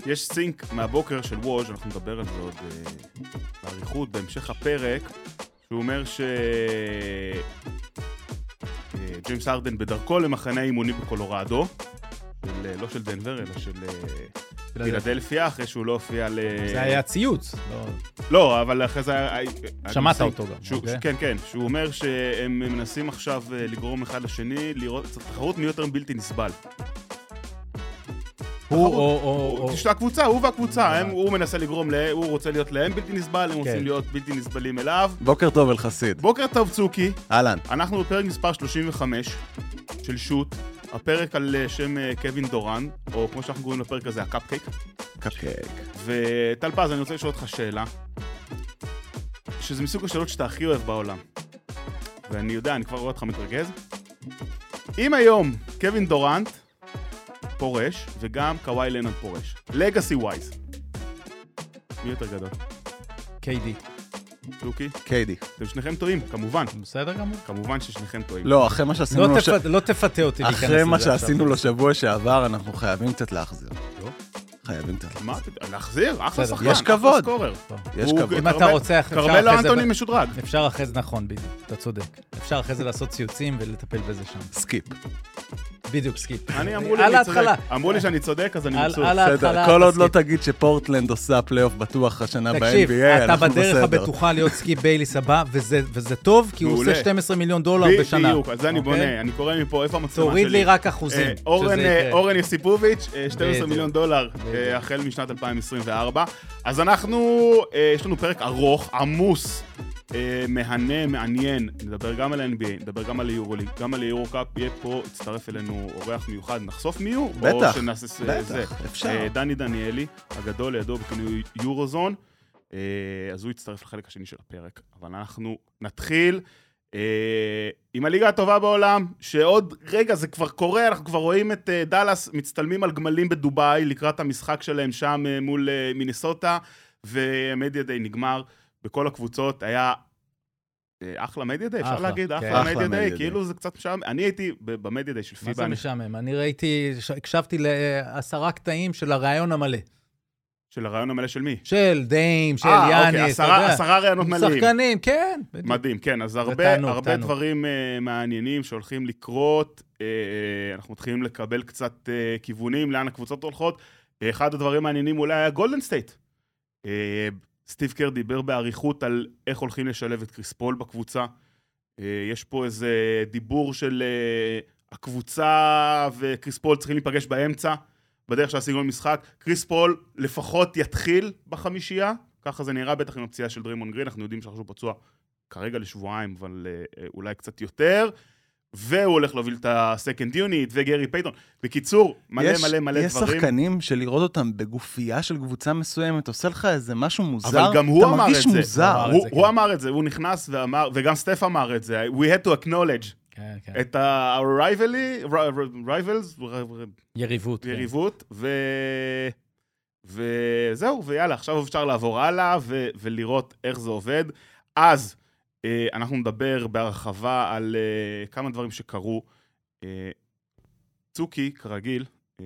יש סינק מהבוקר של ווז', אנחנו נדבר על זה עוד בעריכות, בהמשך הפרק, שהוא אומר ג'יימס הרדן בדרכו למחנה אימוני בקולורדו, לא של דנבר, אלא של פילדלפיה, אחרי שהוא לא הופיע זה היה ציוץ. לא, אבל אחרי זה היה... שמעת אותו גם. כן, כן, שהוא אומר שהם מנסים עכשיו לגרום אחד לשני, לראות תחרות מי יותר בלתי נסבל. שתי הקבוצה, הוא והקבוצה, הוא מנסה לגרום, הוא רוצה להיות להם בלתי נסבל, הם רוצים להיות בלתי נסבלים אליו. בוקר טוב אלחסיד. בוקר טוב צוקי. אהלן. אנחנו בפרק מספר 35 של שוט, הפרק על שם קווין דורן, או כמו שאנחנו קוראים לפרק הזה, הקאפקייק. קאפקייק. וטל פז, אני רוצה לשאול אותך שאלה, שזה מסוג השאלות שאתה הכי אוהב בעולם. ואני יודע, אני כבר רואה אותך מתרגז. אם היום קווין דורנט פורש, וגם קוואי לנארד פורש. לגאסי ווייז. מי יותר גדול? קיידי. צוקי? קיידי. אתם שניכם טועים, כמובן. בסדר גמור. כמובן ששניכם טועים. לא, אחרי מה שעשינו לו... לא תפתה אותי להיכנס לזה. אחרי מה שעשינו לו שבוע שעבר, אנחנו חייבים קצת להחזיר. לא? חייבים קצת להחזיר. מה? להחזיר? אחלה שחקן. יש כבוד. יש כבוד. אם אתה רוצה... קרמלו אנטוני משודרג. אפשר אחרי זה, נכון, בדיוק. אתה צודק. אפשר אחרי זה לעשות ציוצים ולטפל בזה שם. סקיפ. בדיוק, סקיפ. אמרו לי שאני צודק, אז אני מבסוט. בסדר, כל עוד לא תגיד שפורטלנד עושה פלייאוף בטוח השנה ב-NBA, תקשיב, אתה בדרך הבטוחה להיות סקיפ בייליס הבא, וזה טוב, כי הוא עושה $12 מיליון בשנה. בדיוק, אז זה אני בונה, אני קורא מפה, איפה המצלמה שלי? תוריד לי רק אחוזים. אורן יסיפוביץ', $12 מיליון, החל משנת 2024. אז יש לנו פרק ארוך, עמוס, מהנה, מעניין, נדבר גם על NBA, נדבר גם על היורוליג, גם על היורוקאפ, יהיה פה, יצטרף אלינו אורח מיוחד, נחשוף מי הוא? בטח, או שנעשה זה. אפשר. דני דניאלי, הגדול לידו בכינוי יורוזון, אז הוא יצטרף לחלק השני של הפרק, אבל אנחנו נתחיל עם הליגה הטובה בעולם, שעוד רגע זה כבר קורה, אנחנו כבר רואים את דלס מצטלמים על גמלים בדובאי, לקראת המשחק שלהם שם מול מינסוטה, ומדיה דיי נגמר. בכל הקבוצות היה אחלה מדיה דיי, אפשר להגיד, אחלה מדיה דיי, כאילו זה קצת משעמם. אני הייתי במדיה דיי של פיבה. מה זה משעמם? אני הקשבתי ל10 קטעים של הרעיון המלא. של הרעיון המלא של מי? של דיים, של יאניס, 10 רעיונות מלאים. שחקנים, כן. מדהים, כן, אז הרבה דברים מעניינים שהולכים לקרות, אנחנו מתחילים לקבל קצת כיוונים, לאן הקבוצות הולכות. אחד הדברים מעניינים אולי היה גולדן סטייט. סטיב קר דיבר בעריכות על איך הולכים לשלב את קריס פול בקבוצה. יש פה איזה דיבור של הקבוצה וקריס פול צריכים להיפגש באמצע, בדרך של הסגנון משחק. קריס פול לפחות יתחיל בחמישייה, ככה זה נראה בטח עם הפציעה של דרימון גרין, אנחנו יודעים שאנחנו פצוע כרגע לשבועיים, אבל אולי קצת יותר. והוא הולך להוביל את הסקנד יוניט, וגרי פייטון. בקיצור, מלא דברים. יש שחקנים שלראות אותם בגופייה של קבוצה מסוימת, עושה לך איזה משהו מוזר. אבל גם הוא אמר את זה. מוזר. הוא אמר את זה, הוא נכנס ואמר, וגם סטף אמר את זה. We had to acknowledge את ה-rivals, יריבות, וזהו, ויאללה, עכשיו אפשר לעבור הלאה, ולראות איך זה עובד. אז, אנחנו נדבר בהרחבה על כמה דברים שקרו. צוקי, כרגיל,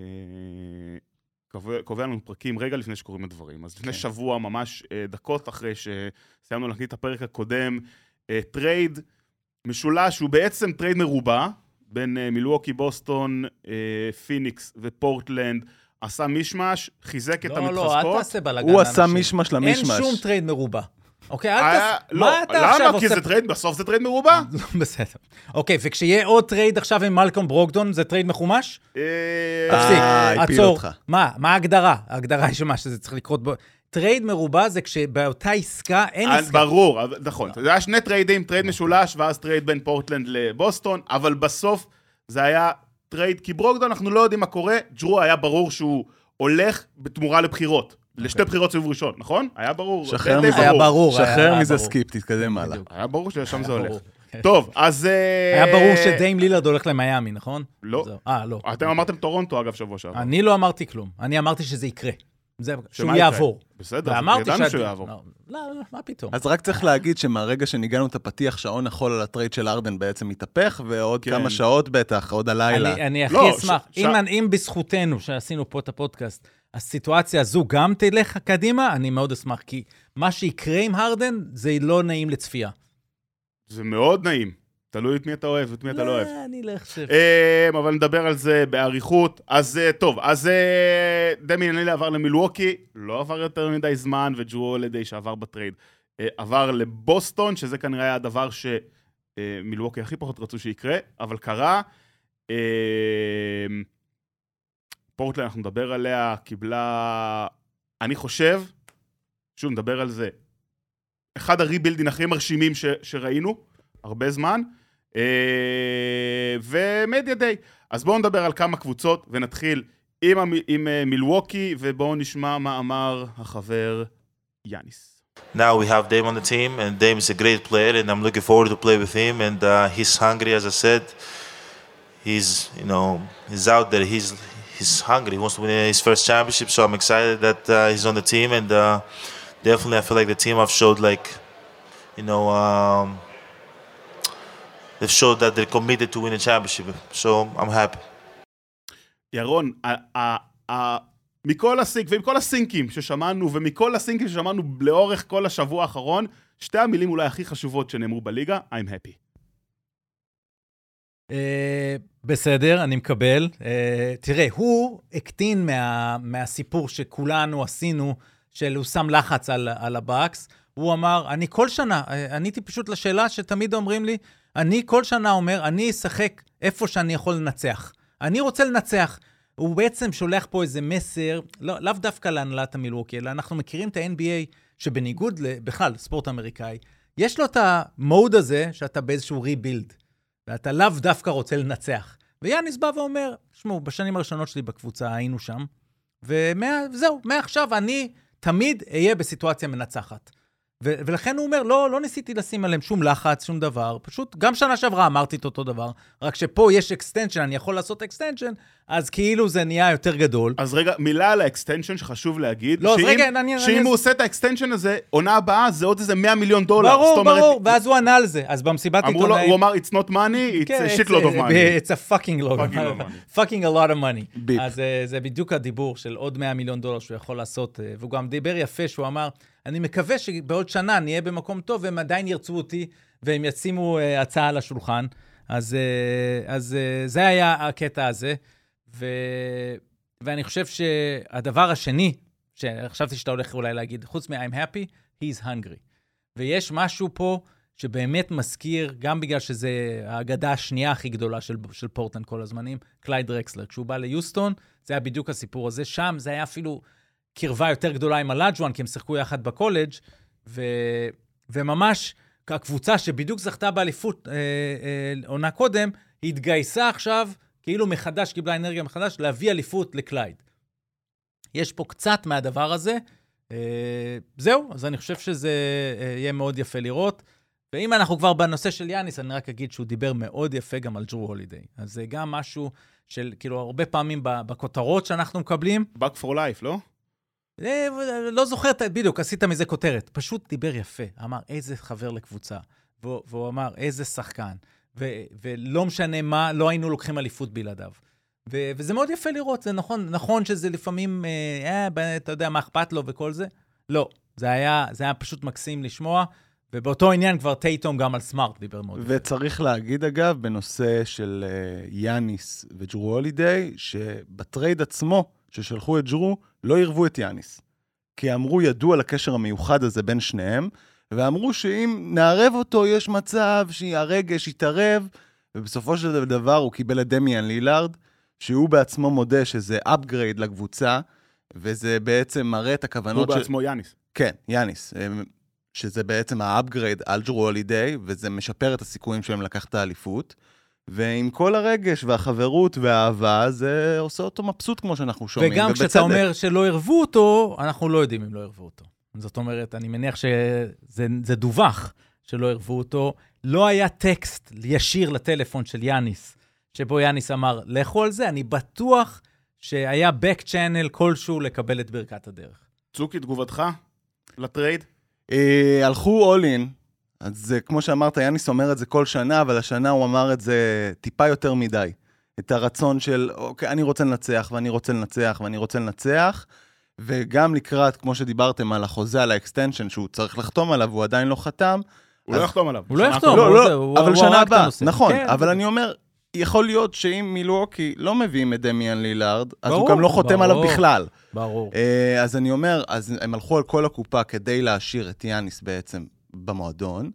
קובע לנו פרקים רגע לפני שקוראים הדברים. אז לפני שבוע, ממש דקות אחרי שסיימנו להקליט את הפרק הקודם, טרייד משולש, הוא בעצם טרייד מרובע, בין מילווקי, בוסטון, פיניקס ופורטלנד, עשה מישמש, חיזק את המתחזקות. לא, אל תעשה בלגן. הוא עשה מישמש למישמש. אין שום טרייד מרובע. אוקיי, מה אתה עכשיו למה? כי זה טרייד, בסוף זה טרייד מרובע? בסדר. אוקיי, וכשיהיה עוד טרייד עכשיו עם מלקום ברוקדון, זה טרייד מחומש? תפסיק, עצור. מה ההגדרה? ההגדרה היא שמה שזה צריך לקרות בו. טרייד מרובע זה כשבאותה עסקה אין עסקה. ברור, נכון. זה היה שני טריידים, טרייד משולש, ואז טרייד בין פורטלנד לבוסטון, אבל בסוף זה היה טרייד, כי ברוקדון אנחנו לא יודעים מה קורה, ג'רו היה ברור שהוא הולך בתמורה לבחירות. לשתי בחירות סיבוב ראשון, נכון? היה ברור. שחרר מזה סקיפ, תתקדם הלאה. היה ברור ששם זה הולך. טוב, אז... היה ברור שדיים לילארד הולך למיימי, נכון? לא. לא. אתם אמרתם טורונטו, אגב, שבוע שעבר. אני לא אמרתי כלום. אני אמרתי שזה יקרה. שהוא יעבור. בסדר, ידענו שהוא יעבור. לא, מה פתאום? אז רק צריך להגיד שמהרגע שניגענו את הפתיח, שעון החול על הטרייד של ארדן בעצם מתהפך, ועוד כמה שעות בטח, עוד הלילה. אני הכי אשמח. אם בזכותנו שעשינו פה את הפודקאסט, הסיטואציה הזו גם תלך קדימה, אני מאוד אשמח, כי מה שיקרה עם הרדן, זה לא נעים לצפייה. זה מאוד נעים. תלוי את מי אתה אוהב, את מי אתה לא אוהב. אני לא חושב. אבל נדבר על זה באריכות. אז טוב, אז דמיאן לילה עבר למילווקי, לא עבר יותר מדי זמן, וג'רו הולידיי שעבר בטרייד. עבר לבוסטון, שזה כנראה היה הדבר שמילווקי הכי פחות רצו שיקרה, אבל קרה. פורטלנד, אנחנו נדבר עליה, קיבלה, אני חושב, שוב נדבר על זה, אחד הריבילדים הכי מרשימים שראינו, הרבה זמן, ומדיה דיי. אז בואו נדבר על כמה קבוצות, ונתחיל עם מילווקי, ובואו נשמע מה אמר החבר יאניס. Now we have Dame on the team, and Dame is a great player, and I'm looking forward to play with him, and he's hungry, as I said. He's out there, he's hungry, he wants to win his first championship, so I'm excited that he's on the team, and definitely I feel like the team have showed they've showed that they're committed to win a championship, so I'm happy. ירון, מכל הסינקים ששמענו, ומכל הסינקים ששמענו לאורך כל השבוע האחרון, שתי המילים אולי הכי חשובות שנאמרו בליגה, I'm happy. בסדר, אני מקבל. תראה, הוא הקטין מהסיפור שכולנו עשינו, של הוא שם לחץ על הבאקס. הוא אמר, אני כל שנה, עניתי פשוט לשאלה שתמיד אומרים לי, אני כל שנה אומר, אני אשחק איפה שאני יכול לנצח. אני רוצה לנצח. הוא בעצם שולח פה איזה מסר, לאו דווקא להנהלת המילווקי, אלא אנחנו מכירים את ה-NBA, שבניגוד בכלל, ספורט אמריקאי, יש לו את המוד הזה, שאתה באיזשהו ריבילד, ואתה לאו דווקא רוצה לנצח. ויאניס בא ואומר, שמעו, בשנים הראשונות שלי בקבוצה היינו שם, וזהו, מעכשיו אני תמיד אהיה בסיטואציה מנצחת. ולכן הוא אומר, לא ניסיתי לשים עליהם שום לחץ, שום דבר, פשוט גם שנה שעברה אמרתי את אותו דבר, רק שפה יש אקסטנשן, אני יכול לעשות אקסטנשן, אז כאילו זה נהיה יותר גדול. אז רגע, מילה על האקסטנשן שחשוב להגיד, לא, שאם הוא עושה את האקסטנשן הזה, עונה הבאה זה עוד איזה $100 מיליון. ברור, ואז הוא ענה על זה, אז במסיבת עיתונאים... הוא אמר, it's not money, it's a shitload of money. It's a fucking a lot of money. אז זה בדיוק הדיבור של עוד $100 מיליון שהוא יכול לעשות, והוא גם דיבר יפה שהוא אמר, אני מקווה שבעוד שנה נהיה במקום טוב, והם עדיין ירצו אותי, והם ישימו הצעה על השולחן. אז זה היה הקטע הזה. ואני חושב שהדבר השני, שחשבתי שאתה הולך אולי להגיד, חוץ מ-I'm happy, he's hungry. ויש משהו פה שבאמת מזכיר, גם בגלל שזה האגדה השנייה הכי גדולה של פורטלנד כל הזמנים, קלייד דרקסלר. כשהוא בא ליוסטון, זה היה בדיוק הסיפור הזה. שם זה היה אפילו... קרבה יותר גדולה עם הלאג'ואן, כי הם שיחקו יחד בקולג' וממש הקבוצה שבדיוק זכתה באליפות עונה קודם, התגייסה עכשיו, כאילו מחדש, קיבלה אנרגיה מחדש, להביא אליפות לקלייד. יש פה קצת מהדבר הזה. זהו, אז אני חושב שזה יהיה מאוד יפה לראות. ואם אנחנו כבר בנושא של יאניס, אני רק אגיד שהוא דיבר מאוד יפה גם על ג'רו הולידיי. אז זה גם משהו של, כאילו, הרבה פעמים בכותרות שאנחנו מקבלים. Back for life, לא? לא זוכר, בדיוק, עשית מזה כותרת. פשוט דיבר יפה. אמר, איזה חבר לקבוצה. והוא אמר, איזה שחקן. ולא משנה מה, לא היינו לוקחים אליפות בלעדיו. וזה מאוד יפה לראות. זה נכון שזה לפעמים, אתה יודע מה אכפת לו וכל זה. לא, זה היה פשוט מקסים לשמוע. ובאותו עניין כבר טייטום גם על סמארט דיבר מאוד. וצריך להגיד אגב, בנושא של יאניס וג'רו הולידיי, שבטרייד עצמו, ששלחו את ג'רו, לא ירבו את יאניס. כי אמרו, ידעו על הקשר המיוחד הזה בין שניהם, ואמרו שאם נערב אותו, יש מצב שהרגש יתערב, ובסופו של דבר הוא קיבל את דמיאן לילארד, שהוא בעצמו מודה שזה upgrade לקבוצה, וזה בעצם מראה את הכוונות... הוא בעצמו יאניס. כן, יאניס. שזה בעצם האפגרייד על ג'רו הולידיי, וזה משפר את הסיכויים שלהם לקחת את האליפות, ועם כל הרגש והחברות והאהבה, זה עושה אותו מבסוט כמו שאנחנו שומעים. וגם כשאתה אומר שלא ערבו אותו, אנחנו לא יודעים אם לא ערבו אותו. זאת אומרת, אני מניח שזה דווח שלא ערבו אותו. לא היה טקסט ישיר לטלפון של יאניס, שבו יאניס אמר, לכו על זה, אני בטוח שהיה back channel כלשהו לקבל את ברכת הדרך. צוקי, תגובתך לטרייד? הלכו all in, אז כמו שאמרת, יאניס אומר את זה כל שנה, אבל השנה הוא אמר את זה טיפה יותר מדי. את הרצון של, אוקיי, אני רוצה לנצח, ואני רוצה לנצח, ואני רוצה לנצח, וגם לקראת, כמו שדיברתם על החוזה, על האקסטנשן, שהוא צריך לחתום עליו, הוא עדיין לא חתם. הוא לא יחתום עליו. הוא לא יחתום, אבל שנה הבאה, נכון. אבל אני אומר, יכול להיות שאם מילווקי לא מביאים את דמיאן לילארד, אז הוא גם לא חותם עליו בכלל. ברור. אז אני אומר, אז הם הלכו על כל הקופה כדי להשאיר את יאניס בעצם במועדון,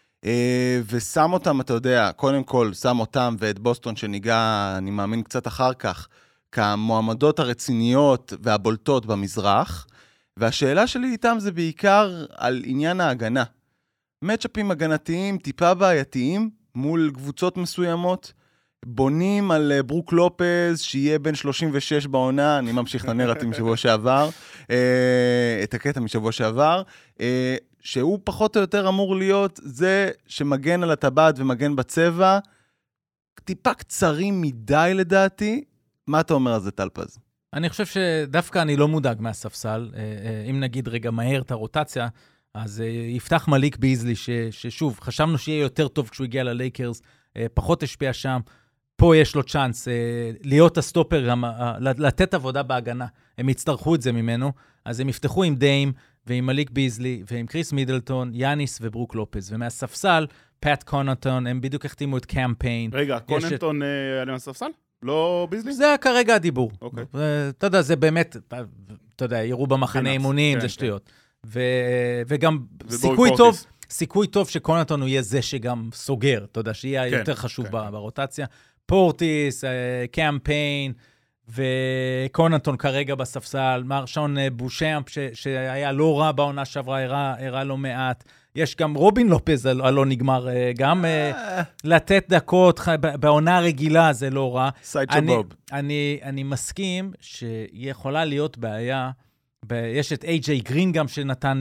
ושם אותם, אתה יודע, קודם כל שם אותם ואת בוסטון שניגע, אני מאמין קצת אחר כך, כמועמדות הרציניות והבולטות במזרח, והשאלה שלי איתם זה בעיקר על עניין ההגנה. מצ'אפים הגנתיים טיפה בעייתיים מול קבוצות מסוימות, בונים על ברוק לופז שיהיה בין 36 בעונה, אני ממשיך את הנרטיב משבוע שעבר, את הקטע משבוע שעבר, שהוא פחות או יותר אמור להיות זה שמגן על הטבעת ומגן בצבע, טיפה קצרים מדי לדעתי. מה אתה אומר על זה, טלפז? אני חושב שדווקא אני לא מודאג מהספסל. אם נגיד רגע מהר את הרוטציה, אז יפתח מליק ביזלי, ששוב, חשבנו שיהיה יותר טוב כשהוא הגיע ללייקרס, פחות השפיע שם. פה יש לו צ'אנס להיות הסטופר, לתת עבודה בהגנה. הם יצטרכו את זה ממנו, אז הם יפתחו עם דיים ועם מליק ביזלי ועם קריס מידלטון, יאניס וברוק לופז. ומהספסל, פאט קוננטון, הם בדיוק החתימו את קמפיין. רגע, קוננטון על הספסל? לא ביזלי? זה כרגע הדיבור. אוקיי. אתה יודע, זה באמת, אתה יודע, יראו במחנה אימונים, זה שטויות. וגם סיכוי טוב שקוננטון הוא יהיה זה שגם סוגר, אתה יודע, שיהיה יותר חשוב ברוטציה. פורטיס, קמפיין, וקוננטון כרגע בספסל, מרשון בושאמפ, שהיה לא רע בעונה שעברה, הראה לא מעט. יש גם רובין לופז, לא נגמר, גם לתת דקות בעונה הרגילה, זה לא רע. אני מסכים שיכולה להיות בעיה, יש את איי-ג'יי גרין גם שנתן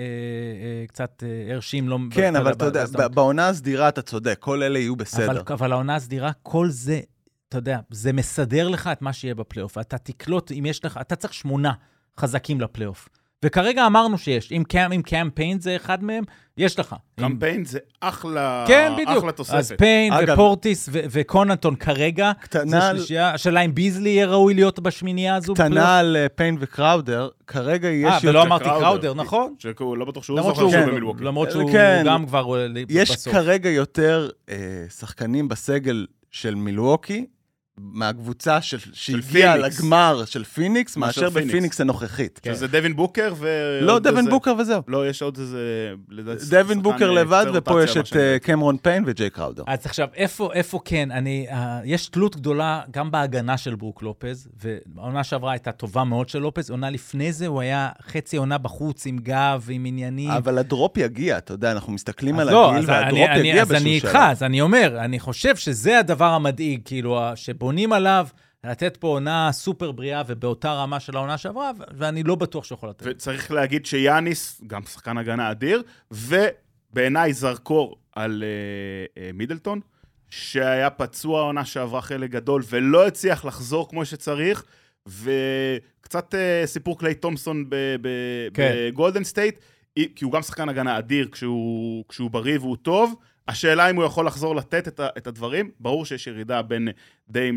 קצת הרשים. כן, אבל אתה יודע, בעונה הסדירה אתה צודק, כל אלה יהיו בסדר. אבל העונה הסדירה, כל זה, אתה יודע, זה מסדר לך את מה שיהיה בפלייאוף. אתה תקלוט, אם יש לך, אתה צריך 8 חזקים לפלייאוף. וכרגע אמרנו שיש, אם קמפיין זה אחד מהם, יש לך. קמפיין זה אחלה תוספת. אז פיין ופורטיס וקוננטון כרגע, זה שלישייה, השאלה אם ביזלי יהיה ראוי להיות בשמינייה הזו. קטנה על פיין וקראודר, כרגע יש יותר... ולא אמרתי קראודר, נכון? לא בטוח שהוא זוכר שהוא במילווקי. למרות שהוא גם כבר בסוף. יש כרגע יותר שחקנים בסגל של מילווקי, מהקבוצה שהגיעה לגמר של פיניקס, מאשר בפיניקס הנוכחית. שזה דווין בוקר לא, דווין בוקר וזהו. לא, יש עוד איזה... דווין בוקר לבד, ופה יש את קמרון פיין וג'יי קראודר. אז עכשיו, איפה כן? יש תלות גדולה גם בהגנה של ברוק לופז, והעונה שעברה הייתה טובה מאוד של לופז, עונה לפני זה הוא היה חצי עונה בחוץ עם גב, עם עניינים. אבל הדרופ יגיע, אתה יודע, אנחנו מסתכלים על הגיל, והדרופ יגיע בשביל אז אני איתך, אז אני אומר, אני חושב שזה הדבר המדאיג, כאילו, שבונים עליו, לתת פה עונה סופר בריאה, ובאותה רמה של העונה שעברה, ואני לא בטוח שיכול לתת. וצריך להגיד שיאניס, גם שחקן הגנה אדיר, ובעיניי זרקור על מידלטון, שהיה פצוע העונה שעברה חלק גדול, ולא הצליח לחזור כמו שצריך, וקצת סיפור קליי תומפסון בגולדן סטייט, כי הוא גם שחקן הגנה אדיר כשהוא בריא והוא טוב, השאלה אם הוא יכול לחזור לתת את הדברים, ברור שיש ירידה בין דיים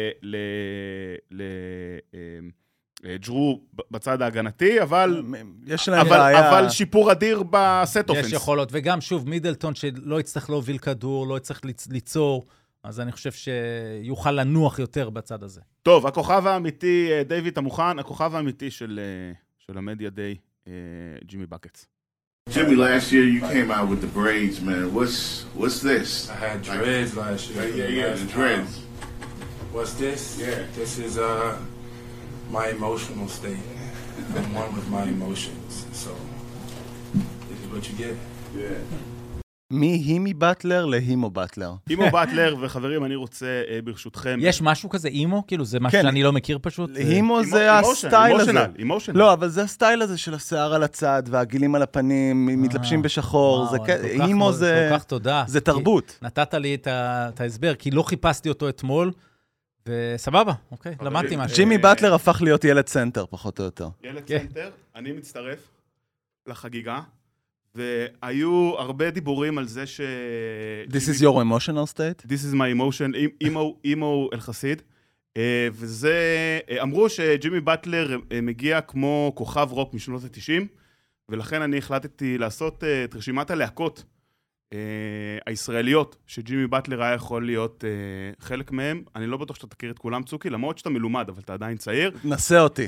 לג'רו בצד ההגנתי, אבל שיפור אדיר בסט אופנס. יש יכולות, וגם שוב מידלטון שלא יצטרך להוביל כדור, לא יצטרך ליצור, אז אני חושב שיוכל לנוח יותר בצד הזה. טוב, הכוכב האמיתי, דיוויד, אתה מוכן? הכוכב האמיתי של המדיה דיי, ג'ימי בקטס. Jimmy, last year you came out with the braids, man. What's this? I had dreads last year. Yeah, the dreads. What's this? Yeah. This is my emotional state. I'm one with my emotions. So this is what you get. Yeah. מהימי באטלר להימו באטלר. הימו באטלר, וחברים, אני רוצה ברשותכם... יש משהו כזה, הימו? כאילו, זה משהו שאני לא מכיר פשוט? הימו זה הסטייל הזה. אימושנל. לא, אבל זה הסטייל הזה של השיער על הצד, והגילים על הפנים, מתלבשים בשחור. הימו זה... כל כך תודה. זה תרבות. נתת לי את ההסבר, כי לא חיפשתי אותו אתמול, וסבבה, אוקיי, למדתי משהו. ג'ימי באטלר הפך להיות ילד סנטר, פחות או יותר. ילד סנטר, אני מצטרף לחגיגה. והיו הרבה דיבורים על זה ש... This is your emotional state? This is my emotion, אימו אל חסיד. וזה, אמרו שג'ימי באטלר מגיע כמו כוכב רוק משנות ה-90, ולכן אני החלטתי לעשות את רשימת הלהקות הישראליות, שג'ימי באטלר היה יכול להיות חלק מהם. אני לא בטוח שאתה תכיר את כולם, צוקי, למרות שאתה מלומד, אבל אתה עדיין צעיר. נסה אותי.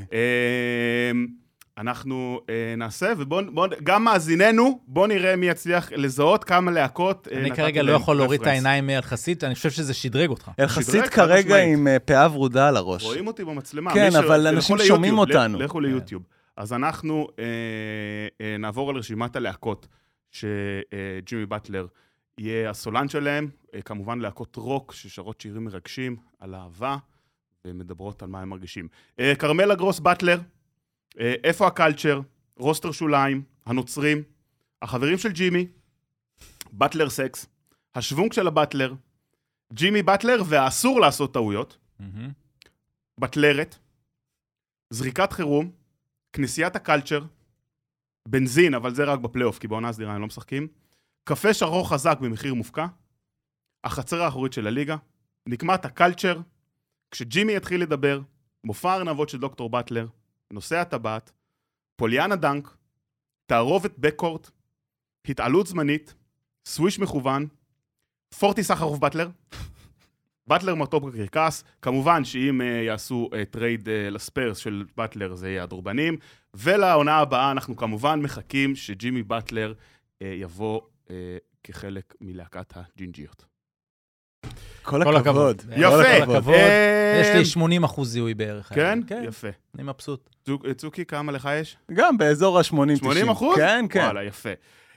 אנחנו נעשה, וגם מאזיננו, בוא נראה מי יצליח לזהות כמה להקות. אני כרגע לא יכול להוריד את העיניים מאלחסיד, אני חושב שזה שדרג אותך. אלחסיד כרגע עם פאה ורודה על הראש. רואים אותי במצלמה. כן, אבל אנשים שומעים אותנו. לכו ליוטיוב. אז אנחנו נעבור על רשימת הלהקות, שג'ימי באטלר יהיה הסולן שלהם, כמובן להקות רוק ששרות שירים מרגשים על אהבה, ומדברות על מה הם מרגישים. קרמלה גרוס באטלר, איפה הקלצ'ר, רוסטר שוליים, הנוצרים, החברים של ג'ימי, באטלר סקס, השוונק של הבאטלר, ג'ימי באטלר והאסור לעשות טעויות, באטלרת, זריקת חירום, כנסיית הקלצ'ר, בנזין, אבל זה רק בפלייאוף, כי בעונה הסדירה הם לא משחקים, קפה שרוך חזק במחיר מופקע, החצר האחורית של הליגה, נקמת הקלצ'ר, כשג'ימי יתחיל לדבר, מופע ארנבות של דוקטור באטלר, נושא הטבעת, פוליאנה דנק, תערובת בקורט, התעלות זמנית, סוויש מכוון, פורטי סחרוף באטלר, באטלר מרטוב קרקס, כמובן שאם יעשו טרייד לספרס של באטלר זה יהיה הדורבנים, ולעונה הבאה אנחנו כמובן מחכים שג'ימי באטלר יבוא כחלק מלהקת הג'ינג'יות. כל הכבוד. יפה. יש לי 80% זיהוי בערך. כן? יפה. אני מבסוט. צוקי, כמה לך יש? גם באזור ה-80-90. 80%? כן, כן. וואלה, יפה.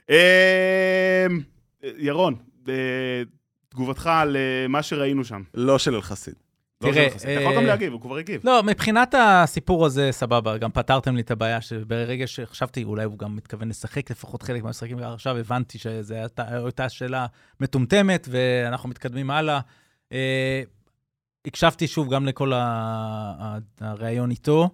ירון, תגובתך על מה שראינו שם. לא של אלחסיד. תראה, אתה יכול גם להגיב, הוא כבר הגיב. לא, מבחינת הסיפור הזה, סבבה, גם פתרתם לי את הבעיה, שברגע שחשבתי, אולי הוא גם מתכוון לשחק, לפחות חלק מהמשחקים, עכשיו הבנתי שזו הייתה שאלה מטומטמת, ואנחנו מתקדמים הלאה. הקשבתי שוב גם לכל הרעיון איתו,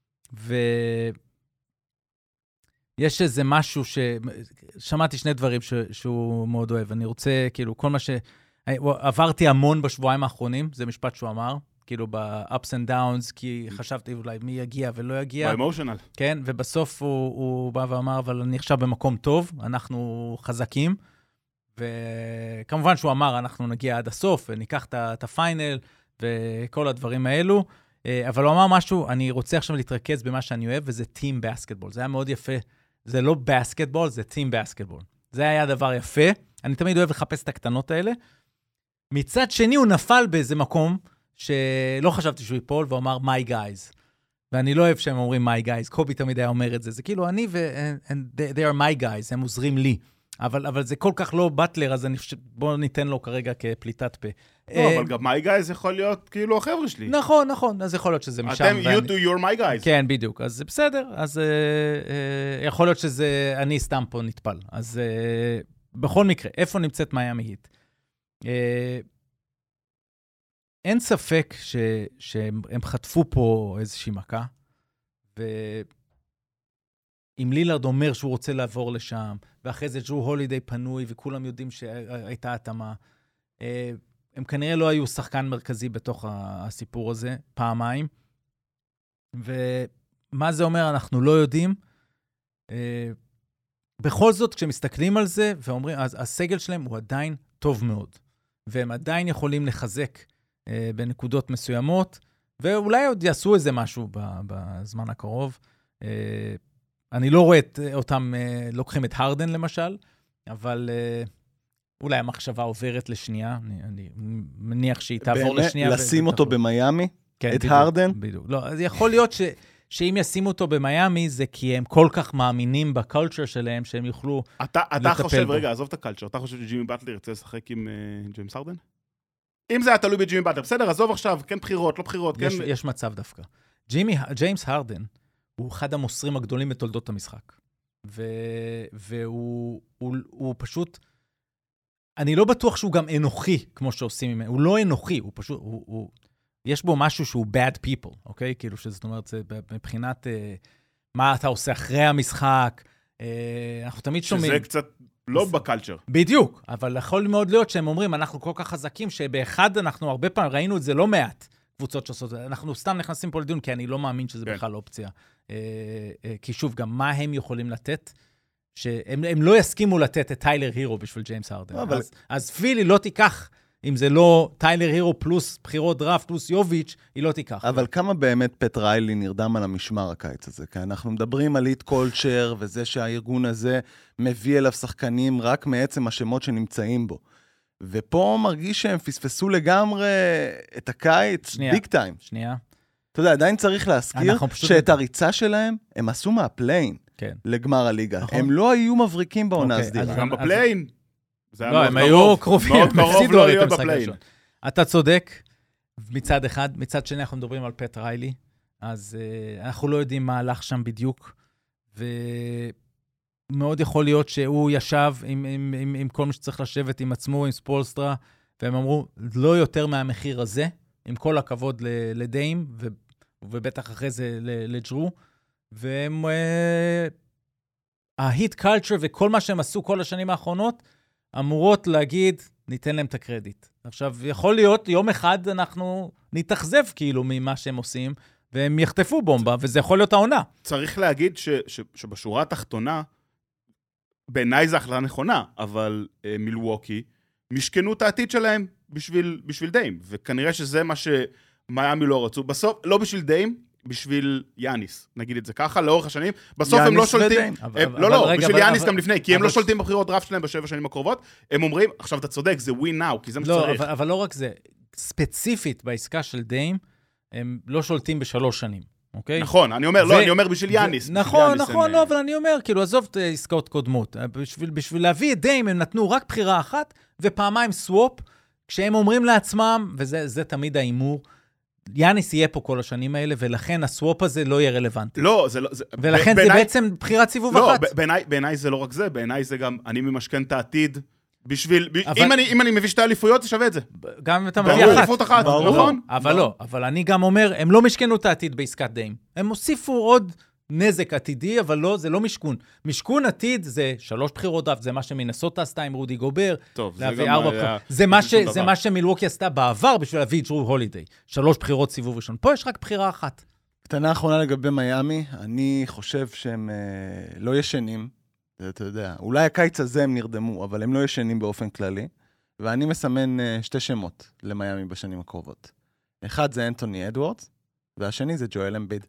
ויש איזה משהו שמעתי שני דברים שהוא מאוד אוהב. אני רוצה, כאילו, כל מה עברתי המון בשבועיים האחרונים, זה משפט שהוא אמר, כאילו ב-ups and downs, כי חשבתי אולי מי יגיע ולא יגיע. ב-emotional. כן, ובסוף הוא בא ואמר, אבל אני עכשיו במקום טוב, אנחנו חזקים, וכמובן שהוא אמר, אנחנו נגיע עד הסוף, וניקח את הפיינל, וכל הדברים האלו, אבל הוא אמר משהו, אני רוצה עכשיו להתרכז במה שאני אוהב, וזה טים בסקטבול. זה היה מאוד יפה. זה לא בסקטבול, זה טים בסקטבול. זה היה דבר יפה. אני תמיד אוהב לחפש את הקטנות האלה. מצד שני, הוא נפל באיזה מקום שלא חשבתי שהוא ייפול, והוא אמר, my guys. ואני לא אוהב שהם אומרים my guys. קובי תמיד היה אומר את זה. זה כאילו, אני and they are my guys, הם עוזרים לי. אבל זה כל כך לא באטלר, אז בואו ניתן לו כרגע כפליטת פה. לא, אבל גם my guys יכול להיות כאילו החבר'ה שלי. נכון, נכון, אז יכול להיות שזה משם. אתם, you do your my guys. כן, בדיוק. אז זה בסדר, אז יכול להיות שזה, אני סתם פה נטפל. אז בכל מקרה, איפה נמצאת מיאמי היט? אין ספק שהם חטפו פה איזושהי מכה, אם לילארד אומר שהוא רוצה לעבור לשם, ואחרי זה ג'רו הולידיי פנוי, וכולם יודעים שהייתה התאמה, הם כנראה לא היו שחקן מרכזי בתוך הסיפור הזה, פעמיים. ומה זה אומר, אנחנו לא יודעים. בכל זאת, כשמסתכלים על זה, ואומרים, אז הסגל שלהם הוא עדיין טוב מאוד, והם עדיין יכולים לחזק בנקודות מסוימות, ואולי עוד יעשו איזה משהו בזמן הקרוב. אני לא רואה אותם לוקחים את הרדן למשל, אבל אולי המחשבה עוברת לשנייה, אני מניח שהיא תעבור לשנייה. לשים אותו במיימי? את הרדן? בדיוק. לא, אז יכול להיות שאם ישימו אותו במיימי, זה כי הם כל כך מאמינים בקולצ'ר שלהם, שהם יוכלו לטפל בו. אתה חושב, רגע, עזוב את הקולצ'ר, אתה חושב שג'ימי באטלר ירצה לשחק עם ג'יימס הרדן? אם זה היה תלוי בג'ימי באטלר, בסדר, עזוב עכשיו, כן בחירות, לא בחירות, כן... יש מצב דווקא. ג'יימס הרדן, הוא אחד המוסרים הגדולים בתולדות המשחק. והוא פשוט, אני לא בטוח שהוא גם אנוכי, כמו שעושים ממנו. הוא לא אנוכי, הוא פשוט, יש בו משהו שהוא bad people, אוקיי? כאילו שזאת אומרת, זה מבחינת מה אתה עושה אחרי המשחק, אנחנו תמיד שומעים. שזה קצת לא בקלצ'ר. בדיוק, אבל יכול מאוד להיות שהם אומרים, אנחנו כל כך חזקים, שבאחד אנחנו הרבה פעמים ראינו את זה לא מעט, קבוצות שעושות, אנחנו סתם נכנסים פה לדיון, כי אני לא מאמין שזה בכלל אופציה. כי שוב, גם מה הם יכולים לתת? שהם לא יסכימו לתת את טיילר הירו בשביל ג'יימס הרדן. אז פילי לא תיקח, אם זה לא טיילר הירו פלוס בחירות דראפט פלוס יוביץ', היא לא תיקח. אבל כמה באמת פט ריילי נרדם על המשמר הקיץ הזה? כי אנחנו מדברים על איט קולצ'ר, וזה שהארגון הזה מביא אליו שחקנים רק מעצם השמות שנמצאים בו. ופה מרגיש שהם פספסו לגמרי את הקיץ, ביג טיים. שנייה. אתה יודע, עדיין צריך להזכיר שאת הריצה שלהם הם עשו מהפליין לגמר הליגה. הם לא היו מבריקים בעונה הסדירה. גם בפליין. לא, הם היו קרובים, הם הפסידו הרי את המשחק הראשון. אתה צודק, מצד אחד, מצד שני אנחנו מדברים על פט ריילי, אז אנחנו לא יודעים מה הלך שם בדיוק, ומאוד יכול להיות שהוא ישב עם כל מי שצריך לשבת עם עצמו, עם ספולסטרה, והם אמרו, לא יותר מהמחיר הזה, עם כל הכבוד לדיים, ובטח אחרי זה לג'רו, והם, ההיט קלצ'ר וכל מה שהם עשו כל השנים האחרונות, אמורות להגיד, ניתן להם את הקרדיט. עכשיו, יכול להיות, יום אחד אנחנו נתאכזב כאילו ממה שהם עושים, והם יחטפו בומבה, וזה יכול להיות העונה. צריך להגיד שבשורה התחתונה, בעיניי זה החלטה נכונה, אבל מילווקי, משכנו את העתיד שלהם בשביל דיים, וכנראה שזה מה שמיימי לא רצו. בסוף, לא בשביל דיים, בשביל יאניס, נגיד את זה ככה, לאורך השנים, בסוף הם לא שולטים, לא, בשביל יאניס גם לפני, כי הם לא שולטים בבחירות דראפט שלהם בשבע שנים הקרובות, הם אומרים, עכשיו אתה צודק, זה win now, כי זה מה שצריך. לא, אבל לא רק זה, ספציפית בעסקה של דיים, הם לא שולטים בשלוש שנים, אוקיי? נכון, אני אומר, לא, אני אומר בשביל יאניס. נכון, לא, אבל אני אומר, כאילו, עזוב את עסקאות קודמות, בשביל להביא את דיים, הם נתנו רק בחירה אחת, ופעמיים סוואפ, כשהם אומרים לעצמם, וזה תמיד האימור, יאניס יהיה פה כל השנים האלה, ולכן הסוואפ הזה לא יהיה רלוונטי. לא, זה לא... ולכן זה בעצם בחירת סיבוב אחת. לא, בעיניי זה לא רק זה, בעיניי זה גם, אני ממשכן את העתיד, בשביל... אם אני מביא שתי אליפויות, זה שווה את זה. גם אם אתה מביא אחת. אליפות אחת, נכון? אבל לא, אבל אני גם אומר, הם לא משכנו את העתיד בעסקת דיים. הם הוסיפו עוד נזק עתידי, אבל לא, זה לא משכון. משכון עתיד זה 3 בחירות דראפט, זה מה שמינסוטה עשתה עם רודי גובר. טוב, זה גם היה... זה מה שמילווקי עשתה בעבר בשביל להביא את ג'רו הולידיי. 3 בחירות סיבוב ראשון. פה יש רק בחירה אחת. קטנה האחרונה לגבי מיימי, אני חושב שהם לא ישנים. אתה יודע, אולי הקיץ הזה הם נרדמו, אבל הם לא ישנים באופן כללי. ואני מסמן 2 שמות למיימי בשנים הקרובות. אחד זה אנטוני אדוורדס, והשני זה ג'ואל אמביד.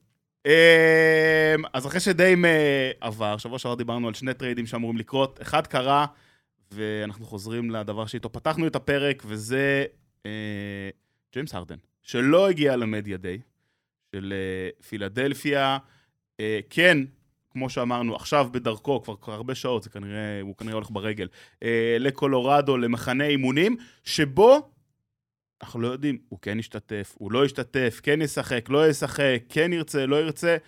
אז אחרי שדיים עבר, שבוע שעבר דיברנו על 2 טריידים שאמורים לקרות, אחד קרה, ואנחנו חוזרים לדבר שאיתו פתחנו את הפרק, וזה ג'יימס הרדן, שלא הגיע למדיה דיי, של פילדלפיה, כן, כמו שאמרנו, עכשיו בדרכו, כבר הרבה שעות, הוא כנראה הולך ברגל, לקולורדו, למחנה אימונים, שבו, אנחנו לא יודעים, הוא כן ישתתף, הוא לא ישתתף, כן ישחק, לא ישחק, כן ירצה, לא ירצה.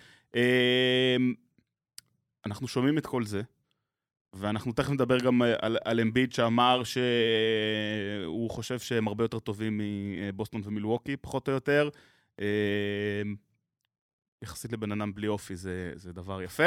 אנחנו שומעים את כל זה, ואנחנו תכף נדבר גם על אמביד שאמר שהוא חושב שהם הרבה יותר טובים מבוסטון ומילווקי, פחות או יותר. יחסית לבן אדם בלי אופי, זה דבר יפה.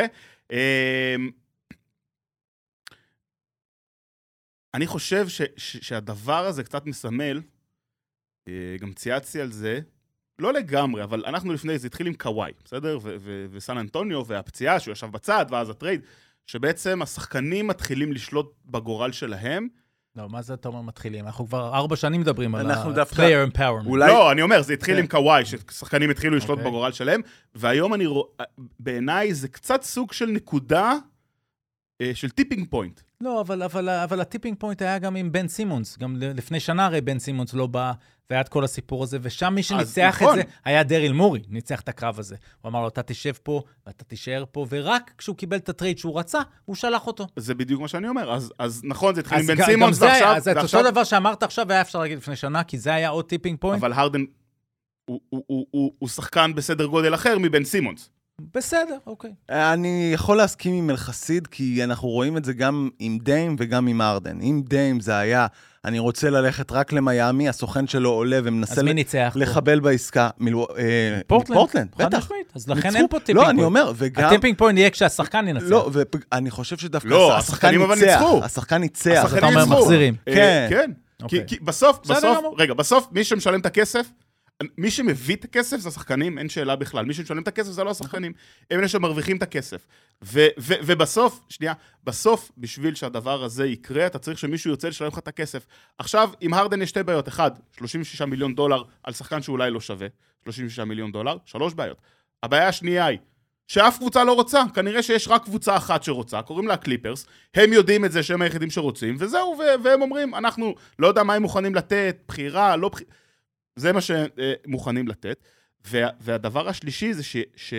אני חושב שהדבר הזה קצת מסמל, גם צייצתי על זה, לא לגמרי, אבל אנחנו לפני זה התחיל עם קוואי, בסדר? וסן אנטוניו והפציעה שהוא ישב בצד, ואז הטרייד, שבעצם השחקנים מתחילים לשלוט בגורל שלהם. לא, מה זה אתה אומר מתחילים? אנחנו כבר 4 שנים מדברים על ה-player empowerment. לא, אני אומר, זה התחיל עם קוואי, ששחקנים התחילו לשלוט בגורל שלהם, והיום אני רואה, בעיניי זה קצת סוג של נקודה של טיפינג פוינט. לא, אבל הטיפינג פוינט היה גם עם בן סימונס, גם לפני שנה הרי בן סימונס לא בא, והיה את כל הסיפור הזה, ושם מי שניצח את זה היה דריל מורי, ניצח את הקרב הזה. הוא אמר לו, אתה תשב פה, ואתה תישאר פה, ורק כשהוא קיבל את הטרייד שהוא רצה, הוא שלח אותו. זה בדיוק מה שאני אומר, אז נכון, זה התחיל עם בן סימונס, ועכשיו... אז את אותו דבר שאמרת עכשיו, היה אפשר להגיד לפני שנה, כי זה היה עוד טיפינג פוינט. אבל הרדן, הוא שחקן בסדר גודל אחר מבן סימונס. בסדר, אוקיי. אני יכול להסכים עם אלחסיד, כי אנחנו רואים את זה גם עם דיים וגם עם ארדן. עם דיים זה היה, אני רוצה ללכת רק למיימי, הסוכן שלו עולה ומנסה לחבל בעסקה. פורטלנד, בטח. אז לכן אין פה טיפינג פוינט. לא, אני אומר, וגם... הטיפינג פוינט יהיה כשהשחקן ינצח. לא, ואני חושב שדווקא השחקנים אבל ניצחו. השחקן ניצח. אז אתה אומר מחזירים. כן. כי בסוף, מי שמשלם את הכסף, מי שמביא את הכסף זה השחקנים, אין שאלה בכלל. מי שמשלם את הכסף זה לא השחקנים. הם אלה שמרוויחים את הכסף. ובסוף, בסוף, בשביל שהדבר הזה יקרה, אתה צריך שמישהו יוצא לשלם לך את הכסף. עכשיו, עם הרדן יש 2 בעיות. 1, $36 מיליון על שחקן שאולי לא שווה. $36 מיליון, 3 בעיות. הבעיה השנייה היא, שאף קבוצה לא רוצה, כנראה שיש רק קבוצה אחת שרוצה, קוראים לה קליפרס, הם יודעים את זה שהם היחידים שרוצים, וזהו, והם אומרים, אנחנו לא יודע מה הם מוכנים לתת, בחירה, לא בחירה, זה מה שמוכנים לתת, והדבר השלישי זה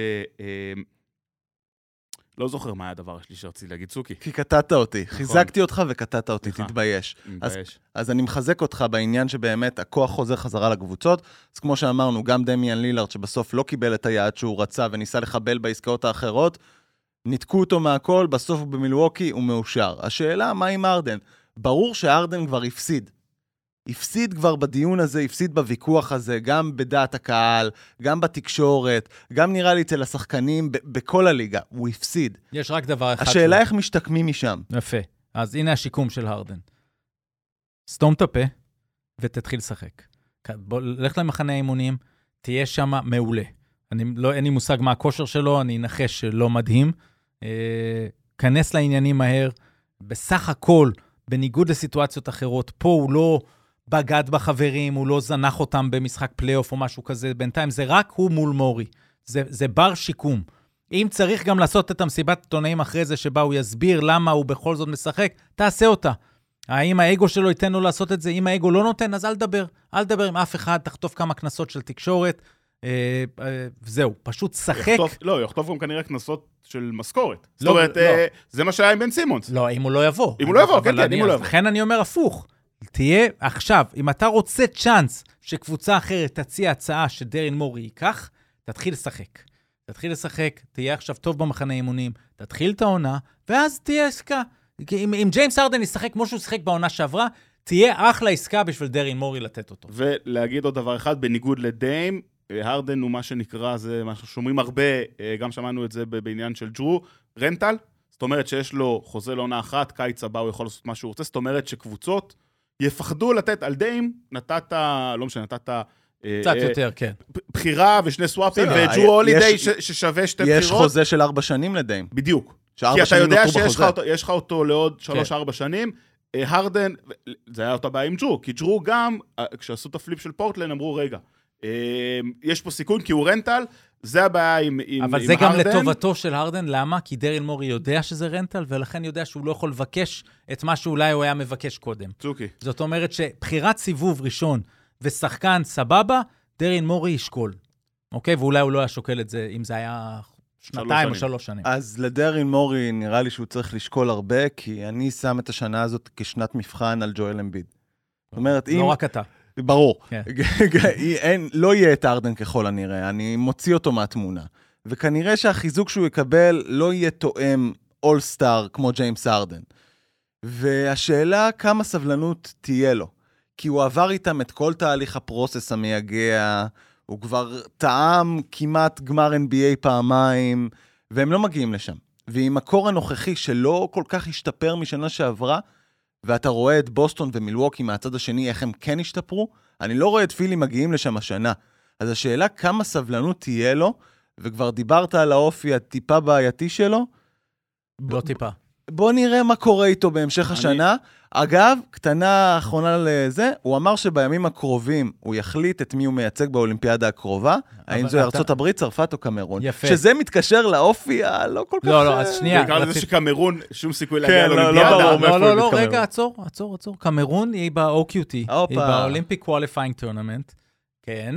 לא זוכר מה היה הדבר השלישי שרציתי להגיד, צוקי. כי קטעת אותי, חיזקתי אותך וקטעת אותי, תתבייש. אז אני מחזק אותך בעניין שבאמת הכוח חוזר חזרה לקבוצות, אז כמו שאמרנו, גם דמיאן לילארד שבסוף לא קיבל את היעד שהוא רצה וניסה לחבל בעסקאות האחרות, ניתקו אותו מהכל, בסוף הוא במילווקי, הוא מאושר. השאלה, מה עם ארדן? ברור שארדן כבר הפסיד כבר בדיון הזה, הפסיד בוויכוח הזה, גם בדעת הקהל, גם בתקשורת, גם נראה לי אצל השחקנים, בכל הליגה, הוא הפסיד. יש רק דבר אחד. השאלה איך משתקמים משם. יפה. אז הנה השיקום של הרדן. סתום את הפה ותתחיל לשחק. לך למחנה האימונים, תהיה שם מעולה. אין לי מושג מה הכושר שלו, אני אנחש שלא מדהים. כנס לעניינים מהר, בסך הכל, בניגוד לסיטואציות אחרות, פה הוא לא בגד בחברים, הוא לא זנח אותם במשחק פלייאוף או משהו כזה, בינתיים זה רק הוא מול מורי. זה בר שיקום. אם צריך גם לעשות את המסיבת עיתונאים אחרי זה, שבה הוא יסביר למה הוא בכל זאת משחק, תעשה אותה. האם האגו שלו ייתן לו לעשות את זה? אם האגו לא נותן, אז אל תדבר. אל תדבר עם אף אחד, תחטוף כמה כנסות של תקשורת, זהו, פשוט שחק. לא, יחטוף גם כנראה כנסות של משכורת. זאת אומרת, זה מה שהיה עם בן סימונס. לא, אם הוא לא יבוא. אם הוא לא יבוא, כן, אם הוא לא יבוא. לכן אני אומר הפוך. תהיה עכשיו, אם אתה רוצה צ'אנס שקבוצה אחרת תציע הצעה שדרין מורי ייקח, תתחיל לשחק. תתחיל לשחק, תהיה עכשיו טוב במחנה אימונים, תתחיל את העונה, ואז תהיה עסקה. אם ג'יימס הרדן ישחק כמו שהוא שחק בעונה שעברה, תהיה אחלה עסקה בשביל דרין מורי לתת אותו. ולהגיד עוד דבר אחד, בניגוד לדיים, הרדן הוא מה שנקרא, זה מה ששומעים הרבה, גם שמענו את זה בעניין של ג'רו, רנטל, זאת אומרת שיש לו חוזה לעונה אחת, קיץ הבא הוא יכול לעשות מה שהוא רוצה, זאת אומרת שקבוצות יפחדו לתת על דיים, נתת, לא משנה, נתת קצת יותר, כן. בחירה ושני סוואפים, וג'רו הולידיי ששווה 2 בחירות. יש חוזה של 4 שנים לדיים. בדיוק. כי אתה יודע שיש לך אותו לעוד 3-4 שנים, הרדן, זה היה אותה בעיה עם ג'רו, כי ג'רו גם, כשעשו את הפליפ של פורטלנד, אמרו, רגע, יש פה סיכון, כי הוא רנטל, זה הבעיה עם הרדן. אבל זה גם לטובתו של הרדן, למה? כי דרין מורי יודע שזה רנטל, ולכן יודע שהוא לא יכול לבקש את מה שאולי הוא היה מבקש קודם. צוקי. זאת אומרת שבחירת סיבוב ראשון ושחקן סבבה, דרין מורי ישקול. אוקיי? ואולי הוא לא היה שוקל את זה, אם זה היה 2 או 3 שנים. אז לדרין מורי נראה לי שהוא צריך לשקול הרבה, כי אני שם את השנה הזאת כשנת מבחן על ג'ואל אמביד. זאת אומרת, לא רק אתה. ברור. לא יהיה את ארדן ככל הנראה, אני מוציא אותו מהתמונה. וכנראה שהחיזוק שהוא יקבל לא יהיה תואם אול-סטאר כמו ג'יימס ארדן. והשאלה כמה סבלנות תהיה לו. כי הוא עבר איתם את כל תהליך הפרוסס המייגע, הוא כבר טעם כמעט גמר NBA פעמיים, והם לא מגיעים לשם. ועם הקור הנוכחי שלא כל כך השתפר משנה שעברה, ואתה רואה את בוסטון ומילווקי מהצד השני, איך הם כן השתפרו, אני לא רואה את פילי מגיעים לשם השנה. אז השאלה כמה סבלנות תהיה לו, וכבר דיברת על האופי הטיפה בעייתי שלו. לא טיפה. בוא נראה מה קורה איתו בהמשך השנה. אגב, קטנה האחרונה לזה, הוא אמר שבימים הקרובים הוא יחליט את מי הוא מייצג באולימפיאדה הקרובה, האם זו ארצות הברית, צרפת או קמרון. יפה. שזה מתקשר לאופי הלא כל כך... לא, אז שנייה. בעיקר לזה שקמרון, שום סיכוי להגיע לאולימפיאדה. לא, רגע, עצור. קמרון היא ב-OQT, היא באולימפיק קואליפיינג טורנמנט, כן,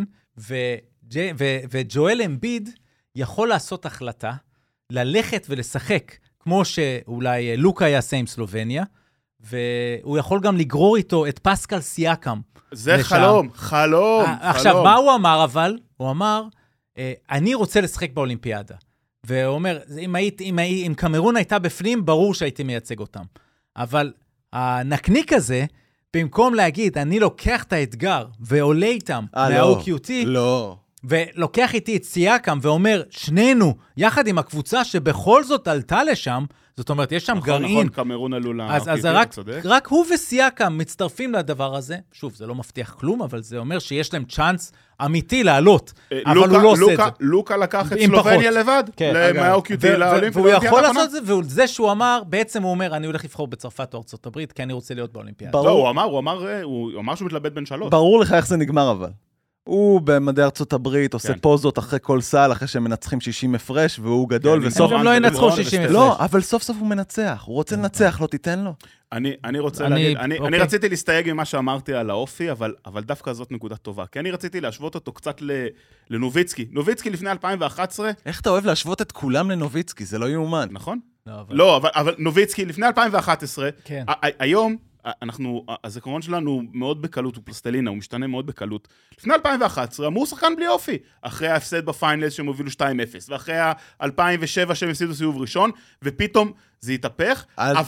וג'ואל אמביד יכול לעשות החלטה, ללכת ולשחק, כמו שאולי לוקה יעשה עם סלובניה, והוא יכול גם לגרור איתו את פסקל סייקם. זה חלום. עכשיו, מה הוא אמר אבל? הוא אמר, אני רוצה לשחק באולימפיאדה. והוא אומר, אם קמרון הייתה בפנים, ברור שהייתי מייצג אותם. אבל הנקניק הזה, במקום להגיד, אני לוקח את האתגר ועולה איתם מה-OQT, לא. ולוקח איתי את סייקם ואומר, שנינו, יחד עם הקבוצה שבכל זאת עלתה לשם, זאת אומרת, יש שם גרעין. נכון, קמרון עלולה. אז רק הוא וסייקם מצטרפים לדבר הזה. שוב, זה לא מבטיח כלום, אבל זה אומר שיש להם צ'אנס אמיתי לעלות. אבל הוא לא עושה את זה. לוקה לקח את סלובניה לבד, מהאוקיטיל לאולימפיאדה. והוא יכול לעשות את זה, וזה שהוא אמר, בעצם הוא אומר, אני הולך לבחור בצרפת או ארצות הברית, כי אני רוצה להיות באולימפיאדה. לא, הוא אמר שהוא מתלבט בין 3. ברור לך איך זה נגמר אבל. הוא במדעי ארצות הברית עושה פוזות אחרי כל סל, אחרי שהם מנצחים 60 הפרש, והוא גדול, וסוף... הם לא ינצחו 60 הפרש. לא, אבל סוף סוף הוא מנצח. הוא רוצה לנצח, לא תיתן לו. אני רוצה להגיד, אני רציתי להסתייג ממה שאמרתי על האופי, אבל דווקא זאת נקודה טובה. כי אני רציתי להשוות אותו קצת לנוביצקי. נוביצקי לפני 2011... איך אתה אוהב להשוות את כולם לנוביצקי? זה לא יאומן. נכון? לא, אבל נוביצקי לפני 2011, היום... הזיכרון שלנו מאוד בקלות, הוא פלסטלינה, הוא משתנה מאוד בקלות. לפני 2011, אמרו שחקן בלי אופי, אחרי ההפסד בפיינלס שהם הובילו 2-0, ואחרי 2007 שהם הפסידו סיבוב ראשון, ופתאום זה התהפך,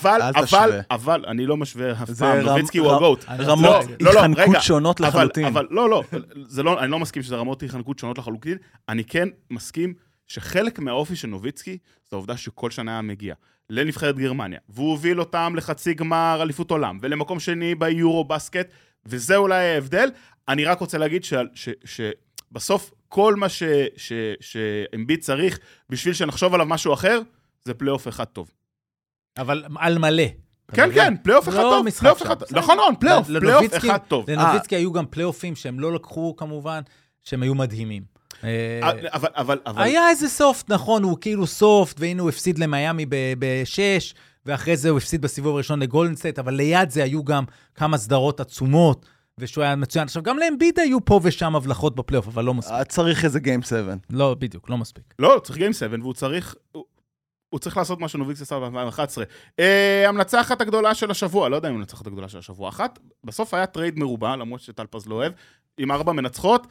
אבל אני לא משווה אף פעם, נוביצקי הוא הגוט. רמות התחנקות שונות לחלוטין. אבל לא, אני לא מסכים שזה רמות התחנקות שונות לחלוטין, אני כן מסכים שחלק מהאופי של נוביצקי, זו העובדה שכל שנה היה מגיע. לנבחרת גרמניה, והוא הוביל אותם לחצי גמר אליפות עולם, ולמקום שני ביורו בסקט, וזה אולי ההבדל. אני רק רוצה להגיד שבסוף כל מה שאמביט צריך, בשביל שנחשוב עליו משהו אחר, זה פלייאוף אחד טוב. אבל על מלא. כן, פלייאוף אחד טוב. נכון, פלייאוף אחד טוב. לנוביצקי היו גם פלייאופים שהם לא לקחו כמובן, שהם היו מדהימים. אבל... היה איזה סופט, נכון, הוא כאילו סופט, והנה הוא הפסיד למיימי ב-6, ואחרי זה הוא הפסיד בסיבוב הראשון לגולדן סטייט, אבל ליד זה היו גם כמה סדרות עצומות, ושהוא היה מצוין. עכשיו, גם לאמביט היו פה ושם הבלחות בפלייאוף, אבל לא מספיק. צריך איזה גיים 7. לא, בדיוק, לא מספיק. לא, צריך גיים 7, והוא צריך לעשות מה שנוביקס עשה ב-2011. המנצחת הגדולה של השבוע, לא יודע אם המנצחת הגדולה של השבוע אחת, בסוף היה טרייד מרובה, למרות שטלפז לא אוהב, עם 4 מנצחות,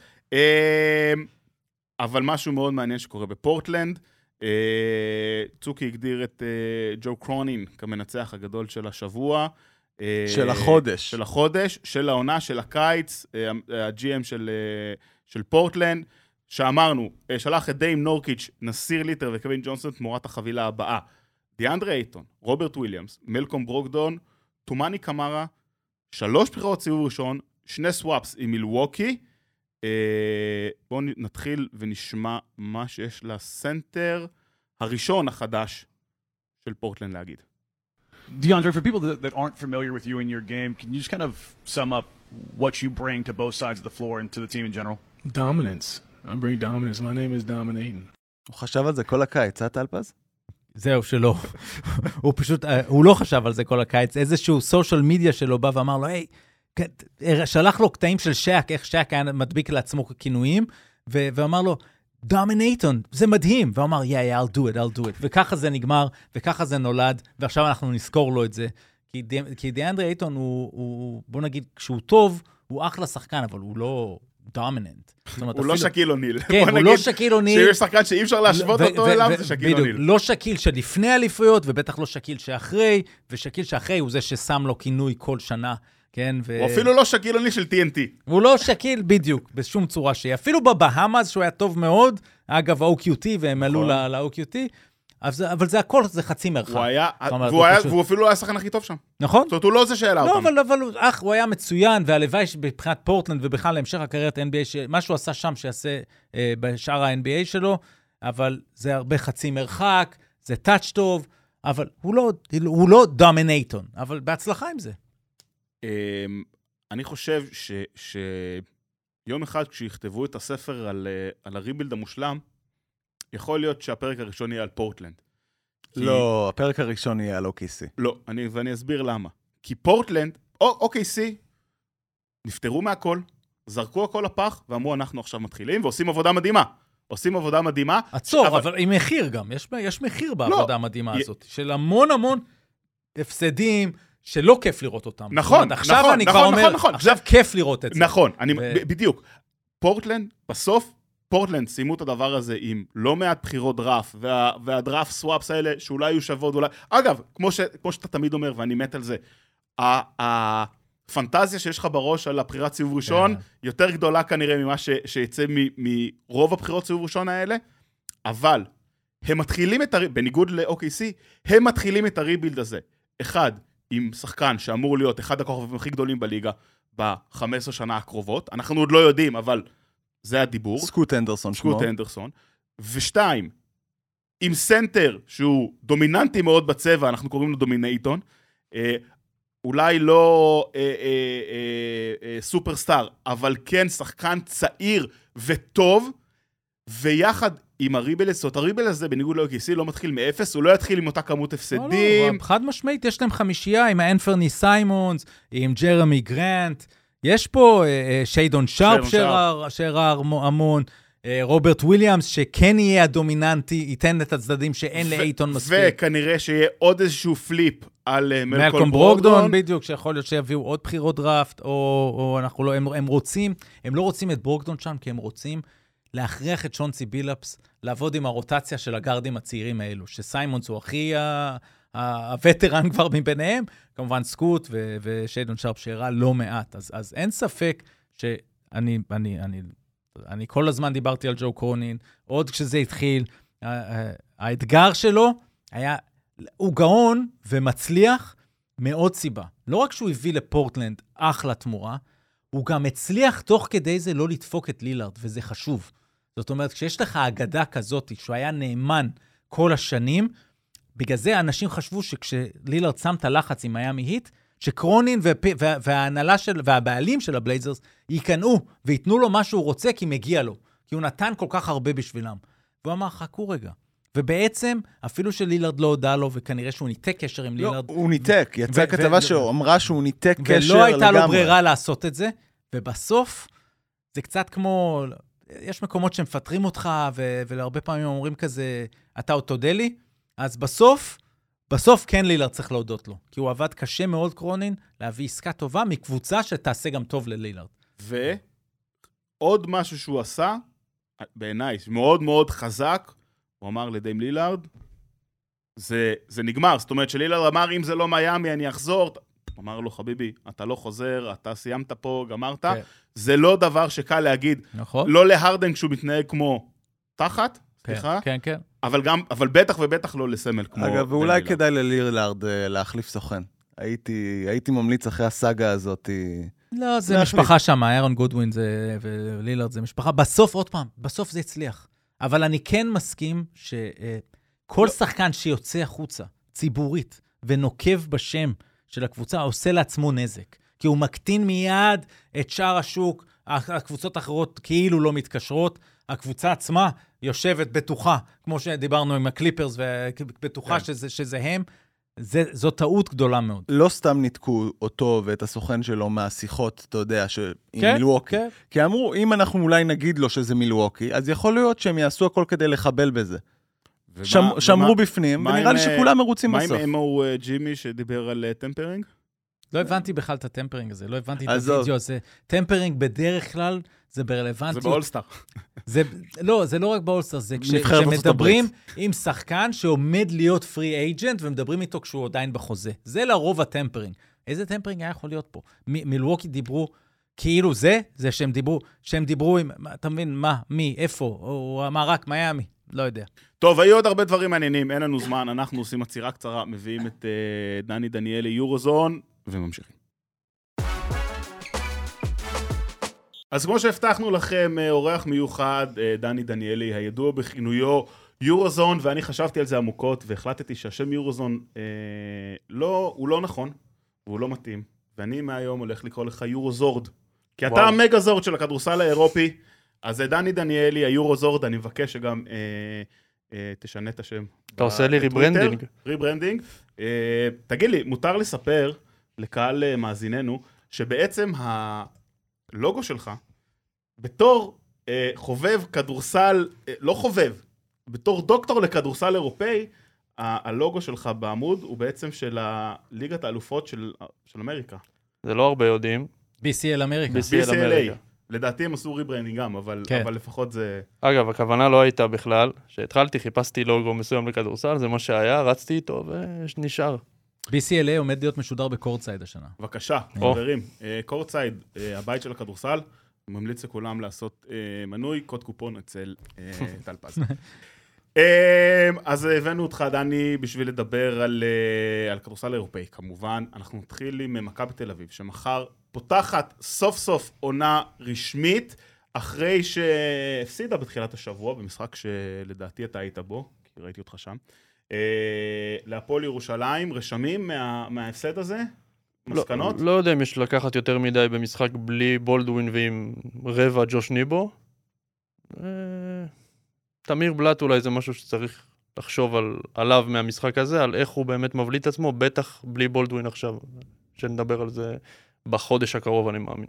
אבל משהו מאוד מעניין שקורה בפורטלנד, צוקי הגדיר את ג'ו קרונין כמנצח הגדול של השבוע. של החודש. של החודש, של העונה, של הקיץ, ה-GM של פורטלנד, שאמרנו, שלח את דיים נורקיץ', נסיר ליטר וקווין ג'ונסון תמורת החבילה הבאה. דיאנדרה אייטון, רוברט וויליאמס, מלקום ברוקדון, טומני קמרה, 3 בחירות סיבוב ראשון, 2 סוואפס עם מילווקי. בואו נתחיל ונשמע מה שיש לסנטר הראשון החדש של פורטלנד להגיד. DeAndre, for people that aren't familiar with you in your game, can you just kind of sum up what you bring to both sides of the floor and to the team in general? Dominance. I bring dominance. My name is Dominating. הוא חשב על זה כל הקיץ, טלפז? זהו, שלא. הוא פשוט, הוא לא חשב על זה כל הקיץ. איזשהו סושיאל מדיה שלו בא ואמר לו, היי, שלח לו קטעים של שק, איך שק היה מדביק לעצמו כינויים, ואמר לו, דומינטון, זה מדהים. והוא אמר, yeah, I'll do it. וככה זה נגמר, וככה זה נולד, ועכשיו אנחנו נזכור לו את זה. כי דיאנדרה אייטון הוא, בוא נגיד, כשהוא טוב, הוא אחלה שחקן, אבל הוא לא דומיננט. הוא לא שקיל אוניל. כן, הוא לא שקיל אוניל. שיש שחקן שאי אפשר להשוות אותו אליו, זה שקיל אוניל. לא שקיל שלפני אליפויות, ובטח לא שקיל שאחרי, ושקיל שאחרי הוא זה ששם לו כינוי כל שנה. כן, הוא אפילו לא שקיל אוניל של TNT. הוא לא שקיל בדיוק, בשום צורה שהיא. אפילו בבהאמאז, שהוא היה טוב מאוד, אגב, ה-OQT, והם עלו ל-OQT, אבל זה הכל, זה חצי מרחק. והוא אפילו לא היה השחקן הכי טוב שם. נכון. זאת אומרת, הוא לא זה שאלה אותם. לא, אבל הוא היה מצוין, והלוואי שבבחינת פורטלנד, ובכלל להמשך הקריירת NBA, מה שהוא עשה שם, שיעשה בשאר ה-NBA שלו, אבל זה הרבה חצי מרחק, זה טאץ' טוב, אבל הוא לא דומינטון, אבל בהצלחה עם זה. אני חושב שיום אחד כשיכתבו את הספר על הריבילד המושלם, יכול להיות שהפרק הראשון יהיה על פורטלנד. לא, הפרק הראשון יהיה על OKC. לא, ואני אסביר למה. כי פורטלנד, או OKC, נפטרו מהכל, זרקו הכל לפח, ואמרו אנחנו עכשיו מתחילים, ועושים עבודה מדהימה. עצור, אבל עם מחיר גם, יש מחיר בעבודה המדהימה הזאת, של המון הפסדים, שלא כיף לראות אותם. נכון. עכשיו אני כבר אומר, עכשיו כיף לראות את זה. נכון, בדיוק. פורטלנד, בסוף, פורטלנד סיימו את הדבר הזה עם לא מעט בחירות דראפט, והדראפט סוואפס האלה שאולי יהיו שוות, אגב, כמו שאתה תמיד אומר, ואני מת על זה, הפנטזיה שיש לך בראש על הבחירת סיבוב ראשון, יותר גדולה כנראה ממה שיצא מרוב הבחירות סיבוב ראשון האלה, אבל הם מתחילים בניגוד ל-OKC, הם מתחילים את הריבילד הזה. אחד, עם שחקן שאמור להיות אחד הכוכבים הכי גדולים בליגה ב-15 שנה הקרובות, אנחנו עוד לא יודעים, אבל זה הדיבור. סקוט אנדרסון שמו. סקוט אנדרסון. ושתיים, עם סנטר שהוא דומיננטי מאוד בצבע, אנחנו קוראים לו דומינטון, אולי לא סופרסטאר, אבל כן שחקן צעיר וטוב, ויחד עם הריבלס, זאת הריבלס הזה בניגוד ל-OKC לא מתחיל מאפס, הוא לא יתחיל עם אותה כמות הפסדים. לא, חד משמעית, יש להם חמישייה עם האנפרני סיימונס, עם ג'רמי גרנט, יש פה שיידון שרפ שראה המון, רוברט וויליאמס, שכן יהיה הדומיננטי, ייתן את הצדדים שאין לאייטון מספיק. וכנראה שיהיה עוד איזשהו פליפ על מלקום ברוגדון, בדיוק, שיכול להיות שיביאו עוד בחירות דראפט, או אנחנו לא, הם לא רוצים את ברוגדון שם, כי הם רוצים להכריח את שונצי בילאפס, לעבוד עם הרוטציה של הגארדים הצעירים האלו, שסיימונס הוא הכי הווטרן כבר מביניהם, כמובן סקוט ושיידון שרפ שהראה לא מעט, אז אין ספק שאני כל הזמן דיברתי על ג'ו קרונין, עוד כשזה התחיל, האתגר שלו היה, הוא גאון ומצליח מאוד סיבה. לא רק שהוא הביא לפורטלנד אחלה תמורה, הוא גם הצליח תוך כדי זה לא לדפוק את לילארד, וזה חשוב. זאת אומרת, כשיש לך אגדה כזאת, שהוא היה נאמן כל השנים, בגלל זה אנשים חשבו שכשלילארד שם את הלחץ עם מיאמי היט, שקרונין וההנהלה והבעלים של הבלייזרס ייכנעו ויתנו לו מה שהוא רוצה כי מגיע לו. כי הוא נתן כל כך הרבה בשבילם. והוא אמר, חכו רגע. ובעצם, אפילו שלילארד לא הודע לו, וכנראה שהוא ניתק קשר עם לילארד. לא, הוא ניתק. יצא כתבה שאמרה שהוא ניתק קשר לגמרי. ולא הייתה לו ברירה לעשות את זה. ובסוף, זה קצת כמו, יש מקומות שמפטרים אותך, ולהרבה פעמים אומרים כזה, אתה עוד תודה לי. אז בסוף כן לילארד צריך להודות לו, כי הוא עבד קשה מאוד קרונין להביא עסקה טובה מקבוצה שתעשה גם טוב ללילארד. ועוד משהו שהוא עשה, בעיניי, מאוד מאוד חזק, הוא אמר לדיים לילארד, זה נגמר, זאת אומרת שלילארד אמר, אם זה לא מיאמי אני אחזור, הוא אמר לו, חביבי, אתה לא חוזר, אתה סיימת פה, גמרת, זה לא דבר שקל להגיד, לא להרדן כשהוא מתנהג כמו תחת, סליחה, כן. אבל בטח ובטח לא לסמל כמו... אגב, ואולי כדאי ללילארד להחליף סוכן. הייתי ממליץ אחרי הסאגה הזאת. לא, זה משפחה שם, אירון גודווין ולילארד זה משפחה. בסוף, עוד פעם, בסוף זה הצליח. אבל אני כן מסכים שכל שחקן שיוצא החוצה, ציבורית, ונוקב בשם של הקבוצה, עושה לעצמו נזק. כי הוא מקטין מיד את שאר השוק, הקבוצות האחרות כאילו לא מתקשרות, הקבוצה עצמה יושבת בטוחה, כמו שדיברנו עם הקליפרס, ובטוחה שזה הם, זו טעות גדולה מאוד. לא סתם ניתקו אותו ואת הסוכן שלו מהשיחות, אתה יודע, עם מילווקי. כי אמרו, אם אנחנו אולי נגיד לו שזה מילווקי, אז יכול להיות שהם יעשו הכל כדי לחבל בזה. שמרו בפנים, ונראה לי שכולם מרוצים בסוף. מה עם אמו ג'ימי שדיבר על טמפרינג? לא הבנתי בכלל את הטמפרינג הזה, לא הבנתי את הווידאו הזה. טמפרינג בדרך כלל זה ברלוונטיות. זה באולסטאר. לא, זה לא רק באולסטאר, זה כשמדברים עם שחקן שעומד להיות פרי אייג'נט, ומדברים איתו כשהוא עדיין בחוזה. זה לרוב הטמפרינג. איזה טמפרינג היה יכול להיות פה? מילווקי דיברו, כאילו זה שהם דיברו עם, אתה מבין, מה, מי, איפה, הוא אמר רק מיאמי, לא יודע. טוב, היו עוד הרבה דברים מעניינים, אין לנו זמן, אנחנו עושים עצירה קצרה, מביאים את דני דניאלי יורוזון, וממשיכים. אז כמו שהבטחנו לכם, אורח מיוחד, דני דניאלי, הידוע בכינויו יורוזון, ואני חשבתי על זה עמוקות, והחלטתי שהשם יורוזון הוא לא נכון, והוא לא מתאים, ואני מהיום הולך לקרוא לך יורוזורד, כי אתה המגה-זורד של הכדורסל האירופי, אז דני דניאלי, היורוזורד, אני מבקש שגם תשנה את השם. אתה עושה לי ריברנדינג. ריברנדינג. תגיד לי, מותר לספר לקהל מאזיננו, שבעצם הלוגו שלך, בתור חובב כדורסל, לא חובב, בתור דוקטור לכדורסל אירופאי, הלוגו שלך בעמוד הוא בעצם של ליגת האלופות של אמריקה. זה לא הרבה יודעים. BCL אמריקה. BCLA. לדעתי הם עשו ריברנדינג גם, אבל לפחות זה... אגב, הכוונה לא הייתה בכלל. כשהתחלתי, חיפשתי לוגו מסוים לכדורסל, זה מה שהיה, רצתי איתו ונשאר. BCLA עומד להיות משודר בקורטסייד השנה. בבקשה, חברים. קורטסייד, הבית של הכדורסל, ממליץ לכולם לעשות מנוי, קוד קופון אצל טל פז. אז הבאנו אותך, דני, בשביל לדבר על כדורסל אירופאי, כמובן. אנחנו נתחיל עם מכבי תל אביב, שמחר פותחת סוף סוף עונה רשמית, אחרי שהפסידה בתחילת השבוע, במשחק שלדעתי אתה היית בו, כי ראיתי אותך שם. להפועל ירושלים, רשמים מההפסד הזה? מסקנות? לא יודע אם יש לקחת יותר מדי במשחק בלי בולדווין ועם רבע ג'וש ניבו. תמיר בלט אולי זה משהו שצריך לחשוב עליו מהמשחק הזה, על איך הוא באמת מבליט עצמו, בטח בלי בולדווין עכשיו, שנדבר על זה בחודש הקרוב, אני מאמין.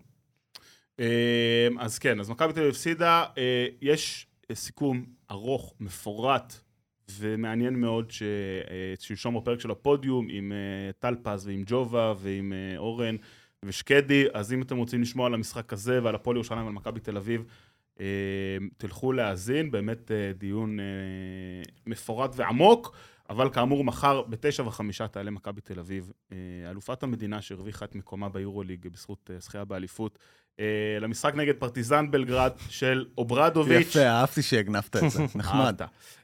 אז כן, אז מכבי תל אביב הפסידה, יש סיכום ארוך, מפורט ומעניין מאוד ששלשום בפרק של הפודיום עם טל פז ועם ג'ובה ועם אורן ושקדי, אז אם אתם רוצים לשמוע על המשחק הזה ועל הפועל ירושלים ועל מכבי תל אביב, תלכו להאזין, באמת דיון מפורט ועמוק, אבל כאמור מחר ב9:05 תעלה מכבי תל אביב, אלופת המדינה שהרוויחה את מקומה ביורוליג בזכות זכייה באליפות, למשחק נגד פרטיזן בלגרד של אוברדוביץ'. יפה, אהבתי שהגנפת את זה, נחמד.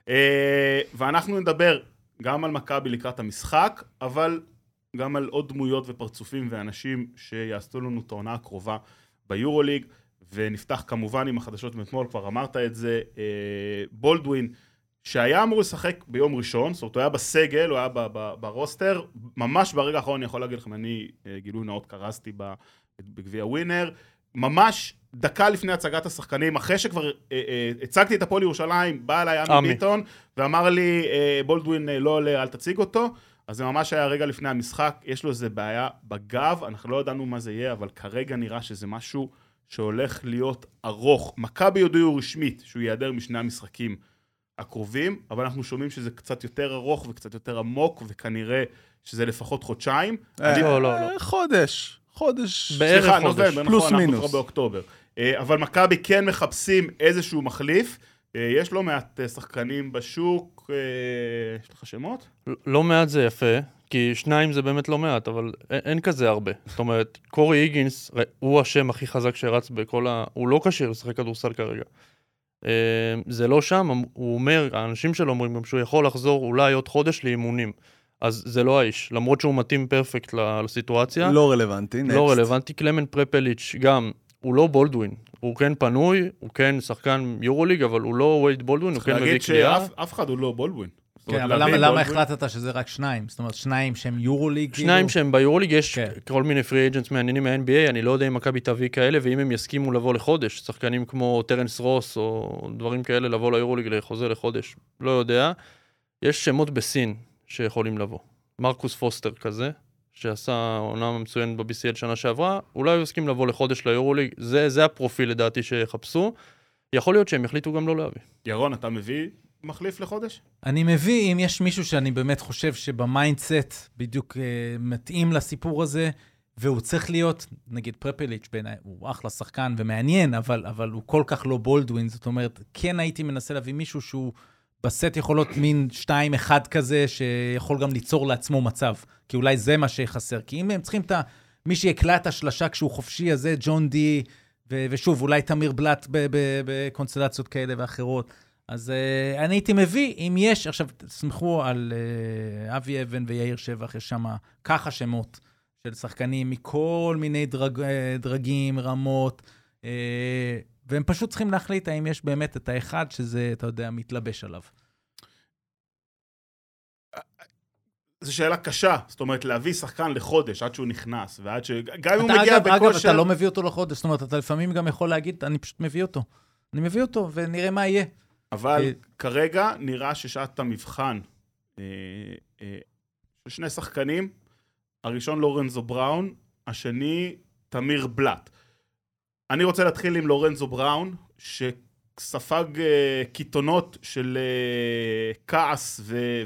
ואנחנו נדבר גם על מכבי לקראת המשחק, אבל גם על עוד דמויות ופרצופים ואנשים שיעשו לנו את העונה הקרובה ביורוליג, ונפתח כמובן עם החדשות מאתמול, כבר אמרת את זה, בולדווין, שהיה אמור לשחק ביום ראשון, זאת אומרת, הוא היה בסגל, הוא היה ברוסטר, ממש ברגע האחרון אני יכול להגיד לכם, אני גילוי נאות קרסתי בגביע ווינר, ממש דקה לפני הצגת השחקנים, אחרי שכבר הצגתי את הפועל ירושלים, בא אליי עמי ביטון, ואמר לי, בולדווין לא עולה, אל תציג אותו, אז זה ממש היה רגע לפני המשחק, יש לו איזה בעיה בגב, אנחנו לא ידענו מה זה יהיה, אבל כרגע נראה שזה משהו שהולך להיות ארוך. מכבי יודעו רשמית שהוא ייעדר משני המשחקים הקרובים, אבל אנחנו שומעים שזה קצת יותר ארוך וקצת יותר עמוק, וכנראה שזה לפחות חודשיים. חודש. בערך חודש. פלוס מינוס. אנחנו באוקטובר. אבל מכבי כן מחפשים איזשהו מחליף. יש לא מעט שחקנים בשוק. יש לך שמות? לא מעט זה יפה, כי שניים זה באמת לא מעט, אבל אין כזה הרבה. זאת אומרת, קורי היגינס, הוא השם הכי חזק שרץ בכל הוא לא קשיר לשחק כדורסל כרגע. זה לא שם, הוא אומר, האנשים שלו אומרים גם שהוא יכול לחזור אולי עוד חודש לאימונים. אז זה לא האיש, למרות שהוא מתאים פרפקט לסיטואציה. לא רלוונטי, נקסט. לא רלוונטי, קלמן פרפליץ' גם, הוא לא בולדווין. הוא כן פנוי, הוא כן שחקן יורוליג, אבל הוא לא וייד בולדווין, הוא כן מביא קליעה. להגיד שאף אחד הוא לא בולדווין. כן, אבל למה החלטת שזה רק שניים? זאת אומרת, שניים שהם יורוליג? שניים שהם ביורוליג, יש כל מיני פרי אג'נטס מעניינים מה-NBA, אני לא יודע אם מכבי תביא כאלה, ואם הם יסכימו לבוא לחודש, שחקנים כמו טרנס רוס או דברים כאלה, לבוא ליורוליג לחוזה לחודש, לא יודע. יש שמות בסין שיכולים לבוא. מרקוס פוסטר כזה, שעשה עונה מצוינת ב-BCL שנה שעברה, אולי הוא יסכים לבוא לחודש ליורוליג, זה הפרופיל לדעתי שיחפשו. יכול להיות שהם יחליטו גם לא להביא. ירון, אתה מביא מחליף לחודש? אני מביא, אם יש מישהו שאני באמת חושב שבמיינדסט בדיוק מתאים לסיפור הזה, והוא צריך להיות, נגיד פרפליץ' בעיניי, הוא אחלה שחקן ומעניין, אבל הוא כל כך לא בולדווין, זאת אומרת, כן הייתי מנסה להביא מישהו שהוא בסט יכולות מין 2-1 כזה, שיכול גם ליצור לעצמו מצב, כי אולי זה מה שחסר, כי אם הם צריכים את מי שיקלע את השלשה כשהוא חופשי הזה, ג'ון די, ושוב, אולי תמיר בלט בקונסטלציות כאלה ואחרות, אז אני הייתי מביא, אם יש, עכשיו תסמכו על אבי אבן ויאיר שבח, יש שם ככה שמות של שחקנים מכל מיני דרגים, רמות, והם פשוט צריכים להחליט האם יש באמת את האחד שזה, אתה יודע, מתלבש עליו. זו שאלה קשה, זאת אומרת, להביא שחקן לחודש עד שהוא נכנס, ועד גם אם הוא מגיע בכושר... אגב, אתה לא מביא אותו לחודש, זאת אומרת, אתה לפעמים גם יכול להגיד, אני פשוט מביא אותו. אני מביא אותו, ונראה מה יהיה. אבל כרגע נראה ששעת המבחן שני שחקנים, הראשון לורנזו בראון, השני תמיר בלט. אני רוצה להתחיל עם לורנזו בראון, שספג קיתונות של כעס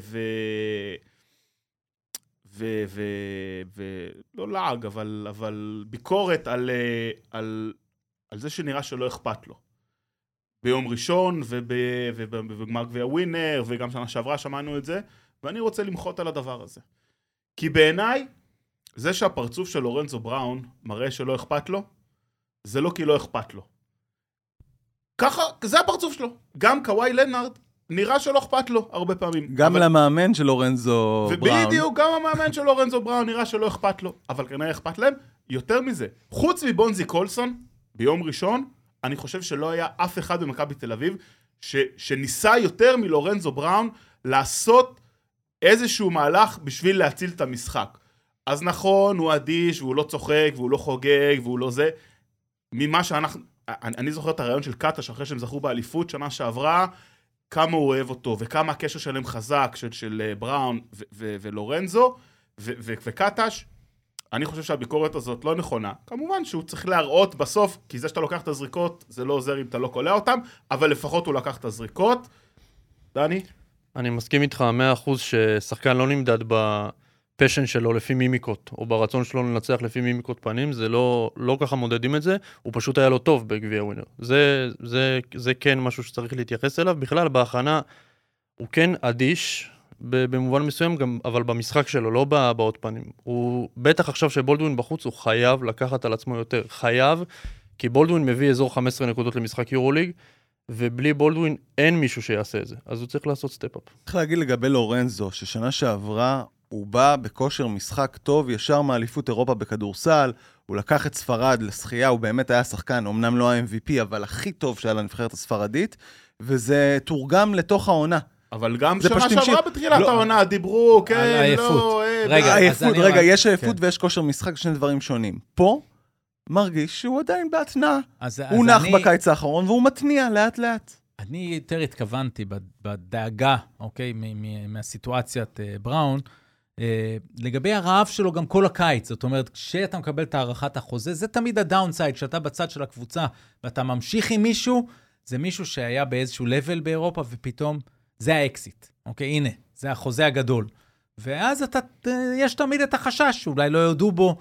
לא לעג, אבל ביקורת על זה שנראה שלא אכפת לו. ביום ראשון ובגמר גביע ווינר, וגם שנה שעברה שמענו את זה, ואני רוצה למחות על הדבר הזה. כי בעיניי, זה שהפרצוף של לורנזו בראון מראה שלא אכפת לו, זה לא כי לא אכפת לו. ככה, זה הפרצוף שלו. גם קוואי לנארד נראה שלא אכפת לו הרבה פעמים. גם למאמן של לורנזו בראון. ובדיוק, גם המאמן של לורנזו בראון נראה שלא אכפת לו, אבל כנראה אכפת להם. יותר מזה, חוץ מבונזי קולסון, ביום ראשון, אני חושב שלא היה אף אחד במכבי תל אביב, שניסה יותר מלורנזו בראון, לעשות איזשהו מהלך בשביל להציל את המשחק. אז נכון, הוא אדיש, והוא לא צוחק, והוא לא חוגג, והוא לא זה. ממה שאנחנו... אני זוכר את הרעיון של קטש, אחרי שהם זכו באליפות שנה שעברה, כמה הוא אוהב אותו, וכמה הקשר שלהם חזק, של בראון ולורנזו, וקטש. אני חושב שהביקורת הזאת לא נכונה. כמובן שהוא צריך להראות בסוף, כי זה שאתה לוקח את הזריקות, זה לא עוזר אם אתה לא קולע אותם, אבל לפחות הוא לקח את הזריקות. דני? אני מסכים איתך 100% ששחקן לא נמדד בפשן שלו לפי מימיקות, או ברצון שלו לנצח לפי מימיקות פנים, זה לא ככה מודדים את זה, הוא פשוט היה לו טוב בגביע ווינר. זה כן משהו שצריך להתייחס אליו. בכלל, בהכנה הוא כן אדיש, במובן מסוים גם, אבל במשחק שלו, לא באות פנים. הוא בטח עכשיו שבולדווין בחוץ, הוא חייב לקחת על עצמו יותר. חייב, כי בולדווין מביא אזור 15 נקודות למשחק יורוליג, ובלי בולדווין אין מישהו שיעשה את זה. אז הוא צריך לעשות סטפ-אפ. צריך להגיד לגבי לורנזו, ששנה שעברה הוא בא בכושר משחק טוב, ישר מאליפות אירופה בכדורסל, הוא לקח את ספרד לשחייה, הוא באמת היה שחקן, אמנם לא ה-MVP, אבל הכי טוב שהיה לנבחרת הספרדית, וזה תורגם לתוך העונה. אבל גם שנה שעברה בתחילת העונה, דיברו, כן, לא... רגע, יש עייפות ויש כושר משחק, שני דברים שונים. פה מרגיש שהוא עדיין בהתנעה. הוא נח בקיץ האחרון, והוא מתניע לאט לאט. אני יותר התכוונתי בדאגה, אוקיי, מהסיטואציית בראון, לגבי הרעב שלו גם כל הקיץ. זאת אומרת, כשאתה מקבל את הערכת החוזה, זה תמיד הדאונסייד, שאתה בצד של הקבוצה, ואתה ממשיך עם מישהו, זה מישהו שהיה באיזשהו לבל באירופה, ופתאום זה האקסיט. אוקיי, הנה, זה החוזה הגדול. ואז יש תמיד את החשש, אולי לא יודו בו,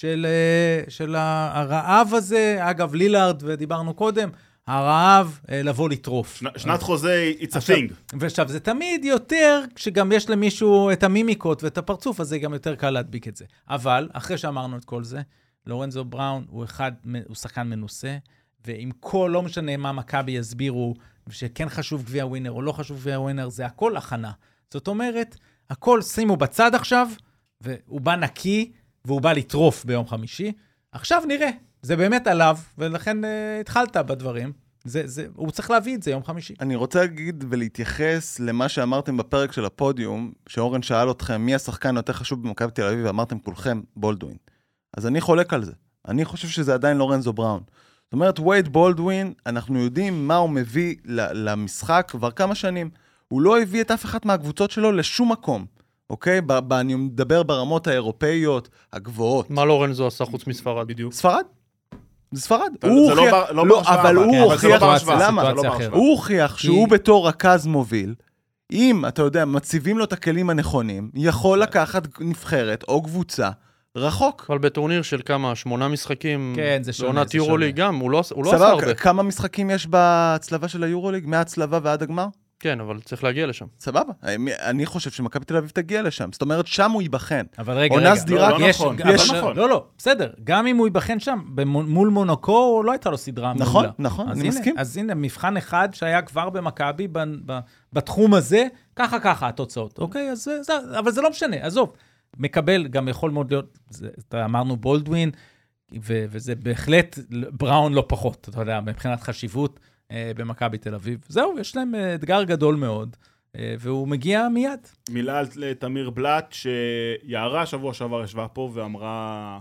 של הרעב הזה, אגב, לילארד, ודיברנו קודם, הרעב לבוא לטרוף. שנת חוזה, it's a thing. ועכשיו, זה תמיד יותר, כשגם יש למישהו את המימיקות ואת הפרצוף, אז זה גם יותר קל להדביק את זה. אבל, אחרי שאמרנו את כל זה, לורנזו בראון הוא שחקן מנוסה, ועם כל, לא משנה מה מכבי יסבירו, שכן חשוב גביע ווינר או לא חשוב גביע ווינר, זה הכל הכנה. זאת אומרת, הכל שימו בצד עכשיו, והוא בא נקי, והוא בא לטרוף ביום חמישי. עכשיו נראה, זה באמת עליו, ולכן התחלת בדברים. הוא צריך להביא את זה יום חמישי. אני רוצה להגיד ולהתייחס למה שאמרתם בפרק של הפודיום, שאורן שאל אתכם מי השחקן יותר חשוב במכבי תל אביב, ואמרתם כולכם בולדווין. אז אני חולק על זה. אני חושב שזה עדיין לורנזו בראון. זאת אומרת, וייד בולדווין, אנחנו יודעים מה הוא מביא למשחק כבר כמה שנים. הוא לא הביא את אף אחת מהקבוצות שלו לשום מקום. אוקיי? אני מדבר ברמות האירופאיות הגבוהות. מה לורנזו עשה חוץ מספרד? בדיוק. ספרד? זה ספרד. אבל הוא הוכיח, למה? הוא הוכיח שהוא בתור רכז מוביל, אם, אתה יודע, מציבים לו את הכלים הנכונים, יכול לקחת נבחרת או קבוצה רחוק. אבל בטורניר של כמה? 8 משחקים? כן, זה שונה. לעונת יורוליג גם, הוא לא עשה הרבה. כמה משחקים יש בהצלבה של היורוליג? מההצלבה ועד הגמר? כן, אבל צריך להגיע לשם. סבבה. אני חושב שמכבי תל אביב תגיע לשם. זאת אומרת, שם הוא ייבחן. אבל רגע, לא נכון. לא, בסדר. גם אם הוא ייבחן שם, מול מונקו, לא הייתה לו סדרה מעולה. נכון, אני מסכים. אז הנה, מבחן אחד שהיה כבר במכבי, בתחום הזה, ככה התוצאות. אוקיי? אבל זה לא משנה, עזוב. מקבל, גם יכול מאוד להיות, אמרנו בולדווין, וזה בהחלט בראון לא פחות, אתה יודע, מבחינת חשיבות, במכבי תל אביב. זהו, יש להם אתגר גדול מאוד, והוא מגיע מיד. מילה לתמיר בלט, שיערה שבוע שעבר ישבה פה ואמרה,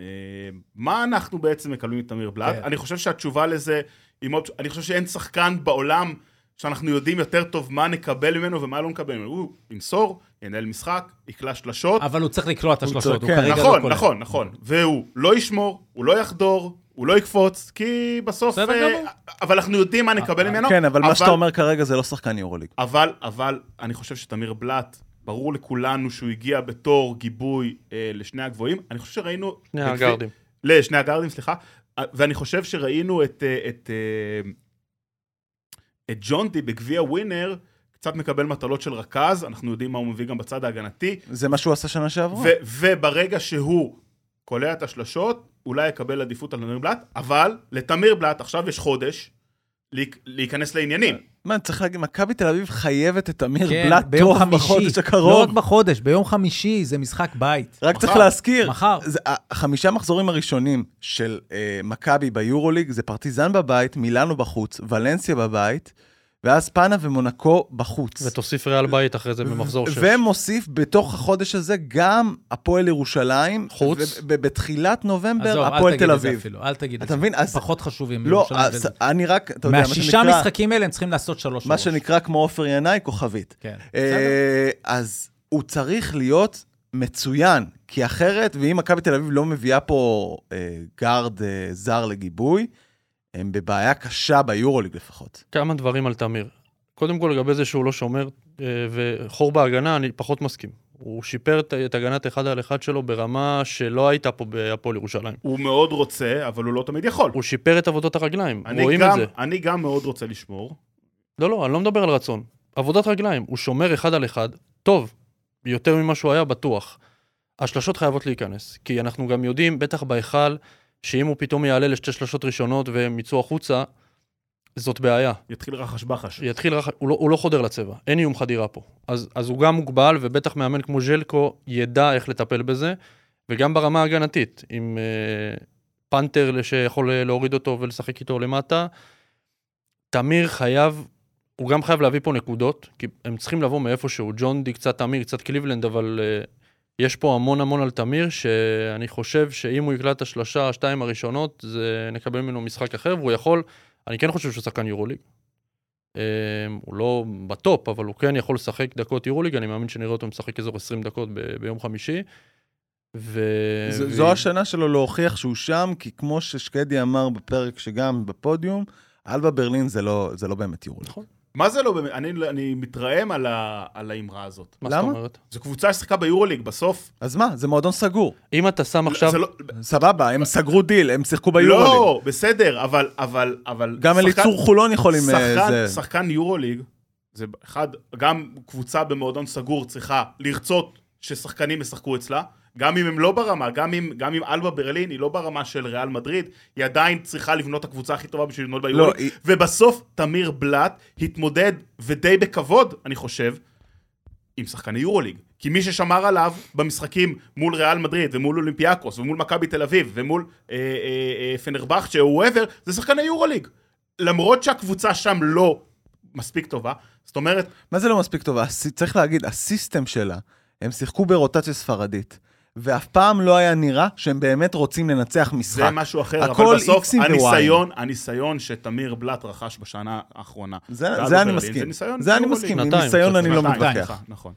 מה אנחנו בעצם מקבלים את תמיר בלט? אני חושב שהתשובה לזה, אני חושב שאין שחקן בעולם שאנחנו יודעים יותר טוב מה נקבל ממנו ומה לא נקבל ממנו. הוא ימסור, ינהל משחק, יקלע שלשות. אבל הוא צריך לקלוע את השלשות. נכון. והוא לא ישמור, הוא לא יחדור, הוא לא יקפוץ, כי בסוף... אבל אנחנו יודעים מה נקבל ממנו. כן, אבל מה שאתה אומר כרגע זה לא שחקן יורוליג. אבל אני חושב שתמיר בלט, ברור לכולנו שהוא הגיע בתור גיבוי לשני הגבוהים. אני חושב שראינו... לשני הגארדים, סליחה. ואני חושב שראינו את ג'ונדי בגביע ווינר, קצת מקבל מטלות של רכז, אנחנו יודעים מה הוא מביא גם בצד ההגנתי. זה מה שהוא עשה שנה שעברה. וברגע שהוא קולע את השלשות, אולי יקבל עדיפות על תמיר בלט, אבל לתמיר בלט עכשיו יש חודש להיכנס לעניינים. מה, צריך להגיד, מכבי תל אביב חייבת את אמיר בלאט טוב בחודש הקרוב. לא רק בחודש, ביום חמישי זה משחק בית. רק צריך להזכיר, מחר. 5 מחזורים הראשונים של מכבי ביורוליג, זה פרטיזן בבית, מילאנו בחוץ, ולנסיה בבית, ואז פאנה ומונקו בחוץ. ותוסיף ריאל בית אחרי זה במחזור 6. ומוסיף בתוך החודש הזה גם הפועל ירושלים. חוץ. ובתחילת נובמבר הפועל תל אביב. אל תגיד את זה. אתה מבין? פחות חשובים. לא, אני רק, אתה יודע, מהשישה משחקים האלה הם צריכים לעשות 3. מה שנקרא כמו עופר ינאי, כוכבית. כן. אז הוא צריך להיות מצוין, כי אחרת, ואם מכבי תל אביב לא מביאה פה גארד זר לגיבוי, הם בבעיה קשה ביורוליג לפחות. כמה דברים על תמיר. קודם כל, לגבי זה שהוא לא שומר, וחור בהגנה, אני פחות מסכים. הוא שיפר את הגנת 1 על 1 שלו ברמה שלא הייתה פה בהפועל ירושלים. הוא מאוד רוצה, אבל הוא לא תמיד יכול. הוא שיפר את עבודות הרגליים, רואים את זה. אני גם מאוד רוצה לשמור. לא, אני לא מדבר על רצון. עבודת רגליים, הוא שומר 1 על 1, טוב, יותר ממה שהוא היה בטוח. השלשות חייבות להיכנס, כי אנחנו גם יודעים, בטח בהיכל, שאם הוא פתאום יעלה לשתי שלשות ראשונות והם יצאו החוצה, זאת בעיה. יתחיל רחש בחש. הוא לא חודר לצבע, אין איום חדירה פה. אז הוא גם מוגבל, ובטח מאמן כמו ז'לקו ידע איך לטפל בזה, וגם ברמה ההגנתית, עם פנתר שיכול להוריד אותו ולשחק איתו למטה, תמיר הוא גם חייב להביא פה נקודות, כי הם צריכים לבוא מאיפשהו, ג'ון די קצת תמיר, קצת קליבלנד, אבל יש פה המון על תמיר, שאני חושב שאם הוא יקלט את השלושה, 2 הראשונות, זה נקבל ממנו משחק אחר, והוא יכול, אני כן חושב שהוא שחקן יורוליג. הוא לא בטופ, אבל הוא כן יכול לשחק דקות יורוליג, אני מאמין שנראה אותו משחק אזור 20 דקות ביום חמישי. זו השנה שלו להוכיח שהוא שם, כי כמו ששקדי אמר בפרק שגם בפודיום, אלבה ברלין זה לא באמת יורוליג. נכון. מה זה לא באמת? אני מתרעם על האמרה הזאת. מה זאת אומרת? זו קבוצה ששחקה ביורוליג בסוף. אז מה? זה מועדון סגור. אם אתה שם עכשיו... סבבה, הם סגרו דיל, הם שיחקו ביורוליג. לא, בסדר, אבל... גם אליצור חולון יכולים... שחקן יורוליג, זה אחד, גם קבוצה במועדון סגור צריכה לרצות ששחקנים ישחקו אצלה, גם אם הם לא ברמה, גם אם אלבה ברלין היא לא ברמה של ריאל מדריד, היא עדיין צריכה לבנות את הקבוצה הכי טובה בשביל לבנות ביורוליג, ובסוף תמיר בלאט התמודד ודי בכבוד, אני חושב, עם שחקני יורוליג. כי מי ששמר עליו במשחקים מול ריאל מדריד ומול אולימפיאקוס ומול מכבי תל אביב ומול פנרבחצ'ה או whoever, זה שחקני יורוליג. למרות שהקבוצה שם לא מספיק טובה, זאת אומרת... מה זה לא מספיק טובה? צריך להגיד, הסיסטם שלה, הם שיחקו ברוטציה ספרדית. ואף פעם לא היה נראה שהם באמת רוצים לנצח משחק. זה משהו אחר, אבל בסוף הניסיון שתמיר בלאט רכש בשנה האחרונה. זה אני מסכים. זה אני מסכים, עם ניסיון אני לא מתווכח. נכון.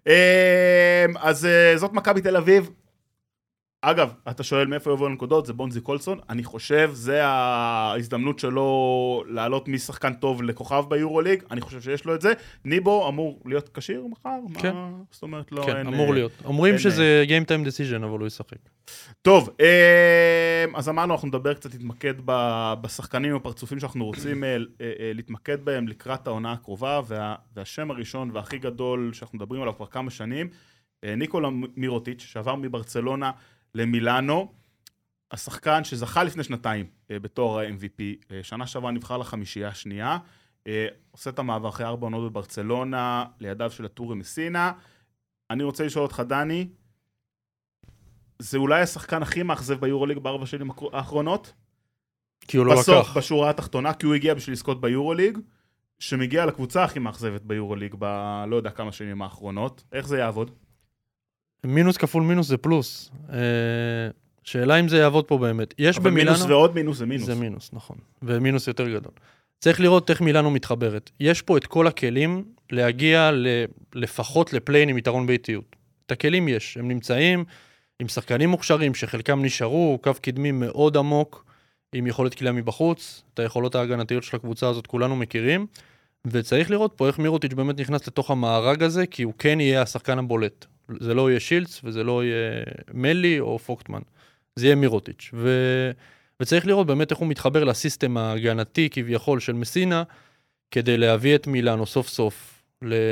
אז זאת מכבי תל אביב. אגב, אתה שואל מאיפה יבואו הנקודות, זה בונזי קולסון. אני חושב, זה ההזדמנות שלו לעלות משחקן טוב לכוכב ביורוליג. אני חושב שיש לו את זה. ניבו אמור להיות כשיר מחר? כן. זאת אומרת, לא... כן, אמור להיות. אומרים שזה game time decision, אבל הוא ישחק. טוב, אז אמרנו, אנחנו נדבר קצת, להתמקד בשחקנים הפרצופים שאנחנו רוצים להתמקד בהם לקראת העונה הקרובה, והשם הראשון והכי גדול שאנחנו מדברים עליו כבר כמה שנים, ניקולה מירוטיץ', שעבר מברצלונה למילאנו, השחקן שזכה לפני שנתיים בתור ה-MVP, שנה שעברה נבחר לחמישייה השנייה, עושה את המעבר אחרי 4 עונות בברצלונה, לידיו של הטורי מסינה. אני רוצה לשאול אותך, דני, זה אולי השחקן הכי מאכזב ביורוליג ב4 שנים האחרונות? כי הוא לא לקח. בסוף, בשורה התחתונה, כי הוא הגיע בשביל לזכות ביורוליג, שמגיע לקבוצה הכי מאכזבת ביורוליג לא יודע כמה שנים האחרונות. איך זה יעבוד? מינוס כפול מינוס זה פלוס. שאלה אם זה יעבוד פה באמת. יש אבל במילאנו... מינוס ועוד מינוס זה מינוס. זה מינוס, נכון. ומינוס יותר גדול. צריך לראות איך מילאנו מתחברת. יש פה את כל הכלים להגיע לפחות לפליין עם יתרון ביתיות. את הכלים יש. הם נמצאים עם שחקנים מוכשרים שחלקם נשארו, קו קדמי מאוד עמוק, עם יכולת כלייה מבחוץ. את היכולות ההגנתיות של הקבוצה הזאת כולנו מכירים. וצריך לראות פה איך מירוטיץ' באמת נכנס לתוך המארג הזה, כי הוא כן יהיה השחקן הבולט. זה לא יהיה שילץ, וזה לא יהיה מלי או פוקטמן. זה יהיה מירוטיץ'. וצריך לראות באמת איך הוא מתחבר לסיסטם ההגנתי כביכול של מסינה, כדי להביא את מילאנו סוף סוף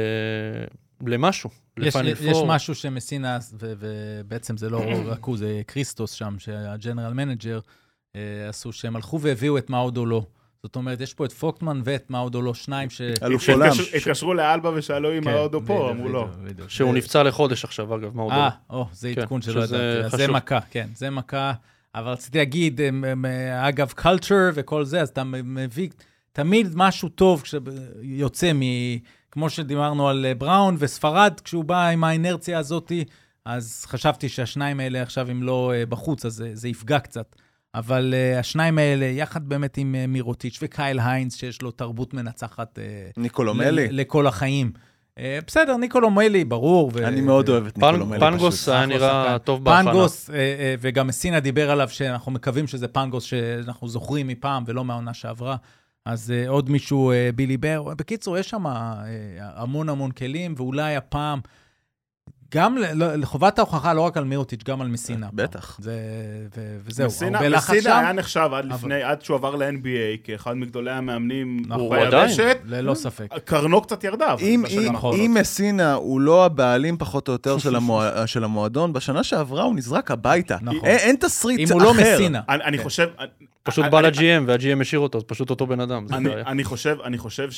למשהו. יש משהו שמסינה, ובעצם זה לא רק הוא, זה קריסטוס שם, שהג'נרל מנג'ר עשו, שהם הלכו והביאו את מאודו לא. זאת אומרת, יש פה את פוקטמן ואת מאודולו, שניים אלוף עולם. התקשרו לאלבה ושאלו אם האודו פה, אמרו לא. שהוא נפצע לחודש עכשיו, אגב, מאודולו. זה עדכון שלא ידעתי. זה מכה, כן, זה מכה. אבל רציתי להגיד, אגב, culture וכל זה, אז אתה מביא תמיד משהו טוב כשיוצא כמו שדיברנו על בראון וספרד, כשהוא בא עם האנרציה הזאת, אז חשבתי שהשניים האלה עכשיו, אם לא בחוץ, אז זה יפגע קצת. אבל השניים האלה, יחד באמת עם מירוטיץ' וקייל היינס, שיש לו תרבות מנצחת ניקולומלי. לכל החיים. בסדר, ניקולומלי, ברור. אני מאוד אוהב את ניקולומלי. פנגוס היה נראה טוב בהכנה. פנגוס, וגם מסינה דיבר עליו, שאנחנו מקווים שזה פנגוס שאנחנו זוכרים מפעם, ולא מהעונה שעברה. אז עוד מישהו, בילי בר. בקיצור, יש שם המון כלים, ואולי הפעם, גם לחובת ההוכחה, לא רק על מירוטיץ', גם על מסינה. בטח. וזהו. מסינה היה נחשב עד שהוא עבר ל-NBA, כאחד מגדולי המאמנים ביבשת. ללא ספק. קרנו קצת ירדה. אם מסינה הוא לא הבעלים פחות או יותר של המועדון, בשנה שעברה הוא נזרק הביתה. אין תסריט אחר. אם הוא לא מסינה. אני חושב... פשוט בא ל-GM, וה-GM השאיר אותו, פשוט אותו בן אדם. אני חושב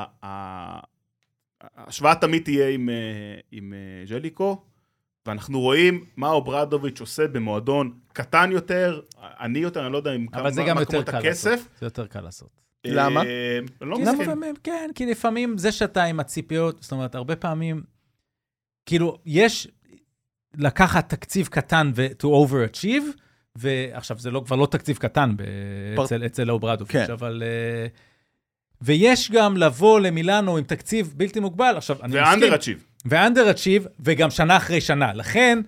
ההשוואה תמיד תהיה עם ג'ליקו, ואנחנו רואים מה אוברדוביץ' עושה במועדון קטן יותר, עני יותר, אני לא יודע אם אבל זה גם יותר קל לעשות. זה יותר קל לעשות. למה? לא מסכים. כן, כי לפעמים זה שאתה עם הציפיות, זאת אומרת, הרבה פעמים, כאילו, יש לקחת תקציב קטן to overachieve, ועכשיו זה כבר לא תקציב קטן אצל אוברדוביץ', אבל... ויש גם לבוא למילאנו עם תקציב בלתי מוגבל. עכשיו, אני מסכים. ואנדר-אצ'יב, וגם שנה אחרי שנה. לכן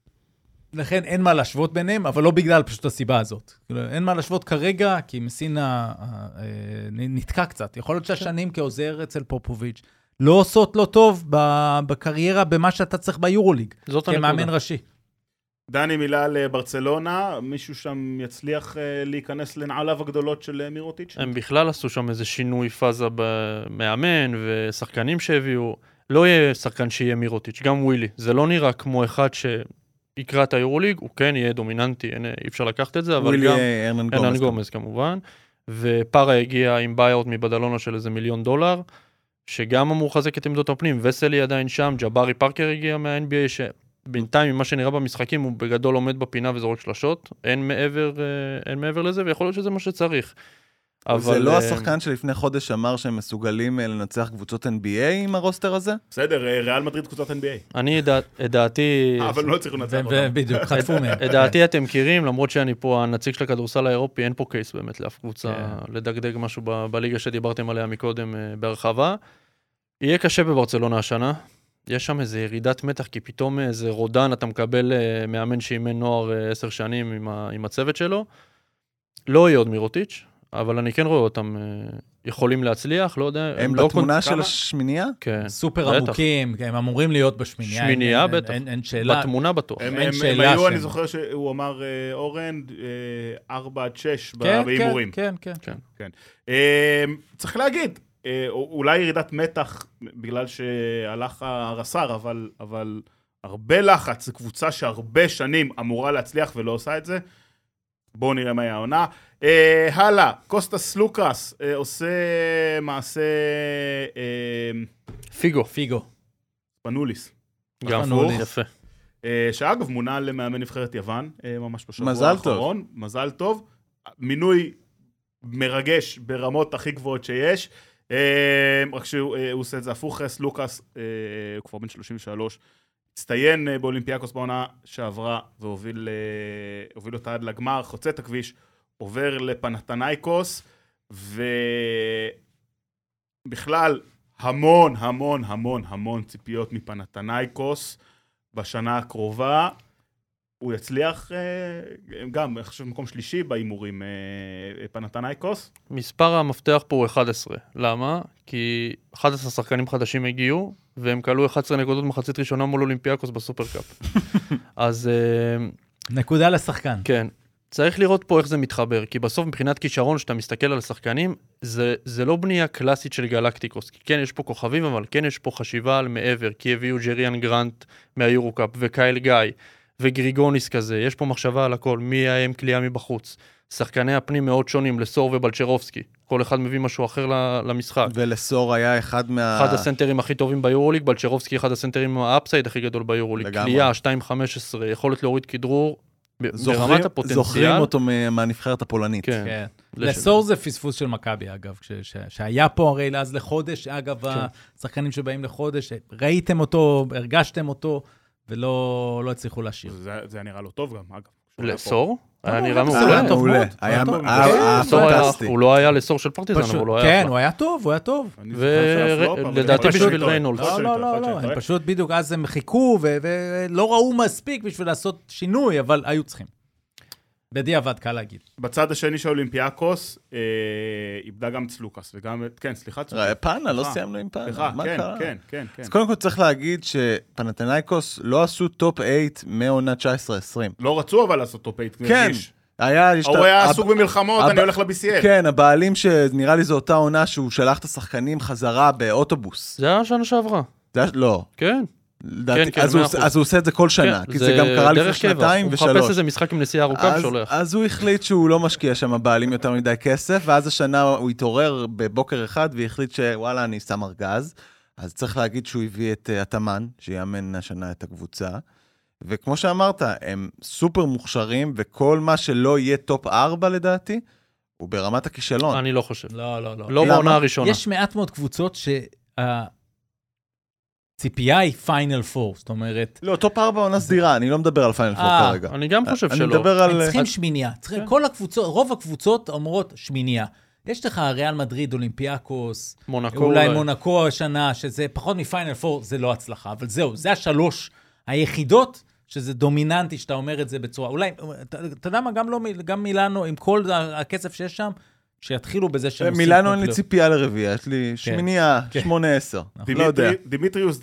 אין מה להשוות ביניהם, אבל לא בגלל פשוט הסיבה הזאת. אין מה להשוות כרגע, כי מסינה נתקע קצת. יכול להיות שהשנים כעוזר אצל פופוביץ' לא עושות לא טוב בקריירה, במה שאתה צריך ביורוליג. זאת הנקודה. כמאמן ראשי. דני, מילה לברצלונה, מישהו שם יצליח להיכנס לנעליו הגדולות של מירוטיץ'? הם בכלל עשו שם איזה שינוי פאזה במאמן ושחקנים שהביאו. לא יהיה שחקן שיהיה מירוטיץ', גם ווילי. זה לא נראה כמו אחד שיקרא את היורוליג, הוא כן יהיה דומיננטי, אי אפשר לקחת את זה, אבל גם ארנן גומז כמובן. ופארה הגיע עם ביי-אוט מבדלונה של איזה $1,000,000, שגם אמור לחזק את עמדות הפנים. וסלי עדיין שם, ג'בארי פארקר הגיע מה-NBA בינתיים, ממה שנראה במשחקים, הוא בגדול עומד בפינה וזורק שלשות. אין מעבר לזה, ויכול להיות שזה מה שצריך. זה לא השחקן שלפני חודש אמר שהם מסוגלים לנצח קבוצות NBA עם הרוסטר הזה? בסדר, ריאל מדריד קבוצות NBA. אני דעתי... אבל לא צריך לנצח אותם. בדיוק, חטפו מהם. דעתי אתם מכירים, למרות שאני פה הנציג של הכדורסל האירופי, אין פה קייס באמת לאף קבוצה לדגדג משהו בליגה שדיברתם עליה מקודם בהרחבה. יהיה קשה בברצלונה השנה. יש שם איזו ירידת מתח, כי פתאום איזה רודן, אתה מקבל מאמן שאימן נוער 10 שנים עם הצוות שלו. לא יהיה עוד מירוטיץ', אבל אני כן רואה אותם יכולים להצליח, לא יודע. הם בתמונה של השמינייה? כן. סופר עמוקים, הם אמורים להיות בשמינייה. שמינייה בטח. אין שאלה. בתמונה בטוח. הם היו, אני זוכר שהוא אמר אורנד, 4-6 באימורים. כן. צריך להגיד, אולי ירידת מתח בגלל שהלך הרס"ר, אבל הרבה לחץ, זו קבוצה שהרבה שנים אמורה להצליח ולא עושה את זה. בואו נראה מה היא העונה. הלאה, קוסטס לוקאס עושה מעשה... פיגו. פנוליס. גם פנוליס. יפה. שאגב מונה למאמן נבחרת יוון, ממש בשבוע האחרון. מזל טוב. מינוי מרגש ברמות הכי גבוהות שיש. רק שהוא עושה את זה הפוך, לוקאס, הוא כבר בן 33, הצטיין באולימפיאקוס בעונה שעברה, והוביל אותה עד לגמר, חוצה את הכביש, עובר לפנתנייקוס, ובכלל המון ציפיות מפנתנייקוס בשנה הקרובה. הוא יצליח גם, אני חושב, מקום שלישי באימורים פנתנייקוס. מספר המפתח פה הוא 11. למה? כי 11 שחקנים חדשים הגיעו, והם קלו 11 נקודות מחצית ראשונה מול אולימפיאקוס בסופרקאפ. אז... נקודה לשחקן. כן. צריך לראות פה איך זה מתחבר, כי בסוף מבחינת כישרון שאתה מסתכל על שחקנים, זה לא בנייה קלאסית של גלקטיקוס. כן, יש פה כוכבים, אבל כן יש פה חשיבה על מעבר, כי הביאו ג'ריאן גרנט מהיורוקאפ וקייל גיא. וגריגוניס כזה, יש פה מחשבה על הכל, מי היה עם קליעה מבחוץ. שחקני הפנים מאוד שונים, לסור ובלצ'רובסקי. כל אחד מביא משהו אחר למשחק. ולסור היה אחד הסנטרים הכי טובים ביורוליג, בלצ'רובסקי אחד הסנטרים האפסייד הכי גדול ביורוליג. קליעה, 2.15, יכולת להוריד כדרור, ברמת הפוטנציאל. זוכרים אותו מהנבחרת הפולנית. כן. לסור זה פספוס של מכבי, אגב, שהיה פה הרי אז לחודש, אגב, השחקנים שבאים לחודש, ראיתם אותו, הרגשתם אותו, ולא הצליחו להשאיר. זה נראה לו טוב גם, אגב. לסור? היה נראה מעולה. היה פנטסטי. הוא לא היה לסור של פרטיזן, אבל הוא לא היה... כן, הוא היה טוב. ולדעתי בשביל ריינולדס. לא, הם פשוט בדיוק אז הם חיכו ולא ראו מספיק בשביל לעשות שינוי, אבל היו צריכים. בדיעבד, קל להגיד. בצד השני של אולימפיאקוס, איבדה גם צלוקס, וגם, כן, סליחה. פאנה, לא סיימנו עם פאנה. מה קרה? כן. אז קודם כל צריך להגיד שפנתנייקוס לא עשו טופ 8 מעונה 19-20. לא רצו אבל לעשות טופ 8. כן. הוא היה עסוק במלחמות, אני הולך ל-BCL. כן, הבעלים שנראה לי זו אותה עונה שהוא שלח את השחקנים חזרה באוטובוס. זה היה שנה שעברה. לא. כן. אז הוא עושה את זה כל שנה, כי זה גם קרה לפני 2 ו3. הוא מחפש איזה משחק עם נסיעה ארוכה ושולח. אז הוא החליט שהוא לא משקיע שם בעלים יותר מדי כסף, ואז השנה הוא התעורר בבוקר אחד, והחליט שוואלה, אני שם ארגז. אז צריך להגיד שהוא הביא את התאמן, שיאמן השנה את הקבוצה. וכמו שאמרת, הם סופר מוכשרים, וכל מה שלא יהיה טופ 4 לדעתי, הוא ברמת הכישלון. אני לא חושב. לא. לא בעונה הראשונה. יש מעט מאוד קבוצות ציפייה היא פיינל פור, זאת אומרת... לא, טופ 4 עונה סדירה, אני לא מדבר על פיינל פור כרגע. אני גם חושב שלא. אני מדבר על... הם צריכים שמיניה. כל הקבוצות, רוב הקבוצות אומרות שמיניה. יש לך ריאל מדריד, אולימפיאקוס, אולי מונקו השנה, שזה פחות מפיינל פור, זה לא הצלחה, אבל זהו, זה 3 היחידות, שזה דומיננטי, שאתה אומר את זה בצורה... אולי, אתה יודע מה, גם מילאנו, עם כל הכסף שיש שם, שיתחילו בזה שהם עושים... מילאנו אין לי ציפייה לרביעי, יש לי שמיניה, 8-10. לא יודע. דימיטריוס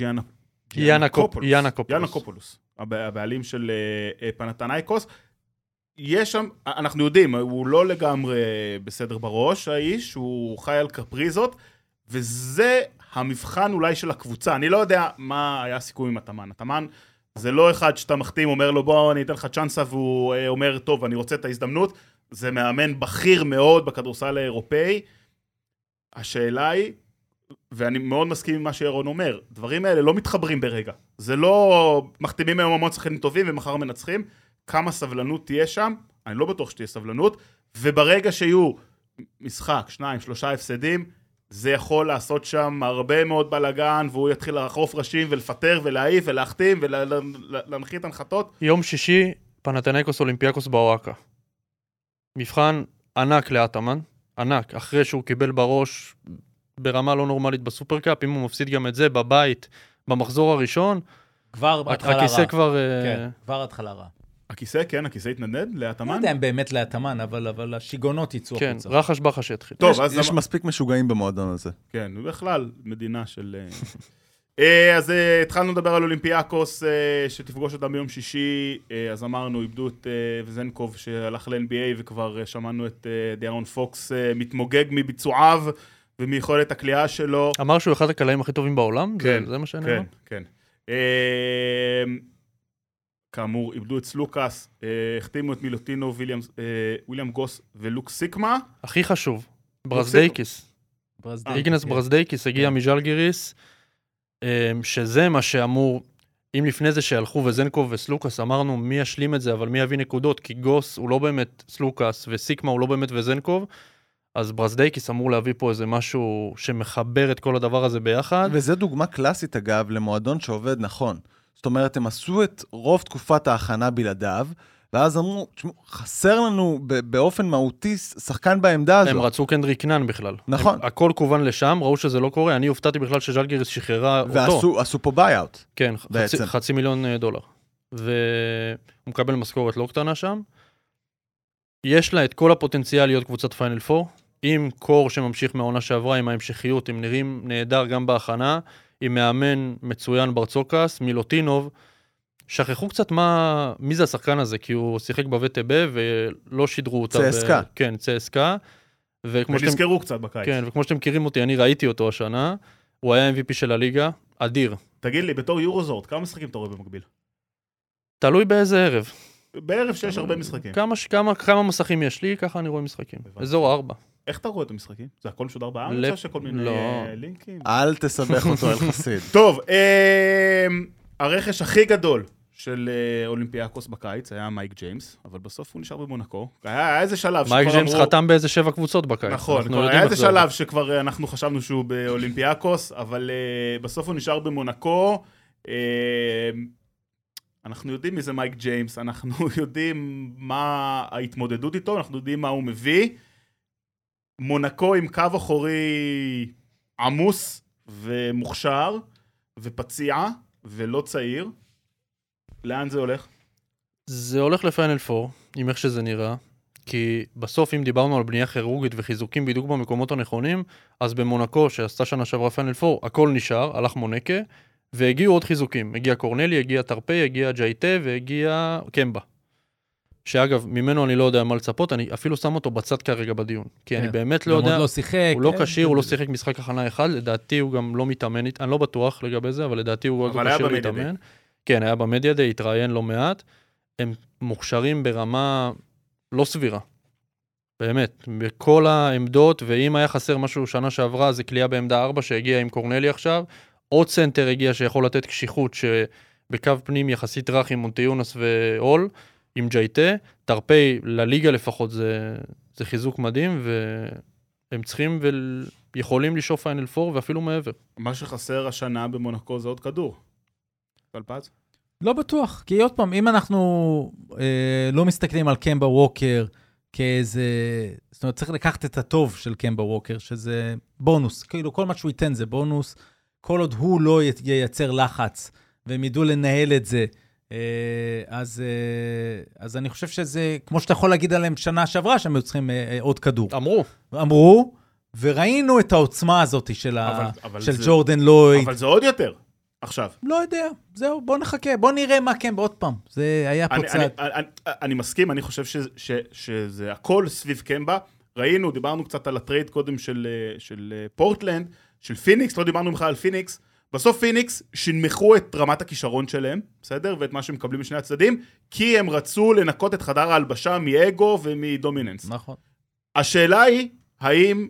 ינקופולוס, הבעלים של פנתנייקוס, יש שם, אנחנו יודעים, הוא לא לגמרי בסדר בראש, האיש, הוא חי על קפריזות, וזה המבחן אולי של הקבוצה. אני לא יודע מה היה הסיכוי עם התאמן. התאמן זה לא אחד שאתה מחתים, אומר לו בוא אני אתן לך צ'אנסה, והוא אומר טוב אני רוצה את ההזדמנות. זה מאמן בכיר מאוד בכדורסל האירופאי. השאלה היא, ואני מאוד מסכים עם מה שירון אומר, דברים האלה לא מתחברים ברגע. זה לא מחתימים היום המון שחקנים טובים ומחר מנצחים. כמה סבלנות תהיה שם? אני לא בטוח שתהיה סבלנות. וברגע שיהיו משחק, 2-3 הפסדים, זה יכול לעשות שם הרבה מאוד בלגן, והוא יתחיל לחרוף ראשים ולפטר ולהעיף ולהחתים ולהנחית הנחתות. יום שישי, פנתנייקוס אולימפיאקוס באואקה. מבחן ענק לאטמן, ענק, אחרי שהוא קיבל בראש ברמה לא נורמלית בסופרקאפ, אם הוא מפסיד גם את זה בבית, במחזור הראשון, כבר התחלה רע. הכיסא כבר... כן, כבר התחלה רע. הכיסא, כן, הכיסא התנדנד לאטמן? לא יודע אם באמת לאטמן, אבל השיגונות יצאו כן, החוצה. רחש בחש יתחיל. טוב, יש מספיק משוגעים במועדון הזה. כן, ובכלל, מדינה של... אז התחלנו לדבר על אולימפיאקוס שתפגוש אותם ביום שישי, אז אמרנו, איבדו את וזנקוב שהלך ל-NBA וכבר שמענו את דיארון פוקס מתמוגג מביצועיו ומיכולת הקליעה שלו. אמר שהוא אחד הקלעים הכי טובים בעולם? כן, זה מה שאני אומר? כן. כאמור, איבדו את סלוקס, החתימו את מילוטינו, וויליאם גוס ולוק סיקמה. הכי חשוב, ברזדייקיס. איגנס ברזדייקיס הגיע מז'לגיריס, שזה מה שאמור, אם לפני זה שהלכו וזנקוב וסלוקס, אמרנו מי ישלים את זה, אבל מי יביא נקודות, כי גוס הוא לא באמת סלוקס, וסיקמה הוא לא באמת וזנקוב, אז ברזדייקיס אמור להביא פה איזה משהו שמחבר את כל הדבר הזה ביחד. וזה דוגמה קלאסית אגב, למועדון שעובד נכון. זאת אומרת, הם עשו את רוב תקופת ההכנה בלעדיו, ואז אמרו, חסר לנו באופן מהותי שחקן בעמדה הזו. הם רצו קנדריק נאן בכלל. נכון. הכל כוון לשם, ראו שזה לא קורה, אני הופתעתי בכלל שז'לגיריס שחררה אותו. ועשו פה ביי-אוט. כן, $500,000. והוא מקבל משכורת לא קטנה שם. יש לה את כל הפוטנציאל להיות קבוצת פיינל 4, עם קור שממשיך מהעונה שעברה, עם ההמשכיות, הם נראים נהדר גם בהכנה, עם מאמן מצוין ברצוקס, מילוטינוב, שכחו קצת מי זה השחקן הזה, כי הוא שיחק בווטב ולא שידרו אותה. צסקה. כן, צסקה. ונזכרו קצת בקיץ. כן, וכמו שאתם מכירים אותי, אני ראיתי אותו השנה, הוא היה MVP של הליגה, אדיר. תגיד לי, בתור יורוזורט, כמה משחקים אתה רואה במקביל? תלוי באיזה ערב. בערב שיש הרבה משחקים. כמה מסכים יש לי, ככה אני רואה משחקים. אזור 4. איך אתה רואה את המשחקים? זה הכל משודר בארץ או שכל מיני לינקים? אל תסבך אותו אל חסיד. טוב, הרכש הכי גדול של אולימפיאקוס בקיץ היה מייק ג'יימס, אבל בסוף הוא נשאר במונקו. היה איזה שלב מייק ג'יימס חתם באיזה 7 קבוצות בקיץ. נכון, היה איזה שלב שכבר אנחנו חשבנו שהוא באולימפיאקוס, אבל בסוף הוא נשאר במונקו. אנחנו יודעים מי זה מייק ג'יימס, אנחנו יודעים מה ההתמודדות איתו, אנחנו יודעים מה הוא מביא. מונקו עם קו אחורי עמוס ומוכשר ופציע ולא צעיר. לאן זה הולך? זה הולך לפיינל 4, עם איך שזה נראה. כי בסוף, אם דיברנו על בנייה כירורגית וחיזוקים בדיוק במקומות הנכונים, אז במונקו, שעשתה שנה שעברה פיינל 4, הכל נשאר, הלך מונקה, והגיעו עוד חיזוקים. הגיע קורנלי, הגיע טרפי, הגיע ג'ייטה, והגיע קמבה. שאגב, ממנו אני לא יודע מה לצפות, אני אפילו שם אותו בצד כרגע בדיון. כי אני באמת לא יודע, הוא לא קשיר, הוא לא שיחק משחק הכנה אחד, לדעתי הוא גם לא מתאמן, אני לא בטוח לגבי זה, אבל לדעתי הוא גם קשיר להתאמן. כן, היה במדיה די, התראיין לא מעט. הם מוכשרים ברמה לא סבירה. באמת, בכל העמדות, ואם היה חסר משהו שנה שעברה, זה קליעה בעמדה 4 שהגיע עם קורנלי עכשיו, עוד סנטר הגיע שיכול לתת קשיחות, שבקו פנים יחסית רך עם מונטיונס ואול, עם ג'ייטה, תרפי לליגה לפחות זה חיזוק מדהים, והם צריכים ויכולים לשאוף פיינל 4 ואפילו מעבר. מה שחסר השנה במונקו זה עוד כדור. פלפז? לא בטוח, כי עוד פעם, אם אנחנו לא מסתכלים על קמבה ווקר כאיזה, זאת אומרת, צריך לקחת את הטוב של קמבה ווקר, שזה בונוס, כאילו כל מה שהוא ייתן זה בונוס, כל עוד הוא לא ייצר לחץ, והם ידעו לנהל את זה, אז אני חושב שזה, כמו שאתה יכול להגיד עליהם שנה שעברה, שהם היו צריכים עוד כדור. אמרו, וראינו את העוצמה הזאת של ג'ורדן לויד. אבל זה עוד יותר. עכשיו. לא יודע, זהו, בוא נחכה, בוא נראה מה כן בעוד פעם. זה היה פה צד. אני מסכים, אני חושב שזה הכל סביב קמבה. ראינו, דיברנו קצת על הטרייד קודם של פורטלנד, של פיניקס, לא דיברנו ממך על פיניקס. בסוף פיניקס שינמכו את רמת הכישרון שלהם, בסדר? ואת מה שהם מקבלים משני הצדדים, כי הם רצו לנקות את חדר ההלבשה מאגו ומדומיננס. נכון. השאלה היא, האם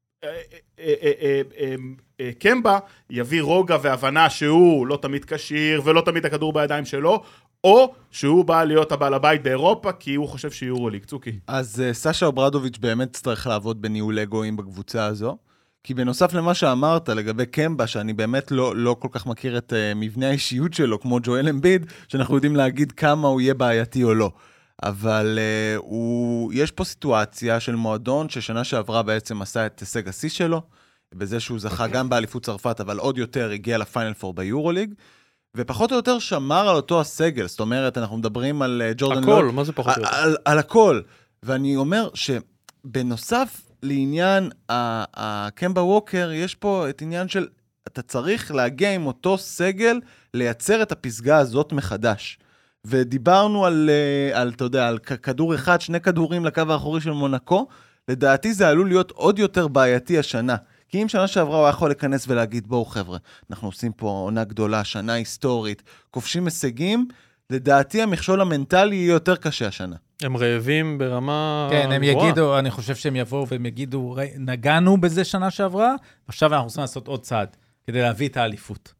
קמבה יביא רוגע והבנה שהוא לא תמיד קשיר ולא תמיד הכדור בידיים שלו, או שהוא בא להיות הבעל הבית באירופה כי הוא חושב שיורוליג. צוקי. אז סשה אוברדוביץ' באמת צריך לעבוד בניהול אגואים בקבוצה הזו, כי בנוסף למה שאמרת לגבי קמבה, שאני באמת לא כל כך מכיר את מבנה האישיות שלו, כמו ג'ואל אמביד, שאנחנו יודעים להגיד כמה הוא יהיה בעייתי או לא. אבל יש פה סיטואציה של מועדון ששנה שעברה בעצם עשה את הישג השיא שלו, בזה שהוא זכה גם באליפות צרפת, אבל עוד יותר הגיע לפיינל 4 ביורוליג, ופחות או יותר שמר על אותו הסגל. זאת אומרת, אנחנו מדברים על ג'ורדן לויד. הכל, מה זה פחות או יותר? על הכל. ואני אומר שבנוסף לעניין הקמבה ווקר, יש פה את עניין של, אתה צריך להגיע עם אותו סגל, לייצר את הפסגה הזאת מחדש. ודיברנו על, אתה יודע, על כדור אחד, 2 כדורים לקו האחורי של מונקו, לדעתי זה עלול להיות עוד יותר בעייתי השנה. כי אם שנה שעברה הוא יכול להיכנס ולהגיד, בואו חבר'ה, אנחנו עושים פה עונה גדולה, שנה היסטורית, כובשים הישגים, לדעתי המכשול המנטלי יהיה יותר קשה השנה. הם רעבים ברמה... כן, הם יגידו, אני חושב שהם יבואו והם יגידו, נגענו בזה שנה שעברה, עכשיו אנחנו רוצים לעשות עוד צעד, כדי להביא את האליפות.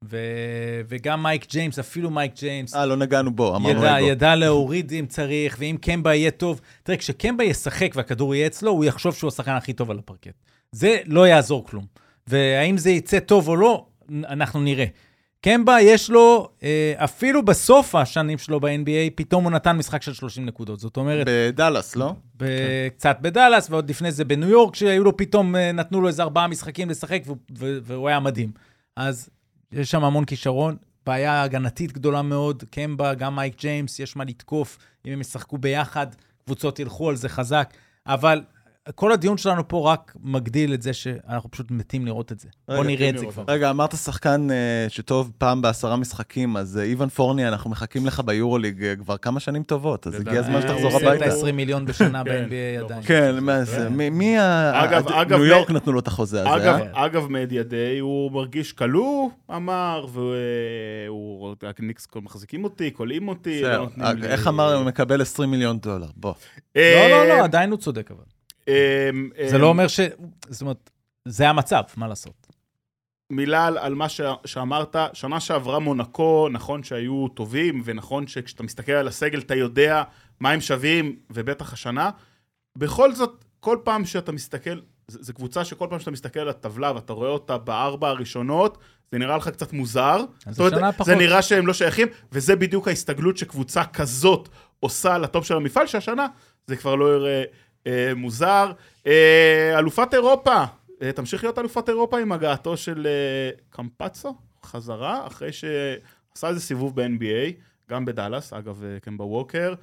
וגם מייק ג'יימס, אפילו מייק ג'יימס, לא נגענו בו, ידע להוריד אם צריך, ואם קמבה יהיה טוב, תראה, כשקמבה ישחק והכדור יהיה אצלו, הוא יחשוב שהוא השחקן הכי טוב על הפרקט. זה לא יעזור כלום. והאם זה יצא טוב או לא, אנחנו נראה. קמבה יש לו, אפילו בסוף השנים שלו ב-NBA, פתאום הוא נתן משחק של 30 נקודות. זאת אומרת... בדלס, לא? קצת בדלס, ועוד לפני זה בניו יורק, שהיו לו פתאום, נתנו לו איזה 4 משחקים לשחק, והוא היה מדהים. אז יש שם המון כישרון, בעיה הגנתית גדולה מאוד, קמבה, גם מייק ג'יימס, יש מה לתקוף, אם הם ישחקו ביחד, קבוצות ילכו על זה חזק, אבל כל הדיון שלנו פה רק מגדיל את זה שאנחנו פשוט מתים לראות את זה. בוא נראה את זה כבר. רגע, אמרת שחקן שטוב פעם ב10 משחקים, אז איוון פורני, אנחנו מחכים לך ביורוליג כבר כמה שנים טובות, אז הגיע הזמן שתחזור הביתה. 20 מיליון בשנה ב-NBA עדיין. כן, מי ניו יורק נתנו לו את החוזה הזה? אגב, מדיה דיי, הוא מרגיש קלו, אמר, והוא, הניקס מחזיקים אותי, קולעים אותי. איך אמר, הוא מקבל $20 מיליון, בוא. לא, עדיין הוא צודק אבל. זה לא אומר זאת אומרת, זה המצב, מה לעשות? מילה על מה שאמרת, שנה שעברה מונקו, נכון שהיו טובים, ונכון שכשאתה מסתכל על הסגל, אתה יודע מה הם שווים, ובטח השנה. בכל זאת, כל פעם שאתה מסתכל, זו קבוצה שכל פעם שאתה מסתכל על הטבלה, ואתה רואה אותה בארבע הראשונות, זה נראה לך קצת מוזר. זה נראה שהם לא שייכים, וזה בדיוק ההסתגלות שקבוצה כזאת עושה לטופ של המפעל, שהשנה זה כבר לא יראה מוזר. אלופת אירופה, תמשיך להיות אלופת אירופה עם הגעתו של קמפצו, חזרה, אחרי שעשה איזה סיבוב ב-NBA, גם בדלס, אגב, קמבה ווקר.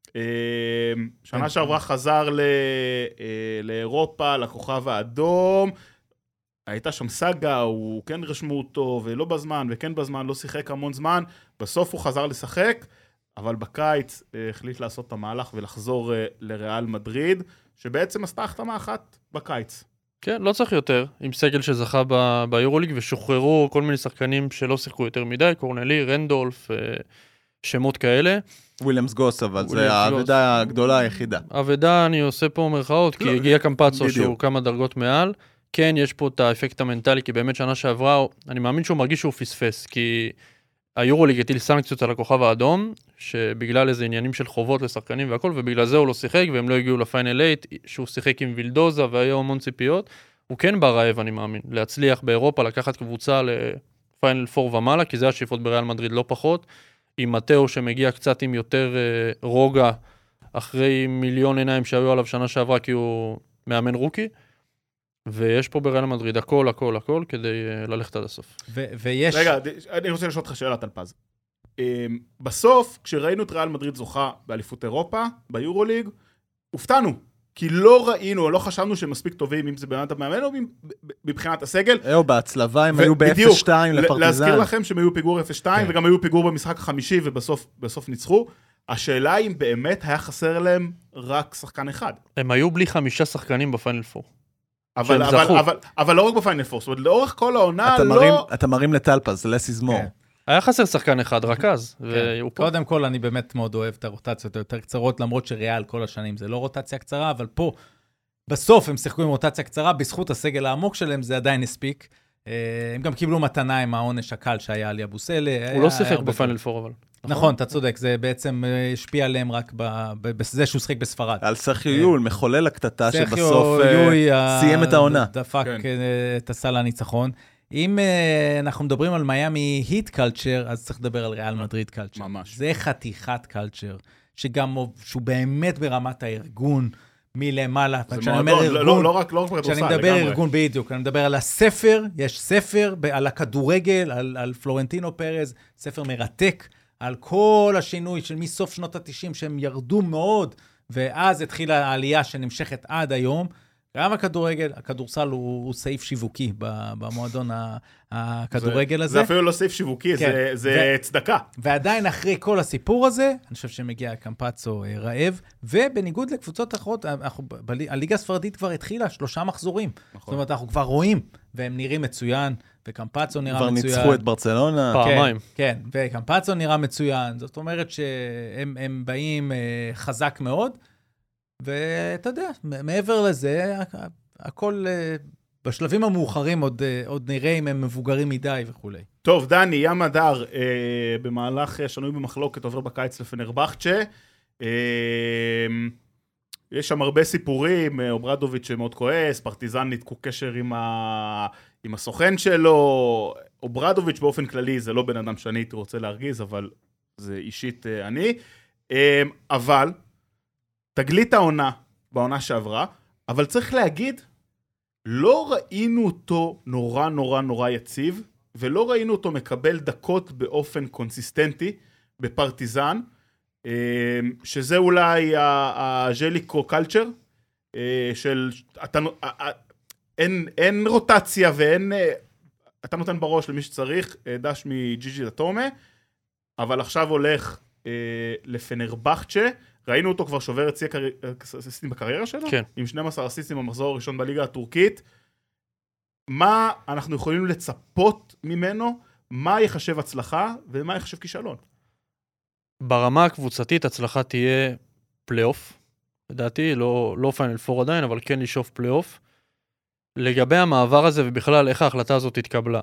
שנה שעברה חזר לאירופה, לכוכב האדום, הייתה שם סגה, הוא כן רשמו אותו, ולא בזמן, וכן בזמן, לא שיחק המון זמן, בסוף הוא חזר לשחק, אבל בקיץ החליט לעשות את המהלך ולחזור לריאל מדריד, שבעצם עשתה החתמה אחת בקיץ. כן, לא צריך יותר, עם סגל שזכה ביורוליג, ושוחררו כל מיני שחקנים שלא שיחקו יותר מדי, קורנלי, רנדולף, שמות כאלה. וויליאמס גוס, אבל זה העבודה הגדולה היחידה. העבודה, אני עושה פה מרכאות, כי הגיע קמפצו שהוא כמה דרגות מעל. כן, יש פה את האפקט המנטלי, כי באמת שנה שעברה, אני מאמין שהוא מרגיש שהוא פספס, כי היורוליג הטיל סנקציות על הכוכב האדום, שבגלל איזה עניינים של חובות לשחקנים והכל, ובגלל זה הוא לא שיחק, והם לא הגיעו לפיינל 8, שהוא שיחק עם וילדוזה, והיו המון ציפיות. הוא כן בא רעב, אני מאמין, להצליח באירופה, לקחת קבוצה לפיינל 4 ומעלה, כי זה השאיפות בריאל מדריד לא פחות, עם מטאו שמגיע קצת עם יותר רוגע, אחרי מיליון עיניים שהיו עליו שנה שעברה, כי הוא מאמן רוקי, ויש פה בריאל מדריד הכל, הכל, הכל, כדי ללכת עד הסוף. ויש... רגע, אני רוצה לשאול אותך שאלה, טלפז. בסוף, כשראינו את ריאל מדריד זוכה באליפות אירופה, ביורוליג, הופתענו, כי לא ראינו, לא חשבנו שהם מספיק טובים, אם זה באמת המאמן או מבחינת הסגל. בהצלבה הם היו ב-0-2 לפרטיזן. להזכיר לכם שהם היו פיגור 0-2, וגם היו פיגור במשחק החמישי, ובסוף ניצחו. השאלה היא אם באמת היה חסר להם רק שחקן אחד. הם היו בלי 5 שחקנים בפיינל 4. אבל לא רק בפיינל 4, זאת אומרת, לאורך כל העונה לא... אתה מרים לטלפז, זה לס יזמור. היה חסר שחקן אחד, רכז. קודם כל, אני באמת מאוד אוהב את הרוטציות היותר קצרות, למרות שריאל כל השנים זה לא רוטציה קצרה, אבל פה, בסוף הם שיחקו עם רוטציה קצרה, בזכות הסגל העמוק שלהם זה עדיין הספיק. הם גם קיבלו מתנה עם העונש הקל שהיה על יבוסלה. הוא לא שיחק בפיינל 4, אבל. נכון, אתה צודק, זה בעצם השפיע עליהם רק בזה שהוא שחק בספרד. על סרחיו יול, מחולל הקטטה שבסוף סיים את העונה. דפק את הסל הניצחון. אם אנחנו מדברים על מיאמי היט קלצ'ר, אז צריך לדבר על ריאל מדריד קלצ'ר. ממש. זה חתיכת קלצ'ר, שהוא באמת ברמת הארגון, מלמעלה. כשאני אומר ארגון, לא רק כשאני מדבר ארגון בדיוק, אני מדבר על הספר, יש ספר על הכדורגל, על פלורנטינו פרז, ספר מרתק, על כל השינוי של מסוף שנות ה-90, שהם ירדו מאוד, ואז התחילה העלייה שנמשכת עד היום. גם הכדורגל, הכדורסל הוא סעיף שיווקי במועדון הכדורגל הזה. זה אפילו לא סעיף שיווקי, זה צדקה. ועדיין אחרי כל הסיפור הזה, אני חושב שמגיע קמפצו רעב, ובניגוד לקבוצות אחרות, הליגה הספרדית כבר התחילה 3 מחזורים. זאת אומרת, אנחנו כבר רואים, והם נראים מצוין, וקמפצו נראה מצוין. כבר ניצחו את ברצלונה. פעמיים. כן, וקמפצו נראה מצוין. זאת אומרת שהם באים חזק מאוד, ואתה יודע, מעבר לזה, הכל בשלבים המאוחרים עוד נראה אם הם מבוגרים מדי וכו'. טוב, דני, ים הדר, במהלך שנוי במחלוקת עובר בקיץ לפנרבחצ'ה. יש שם הרבה סיפורים, אוברדוביץ' שמאוד כועס, פרטיזן ניתקו קשר עם הסוכן שלו, אוברדוביץ' באופן כללי זה לא בן אדם שאני הייתי רוצה להרגיז, אבל זה אישית אני. אבל תגלית העונה בעונה שעברה, אבל צריך להגיד, לא ראינו אותו נורא נורא נורא יציב, ולא ראינו אותו מקבל דקות באופן קונסיסטנטי בפרטיזן, שזה אולי הג'ליקו קלצ'ר, של אין רוטציה ואין, אתה נותן בראש למי שצריך, דש מג'יג'י דטומה, אבל עכשיו הולך לפנרבחצ'ה, ראינו אותו כבר שובר את שיא אסיסטים בקריירה שלו? כן. עם 12 אסיסטים במחזור הראשון בליגה הטורקית. מה אנחנו יכולים לצפות ממנו? מה יחשב הצלחה ומה יחשב כישלון? ברמה הקבוצתית הצלחה תהיה פלייאוף, לדעתי, לא פיינל פור עדיין, אבל כן לשאוף פלייאוף. לגבי המעבר הזה, ובכלל איך ההחלטה הזאת התקבלה.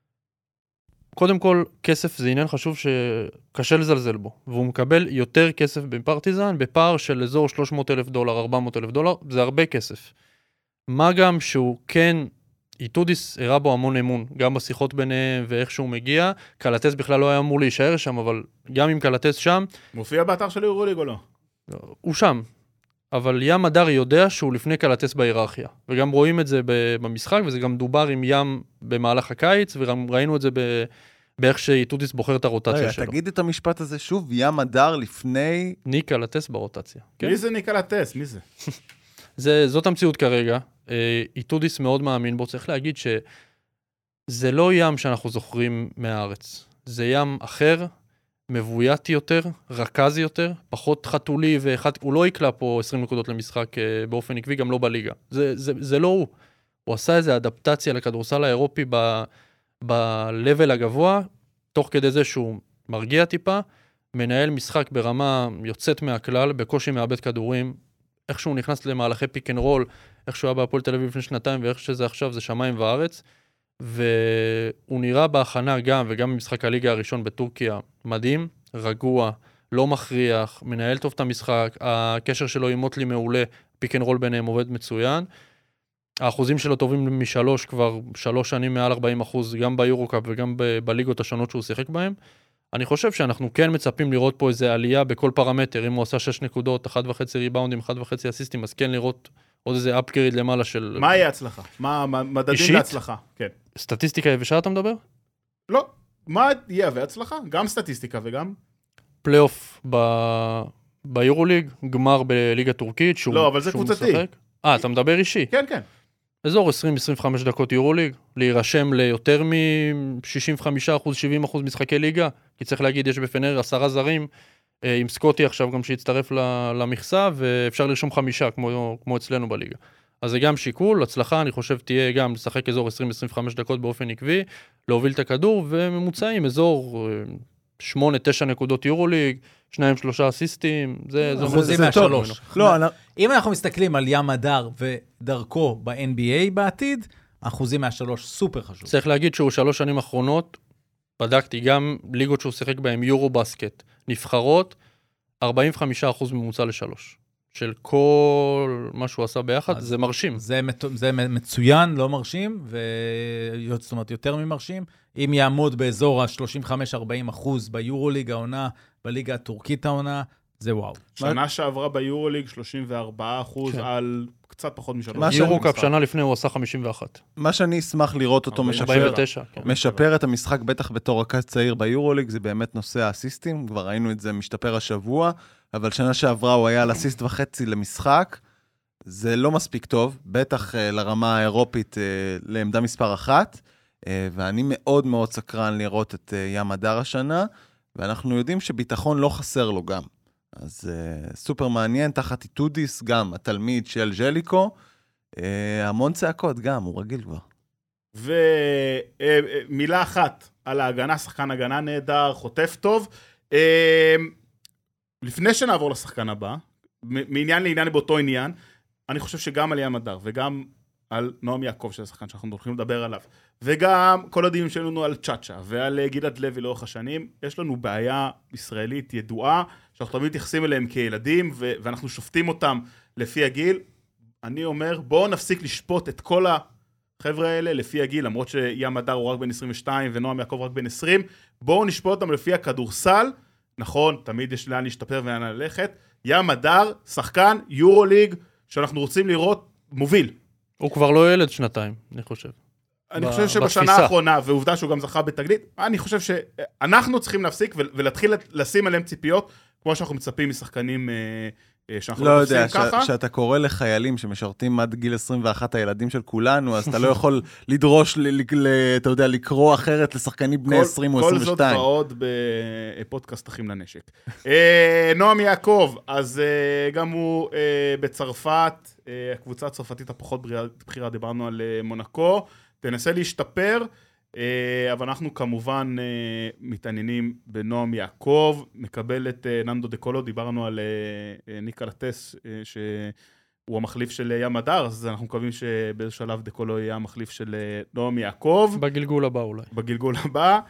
קודם כל, כסף זה עניין חשוב שקשה לזלזל בו, והוא מקבל יותר כסף בפרטיזן, בפער של אזור $300,000, $400,000, זה הרבה כסף. מה גם שהוא כן, איתודיס הראה בו המון אמון, גם בשיחות ביניהם ואיך שהוא מגיע, קלטס בכלל לא היה אמור להישאר שם, אבל גם אם קלטס שם... מופיע באתר של יורוליג או לא? הוא שם. אבל ים הדר יודע שהוא לפני קלטס בהיררכיה, וגם רואים את זה במשחק, וזה גם דובר עם ים במהלך הקיץ, וגם ראינו את זה באיך שאיתודיס בוחר את הרוטציה שלו. תגיד את המשפט הזה שוב, ים הדר לפני... ניק קלטס ברוטציה. מי זה ניק קלטס? מי זה? זאת המציאות כרגע. איתודיס מאוד מאמין בו. צריך להגיד שזה לא ים שאנחנו זוכרים מהארץ. זה ים אחר, מבוית יותר, רכז יותר, פחות חתולי, הוא לא יקלה פה 20 נקודות למשחק באופן עקבי, גם לא בליגה. זה לא הוא. הוא עשה איזו אדפטציה לכדורסל האירופי ב-level הגבוה, תוך כדי זה שהוא מרגיע טיפה, מנהל משחק ברמה יוצאת מהכלל, בקושי מאבד כדורים, איך שהוא נכנס למהלכי פיק אנד רול, איך שהוא היה בהפועל תל אביב לפני שנתיים, ואיך שזה עכשיו זה שמיים וארץ, והוא נראה בהכנה גם, וגם במשחק הליגה הראשון בטורקיה, מדהים, רגוע, לא מכריח, מנהל טוב את המשחק, הקשר שלו עם מוטלי מעולה, פיק אנד רול ביניהם עובד מצוין, האחוזים שלו טובים מ3 כבר 3 שנים מעל 40%, גם ביורוקאפ וגם בליגות השונות שהוא שיחק בהם. אני חושב שאנחנו כן מצפים לראות פה איזו עלייה בכל פרמטר, אם הוא עשה 6 נקודות, 1.5 ריבאונדים, 1.5 אסיסטים, אז כן לראות עוד איזה אפגריד למעלה של... מה יהיה הצלחה? מה מדדים להצלחה? כן. סטטיסטיקה יבשה אתה מדבר? לא. מה יהיה והצלחה? גם סטטיסטיקה וגם... פלייאוף ביורוליג, גמר בליגה טורקית, שהוא... לא, אבל זה קבוצתי. אתה מדבר אישי? כן, כן. אזור 20-25 דקות יורוליג, להירשם ליותר מ-65%, 70% משחקי ליגה, כי צריך להגיד, יש בפנר 10 זרים, עם סקוטי עכשיו גם שהצטרף למכסה, ואפשר לרשום 5, כמו אצלנו בליגה. אז זה גם שיקול, הצלחה אני חושב תהיה גם לשחק אזור 20-25 דקות באופן עקבי, להוביל את הכדור, וממוצעים אזור 8-9 נקודות יורוליג, 2-3 אסיסטים, זה אחוזים מהשלוש. אם אנחנו מסתכלים על ים הדר ודרכו ב-NBA בעתיד, אחוזים מהשלוש סופר חשוב. צריך להגיד שהוא 3 שנים אחרונות, בדקתי גם ליגות שהוא שיחק בהם, יורו בסקט, נבחרות, 45% ממוצע ל3. של כל מה שהוא עשה ביחד, זה מרשים. זה מצוין, לא מרשים, זאת אומרת יותר ממרשים. אם יעמוד באזור ה-35-40% ביורוליג העונה, בליגה הטורקית העונה, זה וואו. שנה שעברה ביורוליג 34% על קצת פחות מ3. יורוקאפ שנה לפני הוא עשה 51. מה שאני אשמח לראות אותו משפר את המשחק, בטח בתור רכז צעיר ביורוליג, זה באמת נושא האסיסטים, כבר ראינו את זה משתפר השבוע, אבל שנה שעברה הוא היה על אסיסט וחצי למשחק, זה לא מספיק טוב, בטח לרמה האירופית לעמדה מספר 1, ואני מאוד מאוד סקרן לראות את ים הדר השנה, ואנחנו יודעים שביטחון לא חסר לו גם. אז סופר מעניין, תחת איתודיס גם, התלמיד של ג'ליקו, המון צעקות גם, הוא רגיל כבר. ומילה אחת על ההגנה, שחקן הגנה נהדר, חוטף טוב. לפני שנעבור לשחקן הבא, מעניין לעניין באותו עניין, אני חושב שגם על ים הדר וגם על נועם יעקב, שזה שחקן שאנחנו הולכים לדבר עליו, וגם כל הדיונים שלנו על צ'אצ'ה ועל גלעד לוי לאורך השנים, יש לנו בעיה ישראלית ידועה, שאנחנו תמיד מתייחסים אליהם כילדים, ואנחנו שופטים אותם לפי הגיל. אני אומר, בואו נפסיק לשפוט את כל החבר'ה האלה לפי הגיל, למרות שים הדר הוא רק בן 22 ונועם יעקב רק בן 20, בואו נשפוט אותם לפי הכדורסל, נכון, תמיד יש לאן להשתפר ולאן ללכת, ים הדר, שחקן, יורוליג, שאנחנו רוצים לראות מוביל. הוא כבר לא ילד שנתיים, אני חושב. אני חושב שבשנה האחרונה, ועובדה שהוא גם זכה בתגלית, אני חושב שאנחנו צריכים להפסיק ולהתחיל לשים עליהם ציפיות, כמו שאנחנו מצפים משחקנים שאנחנו לא עושים ככה. לא יודע, שאתה קורא לחיילים שמשרתים עד גיל 21 הילדים של כולנו, אז אתה לא יכול לדרוש, אתה יודע, לקרוא אחרת לשחקנים בני 20 או 22. כל זאת ועוד בפודקאסט אחים לנשק. נועם יעקב, אז גם הוא בצרפת, הקבוצה הצרפתית הפחות בחירה, דיברנו על מונקו, תנסה להשתפר, אבל אנחנו כמובן מתעניינים בנועם יעקב, מקבל את ננדו דקולו, דיברנו על ניקולה טס, שהוא המחליף של ים הדר, אז אנחנו מקווים שבאיזה שלב דקולו יהיה המחליף של נועם יעקב. בגלגול הבא אולי. בגלגול הבא.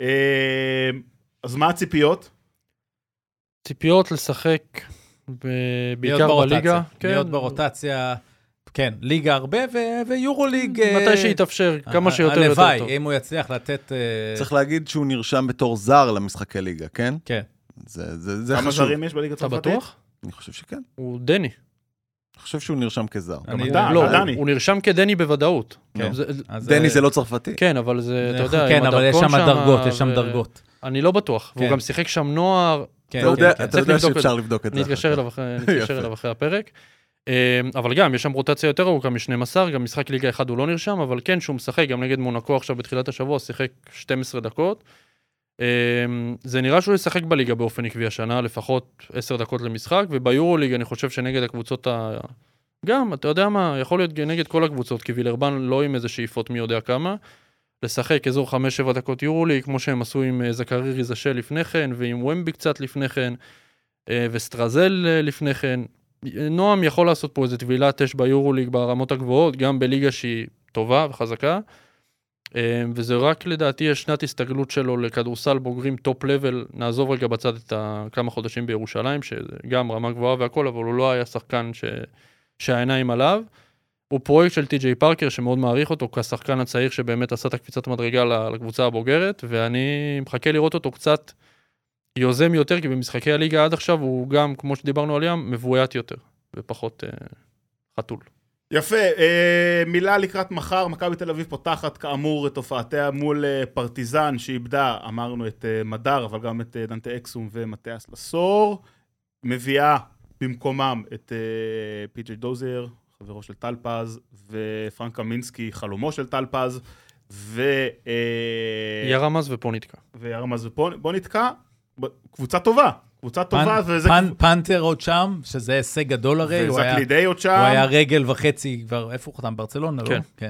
אז מה הציפיות? ציפיות לשחק בעיקר בליגה. להיות ברוטציה, כן, ליגה הרבה ויורו ליג. מתי שיתאפשר, כמה שיותר יותר טוב. הלוואי, אם הוא יצליח לתת... צריך להגיד שהוא נרשם בתור זר למשחקי ליגה, כן? כן. זה חשוב. כמה זרים יש בליגה צרפתית? אתה בטוח? אני חושב שכן. הוא דני. אני חושב שהוא נרשם כזר. לא, הוא נרשם כדני בוודאות. דני זה לא צרפתי. כן, אבל זה, אתה יודע, כן, אבל יש שם דרגות, יש שם דרגות. אני לא בטוח. והוא גם שיחק שם נוער. אתה יודע שאפשר לבדוק את זה. נתקשר אליו אחרי הפרק. אבל גם, יש שם רוטציה יותר ארוכה מ-12, גם משחק ליגה אחד הוא לא נרשם, אבל כן, שהוא משחק, גם נגד מונקו עכשיו בתחילת השבוע, שיחק 12 דקות. זה נראה שהוא ישחק בליגה באופן עקבי השנה, לפחות 10 דקות למשחק, וביורו ליגה אני חושב שנגד הקבוצות גם, אתה יודע מה, יכול להיות נגד כל הקבוצות, כי וילרבן לא עם איזה שאיפות מי יודע כמה, לשחק אזור 5-7 דקות יורו ליג, כמו שהם עשו עם זכרי ריזשל לפני כן, ועם ומבי קצת לפני כן, וסטרזל לפני כן. נועם יכול לעשות פה איזה טבילת אש ביורו ליג ברמות הגבוהות, גם בליגה שהיא טובה וחזקה, וזה רק לדעתי יש שנת הסתגלות שלו לכדורסל בוגרים טופ לבל, נעזוב רגע בצד את כמה חודשים בירושלים, שגם רמה גבוהה והכל, אבל הוא לא היה שחקן שהעיניים עליו. הוא פרויקט של טי.ג'יי פארקר שמאוד מעריך אותו כשחקן הצעיר שבאמת עשה את הקפיצת מדרגה לקבוצה הבוגרת, ואני מחכה לראות אותו קצת יוזם יותר, כי במשחקי הליגה עד עכשיו הוא גם, כמו שדיברנו על ים, מבוית יותר, ופחות חתול. יפה, מילה לקראת מחר, מכבי תל אביב פותחת כאמור את הופעתיה מול פרטיזן שאיבדה, אמרנו את מדר, אבל גם את דנטה אקסום ומתיאס לסור, מביאה במקומם את פי.ג'יי דוזר, חברו של טל פז, ופרנק קמינסקי, חלומו של טל פז, ירמז ופוניטקה. וירמז ופוניטקה, קבוצה טובה. קבוצה טובה, וזה... פנתר עוד שם, שזה הישג גדול הרי. וזקלידי עוד שם. הוא היה רגל וחצי כבר, איפה הוא חתם? ברצלונה, לא? כן.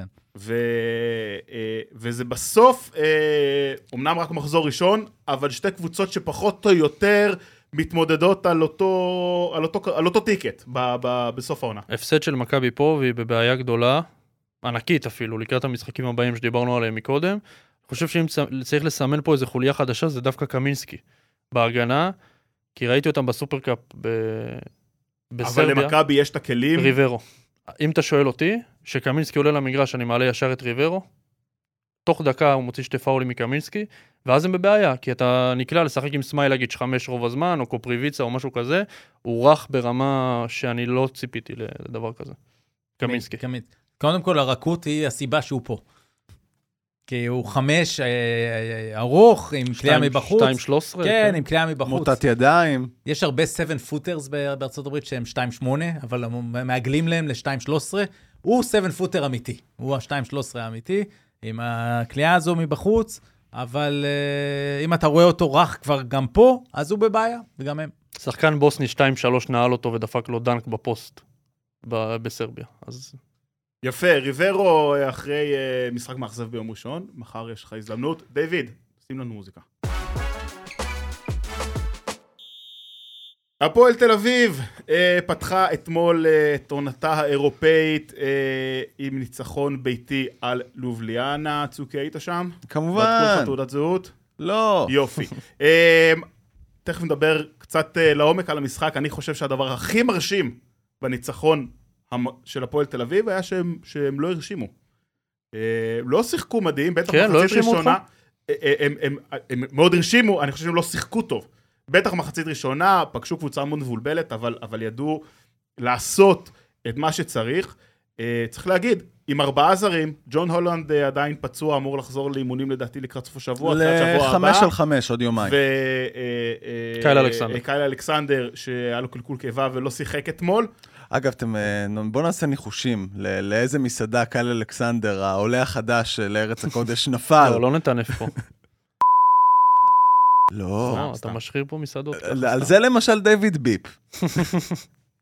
וזה בסוף, אמנם רק מחזור ראשון, אבל שתי קבוצות שפחות או יותר מתמודדות על אותו טיקט בסוף העונה. הפסד של מכבי פה, והיא בבעיה גדולה, ענקית אפילו, לקראת המשחקים הבאים שדיברנו עליהם מקודם. אני חושב שאם צריך לסמן פה איזו חוליה חדשה, זה דווקא קמינסקי. בהגנה, כי ראיתי אותם בסופרקאפ בסרביה. אבל למכבי יש את הכלים. ריברו. אם אתה שואל אותי, שקמינסקי עולה למגרש, אני מעלה ישר את ריברו, תוך דקה הוא מוציא שתי פאולים מקמינסקי, ואז הם בבעיה, כי אתה נקלע לשחק עם סמיילגיץ' 5 רוב הזמן, או קופריביצה או משהו כזה, הוא רך ברמה שאני לא ציפיתי לדבר כזה. קמינסקי. קודם כל, הרכות היא הסיבה שהוא פה. כי הוא 5 ארוך, עם קליעה מבחוץ. 2-13. כן, עם קליעה מבחוץ. מוטת ידיים. יש הרבה 7 פוטרס בארצות הברית שהם 2-8, אבל מעגלים להם ל-2-13. הוא 7 פוטר אמיתי. הוא ה-2-13 האמיתי, עם הקליעה הזו מבחוץ, אבל אם אתה רואה אותו רך כבר גם פה, אז הוא בבעיה, וגם הם. שחקן בוסני 2-3 נעל אותו ודפק לו דנק בפוסט בסרביה. אז... יפה, ריברו אחרי משחק מאכזב ביום ראשון, מחר יש לך הזדמנות. דיוויד, שים לנו מוזיקה. הפועל תל אביב פתחה אתמול את עונתה האירופאית עם ניצחון ביתי על לובליאנה. צוקי, היית שם? כמובן. בדקו לך תעודת זהות? לא. יופי. תכף נדבר קצת לעומק על המשחק. אני חושב שהדבר הכי מרשים בניצחון של הפועל תל אביב היה שהם לא הרשימו. לא שיחקו מדהים, בטח מחצית ראשונה. הם מאוד הרשימו, אני חושב שהם לא שיחקו טוב. בטח מחצית ראשונה, פגשו קבוצה מאוד מבולבלת, אבל ידעו לעשות את מה שצריך. צריך להגיד, עם 4 זרים, ג'ון הולנד עדיין פצוע, אמור לחזור לאימונים לדעתי לקראת סוף השבוע, ל5-5 עוד יומיים. וקייל אלכסנדר, שהיה לו קלקול קיבה ולא שיחק אתמול. אגב, בוא נעשה ניחושים, לאיזה מסעדה קייל אלכסנדר, העולה החדש לארץ הקודש נפל. לא נתנף פה. לא. אתה משחיר פה מסעדות. על זה למשל דיוויד ביפ.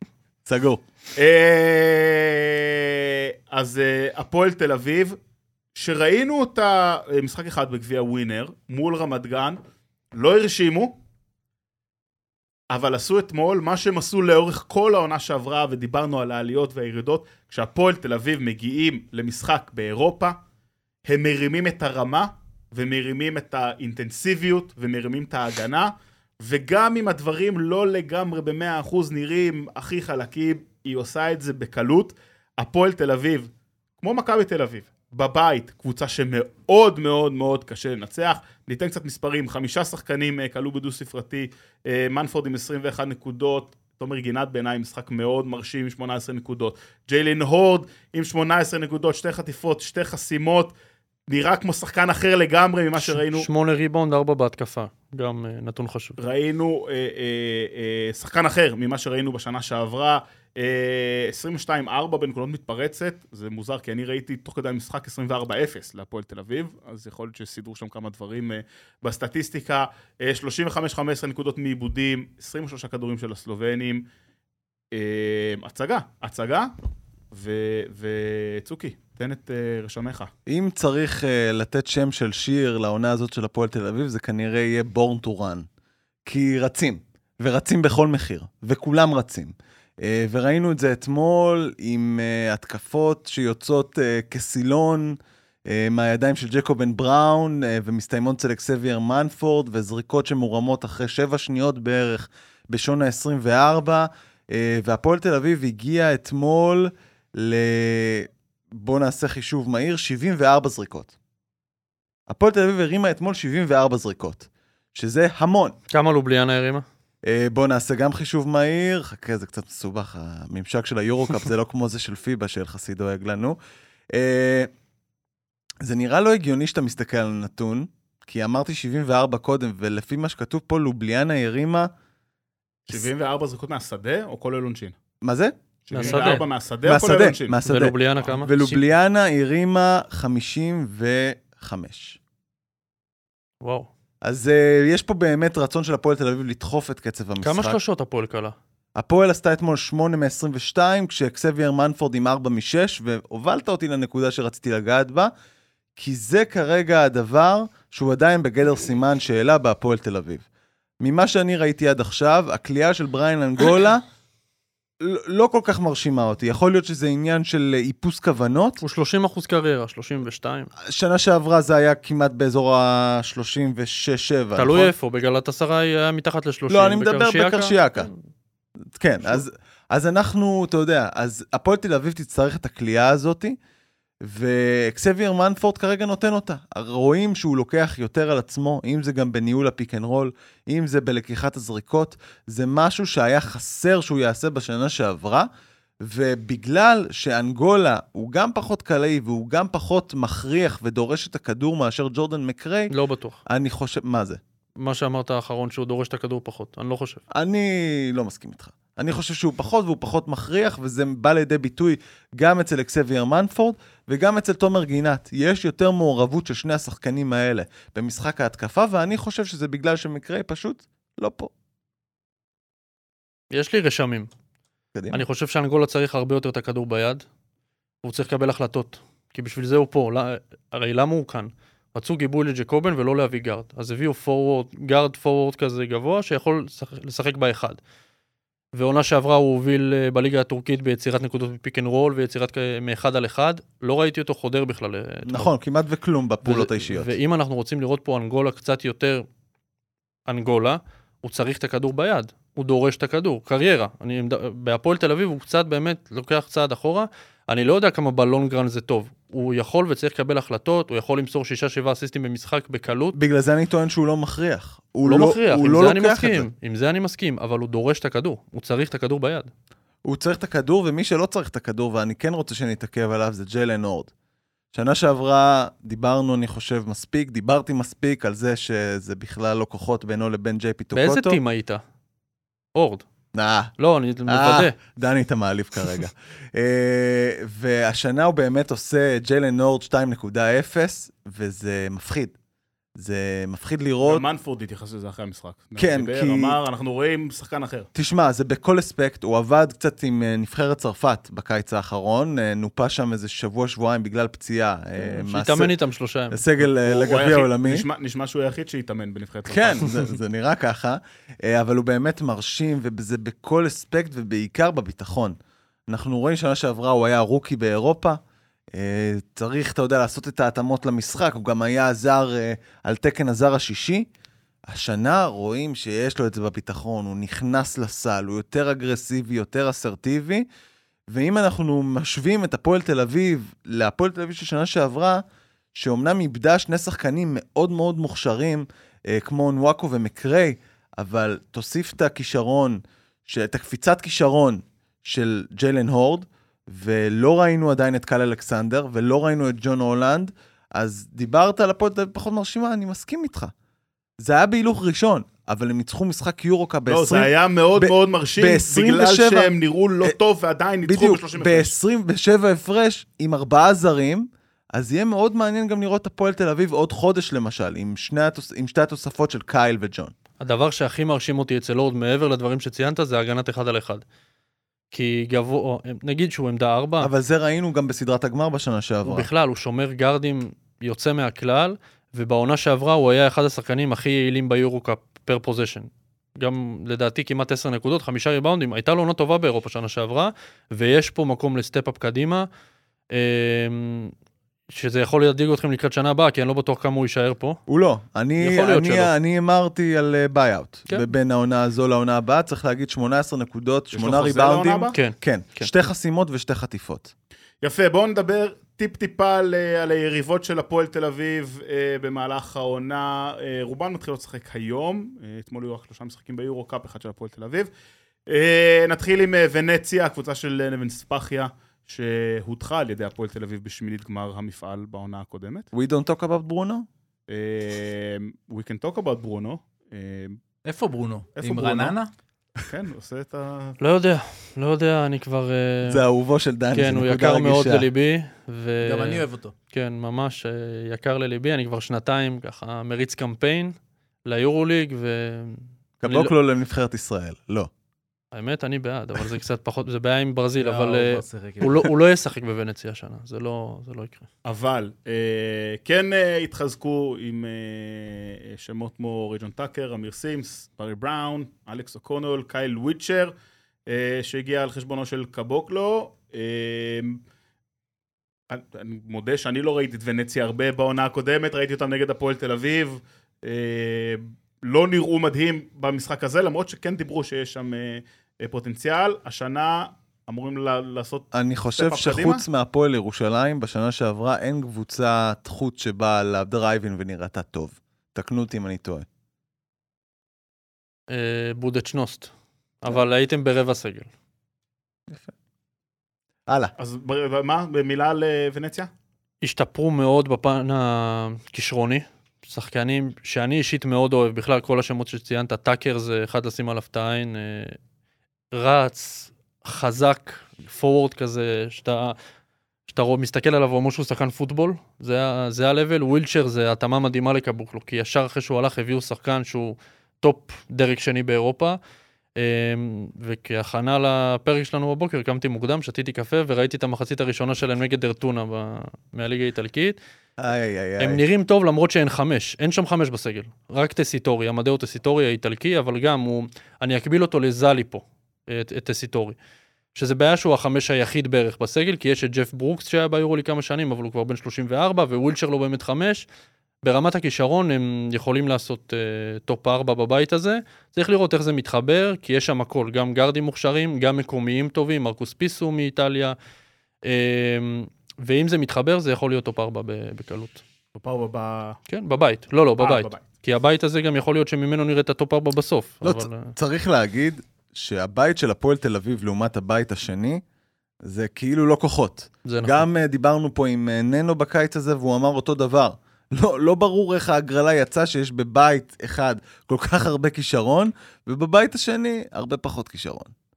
סגור. אז הפועל תל אביב, שראינו את המשחק אחד בגביע ווינר, מול רמת גן, לא הרשימו, אבל עשו אתמול מה שהם עשו לאורך כל העונה שעברה, ודיברנו על העליות והירידות, כשהפועל תל אביב מגיעים למשחק באירופה, הם מרימים את הרמה, ומרימים את האינטנסיביות, ומרימים את ההגנה, וגם אם הדברים לא לגמרי ב100% נראים הכי חלקים, היא עושה את זה בקלות. הפועל תל אביב, כמו מכבי תל אביב, בבית, קבוצה שמאוד מאוד מאוד קשה לנצח. ניתן קצת מספרים, 5 שחקנים קלו בדו ספרתי, מנפורד עם 21 נקודות, תומר גינת בעיניי משחק מאוד מרשים עם 18 נקודות, ג'יילן הורד עם 18 נקודות, 2 חטיפות, 2 חסימות, נראה כמו שחקן אחר לגמרי ממה שראינו. 8 ריבאונד, 4 בהתקפה, גם נתון חשוב. ראינו שחקן אחר ממה שראינו בשנה שעברה, 22-4 בנקודות מתפרצת, זה מוזר כי אני ראיתי תוך כדי המשחק 24-0 להפועל תל אביב, אז יכול להיות שסידרו שם כמה דברים בסטטיסטיקה, 35-15 נקודות מעיבודים, 23 כדורים של הסלובנים, הצגה, וצוקי, תן את רשמך. אם צריך לתת שם של שיר לעונה הזאת של הפועל תל אביב, זה כנראה יהיה Born to Run, כי רצים, ורצים בכל מחיר, וכולם רצים. וראינו את זה אתמול עם התקפות שיוצאות כסילון מהידיים של ג'קובן בראון ומסתיימות אצל אקסבייר מנפורד וזריקות שמורמות אחרי 7 שניות בערך בשעון ה-24 והפועל תל אביב הגיע אתמול בוא נעשה חישוב מהיר 74 זריקות. הפועל תל אביב הרימה אתמול 74 זריקות שזה המון. כמה לובליאנה הרימה? בוא נעשה גם חישוב מהיר, חכה, זה קצת מסובך, הממשק של היורוקאפ זה לא כמו זה של פיבה שיחסי דואג לנו. זה נראה לא הגיוני שאתה מסתכל על הנתון, כי אמרתי 74 קודם, ולפי מה שכתוב פה, לובליאנה הרימה... 74 זריקות מהשדה או כולל עונשין? מה זה? 74 מהשדה או כולל עונשין? מהשדה. ולובליאנה כמה? ולובליאנה הרימה 55. וואו. אז יש פה באמת רצון של הפועל תל אביב לדחוף את קצב המשחק. כמה שלושות הפועל קלה? הפועל עשתה אתמול 8 מ-22, כשאקסבייר מנפורד עם 4 מ-6, והובלת אותי לנקודה שרציתי לגעת בה, כי זה כרגע הדבר שהוא עדיין בגדר סימן שאלה בהפועל תל אביב. ממה שאני ראיתי עד עכשיו, הקליעה של בריין אנגולה לא כל כך מרשימה אותי. יכול להיות שזה עניין של איפוס כוונות. הוא 30% קריירה, 32. שנה שעברה זה היה כמעט באזור ה-36-7. תלוי איפה, בגלת עשרה היה מתחת ל-30. לא, אני מדבר בקרשיאקה. כן, אז אנחנו, אתה יודע, אז הפועל תל אביב תצטרך את הקליעה הזאת, ואקסבייר מנפורד כרגע נותן אותה. רואים שהוא לוקח יותר על עצמו, אם זה גם בניהול הפיק אנד רול, אם זה בלקיחת הזריקות, זה משהו שהיה חסר שהוא יעשה בשנה שעברה, ובגלל שאנגולה הוא גם פחות קלעי, והוא גם פחות מכריח ודורש את הכדור מאשר ג'ורדן מקריי. לא בטוח. אני חושב, מה זה? מה שאמרת האחרון, שהוא דורש את הכדור פחות. אני לא חושב. אני לא מסכים איתך. אני חושב שהוא פחות והוא פחות מכריח, וזה בא לידי ביטוי גם אצל אקסבייר מנפורד, וגם אצל תומר גינת. יש יותר מעורבות של שני השחקנים האלה במשחק ההתקפה, ואני חושב שזה בגלל שמקריי פשוט לא פה. יש לי רשמים. קדימה. אני חושב שאנגולה צריך הרבה יותר את הכדור ביד, והוא צריך לקבל החלטות, כי בשביל זה הוא פה. הרי למה הוא כאן? רצו גיבוי לג'קובן ולא להביא גארד. אז הביאו גארד פורוורד כזה גבוה, שיכול לשחק באחד. ועונה שעברה הוא הוביל בליגה הטורקית ביצירת נקודות בפיק אנד רול, ויצירת מאחד על אחד. לא ראיתי אותו חודר בכלל. נכון, כמעט וכלום בפעולות האישיות. ואם אנחנו רוצים לראות פה אנגולה קצת יותר אנגולה, הוא צריך את הכדור ביד. הוא דורש את הכדור. קריירה. בהפועל תל אביב הוא קצת באמת לוקח צעד אחורה. אני לא יודע כמה בלונגרן זה טוב. הוא יכול וצריך לקבל החלטות, הוא יכול למסור 6-7 אסיסטים במשחק בקלות. בגלל זה אני טוען שהוא לא מכריח. הוא לא מכריח, עם זה אני מסכים, אבל הוא דורש את הכדור. הוא צריך את הכדור ביד. הוא צריך את הכדור, ומי שלא צריך את הכדור, ואני כן רוצה שנתעכב עליו, זה ג'יילן הורד. שנה שעברה דיברנו, אני חושב, דיברתי מספיק על זה שזה בכלל לא כוחות בינו לבין ג'יי פיטוקוטו. באיזה טים היית? הורד. לא, אני מוודא. דני, אתה מעליב כרגע. והשנה הוא באמת עושה ג'יילן הורד 2.0, וזה מפחיד. זה מפחיד לראות. מנפורד התייחס לזה אחרי המשחק. כן, כי... אמר, אנחנו רואים שחקן אחר. תשמע, זה בכל אספקט, הוא עבד קצת עם נבחרת צרפת בקיץ האחרון, נופה שם איזה שבוע-שבועיים בגלל פציעה. שהתאמן איתם 3 ימים. סגל לגביע העולמי. נשמע שהוא היחיד שהתאמן בנבחרת צרפת. כן, זה נראה ככה, אבל הוא באמת מרשים, וזה בכל אספקט ובעיקר בביטחון. אנחנו רואים שנה שעברה, הוא היה רוקי באירופה, צריך, אתה יודע, לעשות את ההתאמות למשחק, הוא גם היה הזר על תקן הזר השישי. השנה רואים שיש לו את זה בביטחון, הוא נכנס לסל, הוא יותר אגרסיבי, יותר אסרטיבי, ואם אנחנו משווים את הפועל תל אביב להפועל תל אביב של שנה שעברה, שאומנם איבדה 2 שחקנים מאוד מאוד מוכשרים, כמו נוואקו ומקרי, אבל תוסיף את הכישרון, את הקפיצת כישרון של ג'יילן הורד, ולא ראינו עדיין את קל אלכסנדר, ולא ראינו את ג'ון הולנד, אז דיברת על הפועל תל אביב פחות מרשימה, אני מסכים איתך. זה היה בהילוך ראשון, אבל הם ניצחו משחק יורוקה ב-20... לא, זה היה מאוד מאוד מרשים, בגלל שהם נראו לא טוב ועדיין ניצחו ב-30 הפרש. ב-27 הפרש עם 4 זרים, אז יהיה מאוד מעניין גם לראות את הפועל תל אביב עוד חודש למשל, עם שתי התוספות של קייל וג'ון. הדבר שהכי מרשים אותי אצל הורד מעבר לדברים שציינת, זה הגנת 1 על 1. כי נגיד שהוא עמדה 4. אבל זה ראינו גם בסדרת הגמר בשנה שעברה. בכלל, הוא שומר גרדים יוצא מהכלל, ובעונה שעברה הוא היה אחד השחקנים הכי יעילים ביורוקאפ פר פוזיישן. גם לדעתי כמעט 10 נקודות, 5 ריבאונדים. הייתה לו עונה טובה באירופה שנה שעברה, ויש פה מקום לסטפ-אפ קדימה, שזה יכול להדאיג אתכם לקראת שנה הבאה, כי אני לא בטוח כמה הוא יישאר פה. הוא לא. אני אמרתי על ביי-אוט. ובין העונה הזו לעונה הבאה, צריך להגיד 18 נקודות, 8 ריבאונדים. כן. 2 חסימות ו2 חטיפות. יפה, בואו נדבר טיפ-טיפה על היריבות של הפועל תל אביב במהלך העונה. רובן מתחילות לשחק היום. אתמול היו 3 משחקים ביורו-קאפ, 1 של הפועל תל אביב. נתחיל עם ונציה, הקבוצה של נבן ספחיה, שהודחה על ידי הפועל תל אביב בשמינית גמר המפעל בעונה הקודמת. We don't talk about Bruno? We can talk about Bruno. איפה ברונו? עם רננה? כן, הוא עושה את ה... לא יודע, אני כבר... זה אהובו של דני, כן, הוא יקר מאוד לליבי. גם אני אוהב אותו. כן, ממש יקר לליבי, אני כבר 2 ככה מריץ קמפיין ליורוליג קבוק לו לנבחרת ישראל, לא. האמת, אני בעד, אבל זה קצת פחות, זה בעיה עם ברזיל, אבל הוא לא ישחק בוונציה השנה, זה לא יקרה. אבל כן התחזקו עם שמות כמו ריג'ון טאקר, אמיר סימס, ברי בראון, אלכס אוקונול, קייל וויטשר, שהגיע על חשבונו של קבוקלו. אני מודה שאני לא ראיתי את ונציה הרבה בעונה הקודמת, ראיתי אותם נגד הפועל תל אביב, לא נראו מדהים במשחק הזה, למרות שכן דיברו שיש שם פוטנציאל. השנה אמורים לעשות... אני חושב שחוץ מהפועל ירושלים, בשנה שעברה אין קבוצת חוץ שבאה לדרייבין ונראתה טוב. תקנו אותי אם אני טועה. בודדשנוסט. אבל הייתם ברבע סגל. יפה. הלאה. אז מה? במילה על ונציה? השתפרו מאוד בפן הכישרוני. שחקנים שאני אישית מאוד אוהב, בכלל כל השמות שציינת, טאקר זה אחד לשים עליו את העין, רץ, חזק, פורוורד כזה, שאתה מסתכל עליו ואומר שהוא שחקן פוטבול, זה הלבל. ווילצ'ר זה התאמה מדהימה לקבוקלו, כי ישר אחרי שהוא הלך הביאו שחקן שהוא טופ דרג שני באירופה, וכהכנה לפרק שלנו בבוקר, קמתי מוקדם, שתיתי קפה וראיתי את המחצית הראשונה שלהם נגד דרטונה מהליגה האיטלקית. הם נראים טוב למרות שאין 5, אין שם 5 בסגל, רק טסיטורי, המדאו טסיטורי האיטלקי, אבל גם אני אקביל אותו לזלי פה, את טסיטורי, שזה בעיה שהוא 5 היחיד בערך בסגל, כי יש את ג'ף ברוקס שהיה ביורולי כמה שנים, אבל הוא כבר בן 34, ווילצ'ר לא באמת 5, ברמת הכישרון הם יכולים לעשות טופ 4 בבית הזה, צריך לראות איך זה מתחבר, כי יש שם הכל, גם גרדים מוכשרים, גם מקומיים טובים, מרקוס פיסו מאיטליה, ואם זה מתחבר, זה יכול להיות טופ 4 בקלות. טופ 4 כן, בבית. לא, בבית. כי הבית הזה גם יכול להיות שממנו נראה את הטופ 4 בסוף. לא, צריך להגיד שהבית של הפועל תל אביב לעומת הבית השני, זה כאילו לא כוחות. גם דיברנו פה עם ננו בקיץ הזה, והוא אמר אותו דבר. לא ברור איך ההגרלה יצא שיש בבית אחד כל כך הרבה כישרון, ובבית השני הרבה פחות כישרון.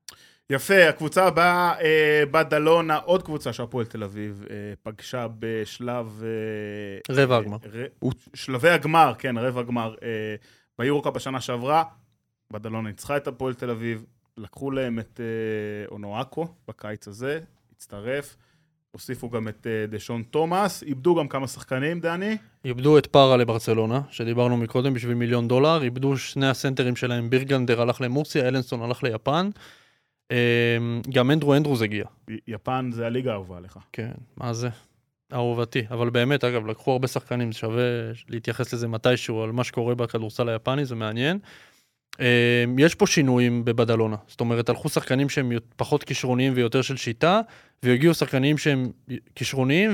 יפה, הקבוצה הבאה, בדלונה, עוד קבוצה שהפועל תל אביב פגשה בשלב... רבע הגמר. שלבי הגמר, כן, רבע הגמר. ביורוקאפ בשנה שעברה, בדלונה ניצחה את הפועל תל אביב, לקחו להם את אונואקו בקיץ הזה, הצטרף, הוסיפו גם את דשון תומאס, איבדו גם כמה שחקנים, דני? איבדו את פארה לברצלונה, שדיברנו מקודם בשביל $1,000,000, איבדו שני הסנטרים שלהם, בירגנדר הלך למורסיה, אלנסון הלך ליפן, גם אנדרוז הגיע. יפן זה הליגה האהובה לך. כן, מה זה? אהובתי, אבל באמת, אגב, לקחו הרבה שחקנים, זה שווה להתייחס לזה מתישהו, על מה שקורה בכדורסל היפני, זה מעניין. יש פה שינויים בבדלונה, זאת אומרת, הלכו שחקנים שהם פחות כישרוניים ויותר של שיטה, והגיעו שחקנים שהם כישרוניים,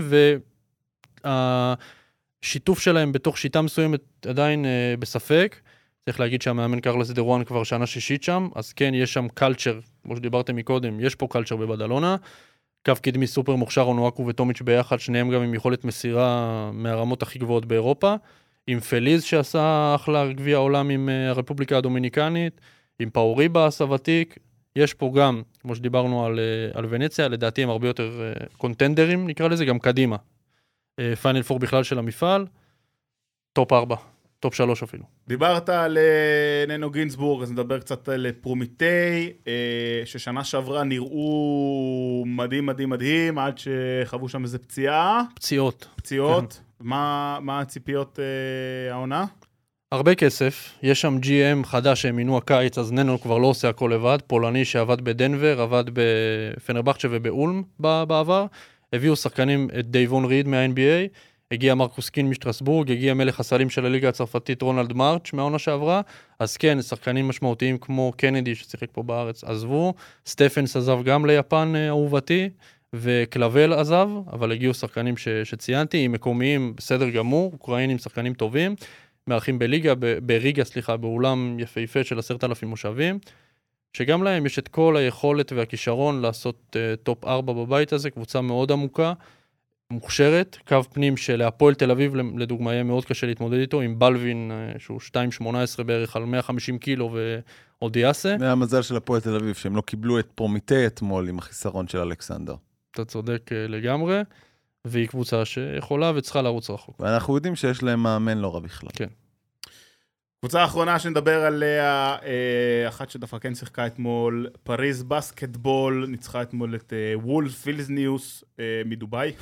והשיתוף שלהם בתוך שיטה מסוימת עדיין בספק. צריך להגיד שהמאמן קרלס דרואן כבר שנה שישית שם, אז כן, יש שם קלצ'ר, כמו שדיברתם מקודם, יש פה קלצ'ר בבדלונה, קו קדמי סופר מוכשר, אונואקו וטומיץ' ביחד, שניהם גם עם יכולת מסירה מהרמות הכי גבוהות באירופה, עם פליז שעשה אחלה גביע העולם עם הרפובליקה הדומיניקנית, עם פאוריבאס הוותיק, יש פה גם, כמו שדיברנו על ונציה, לדעתי הם הרבה יותר קונטנדרים, נקרא לזה, גם קדימה. פיינל פור בכלל של המפעל, טופ 4, טופ 3 אפילו. דיברת על ננו גינסבורג, אז נדבר קצת על פרומיטי, ששנה שעברה נראו מדהים מדהים מדהים, עד שחוו שם איזה פציעה. פציעות. מה הציפיות העונה? הרבה כסף, יש שם GM חדש שהם מינו הקיץ, אז ננו כבר לא עושה הכל לבד, פולני שעבד בדנבר, עבד בפנרבחצ'ה ובאולם בעבר, הביאו שחקנים את דייבון ריד מה-NBA, הגיע מרקוס קין משטרסבורג, הגיע מלך הסלים של הליגה הצרפתית רונלד מרץ' מהעונה שעברה, אז כן, שחקנים משמעותיים כמו קנדי ששיחק פה בארץ עזבו, סטפנס עזב גם ליפן אהובתי, וקלבל עזב, אבל הגיעו שחקנים שציינתי, עם מקומיים בסדר גמור, אוקראינים שחקנים טובים, מארחים בריגה, באולם יפהפה של 10,000 מושבים, שגם להם יש את כל היכולת והכישרון לעשות טופ 4 בבית הזה, קבוצה מאוד עמוקה, מוכשרת, קו פנים של הפועל תל אביב, לדוגמה, יהיה מאוד קשה להתמודד איתו, עם בלווין, שהוא 2.18 בערך על 150 קילו ואודיאסה. זה המזל של הפועל תל אביב, שהם לא קיבלו את פרומיטי אתמול עם החיסרון של אלכסנדר. אתה צודק לגמרי, והיא קבוצה שיכולה וצריכה לרוץ רחוק. ואנחנו יודעים שיש להם מאמן לא רע בכלל. כן. קבוצה האחרונה שנדבר עליה, אחת שדווקא כן שיחקה אתמול, פריז בסקטבול, ניצחה אתמול את וולף וילזניוס מדובאי.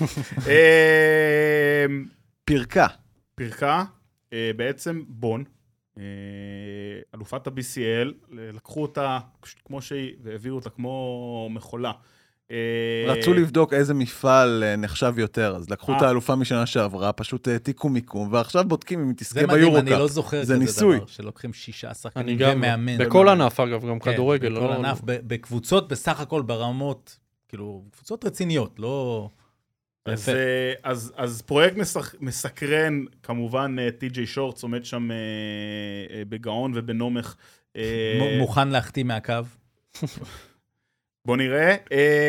פרקה, בעצם בון, אלופת ה-BCL, לקחו אותה כמו שהיא והביאו אותה כמו מחולה. רצו לבדוק איזה מפעל נחשב יותר, אז לקחו את האלופה משנה שעברה, פשוט העתיקו מיקום, ועכשיו בודקים אם היא תזכה ביורוקאפ. זה מדהים, אני לא זוכר כזה דבר, שלוקחים 6 שחקנים ומאמן. בכל ענף, אגב, גם כדורגל. בכל ענף, בקבוצות בסך הכל ברמות, כאילו, קבוצות רציניות, לא... אז פרויקט מסקרן, כמובן, טי.ג'יי שורטס עומד שם בגאון ובנומך. מוכן להחתים מהקו. בוא נראה.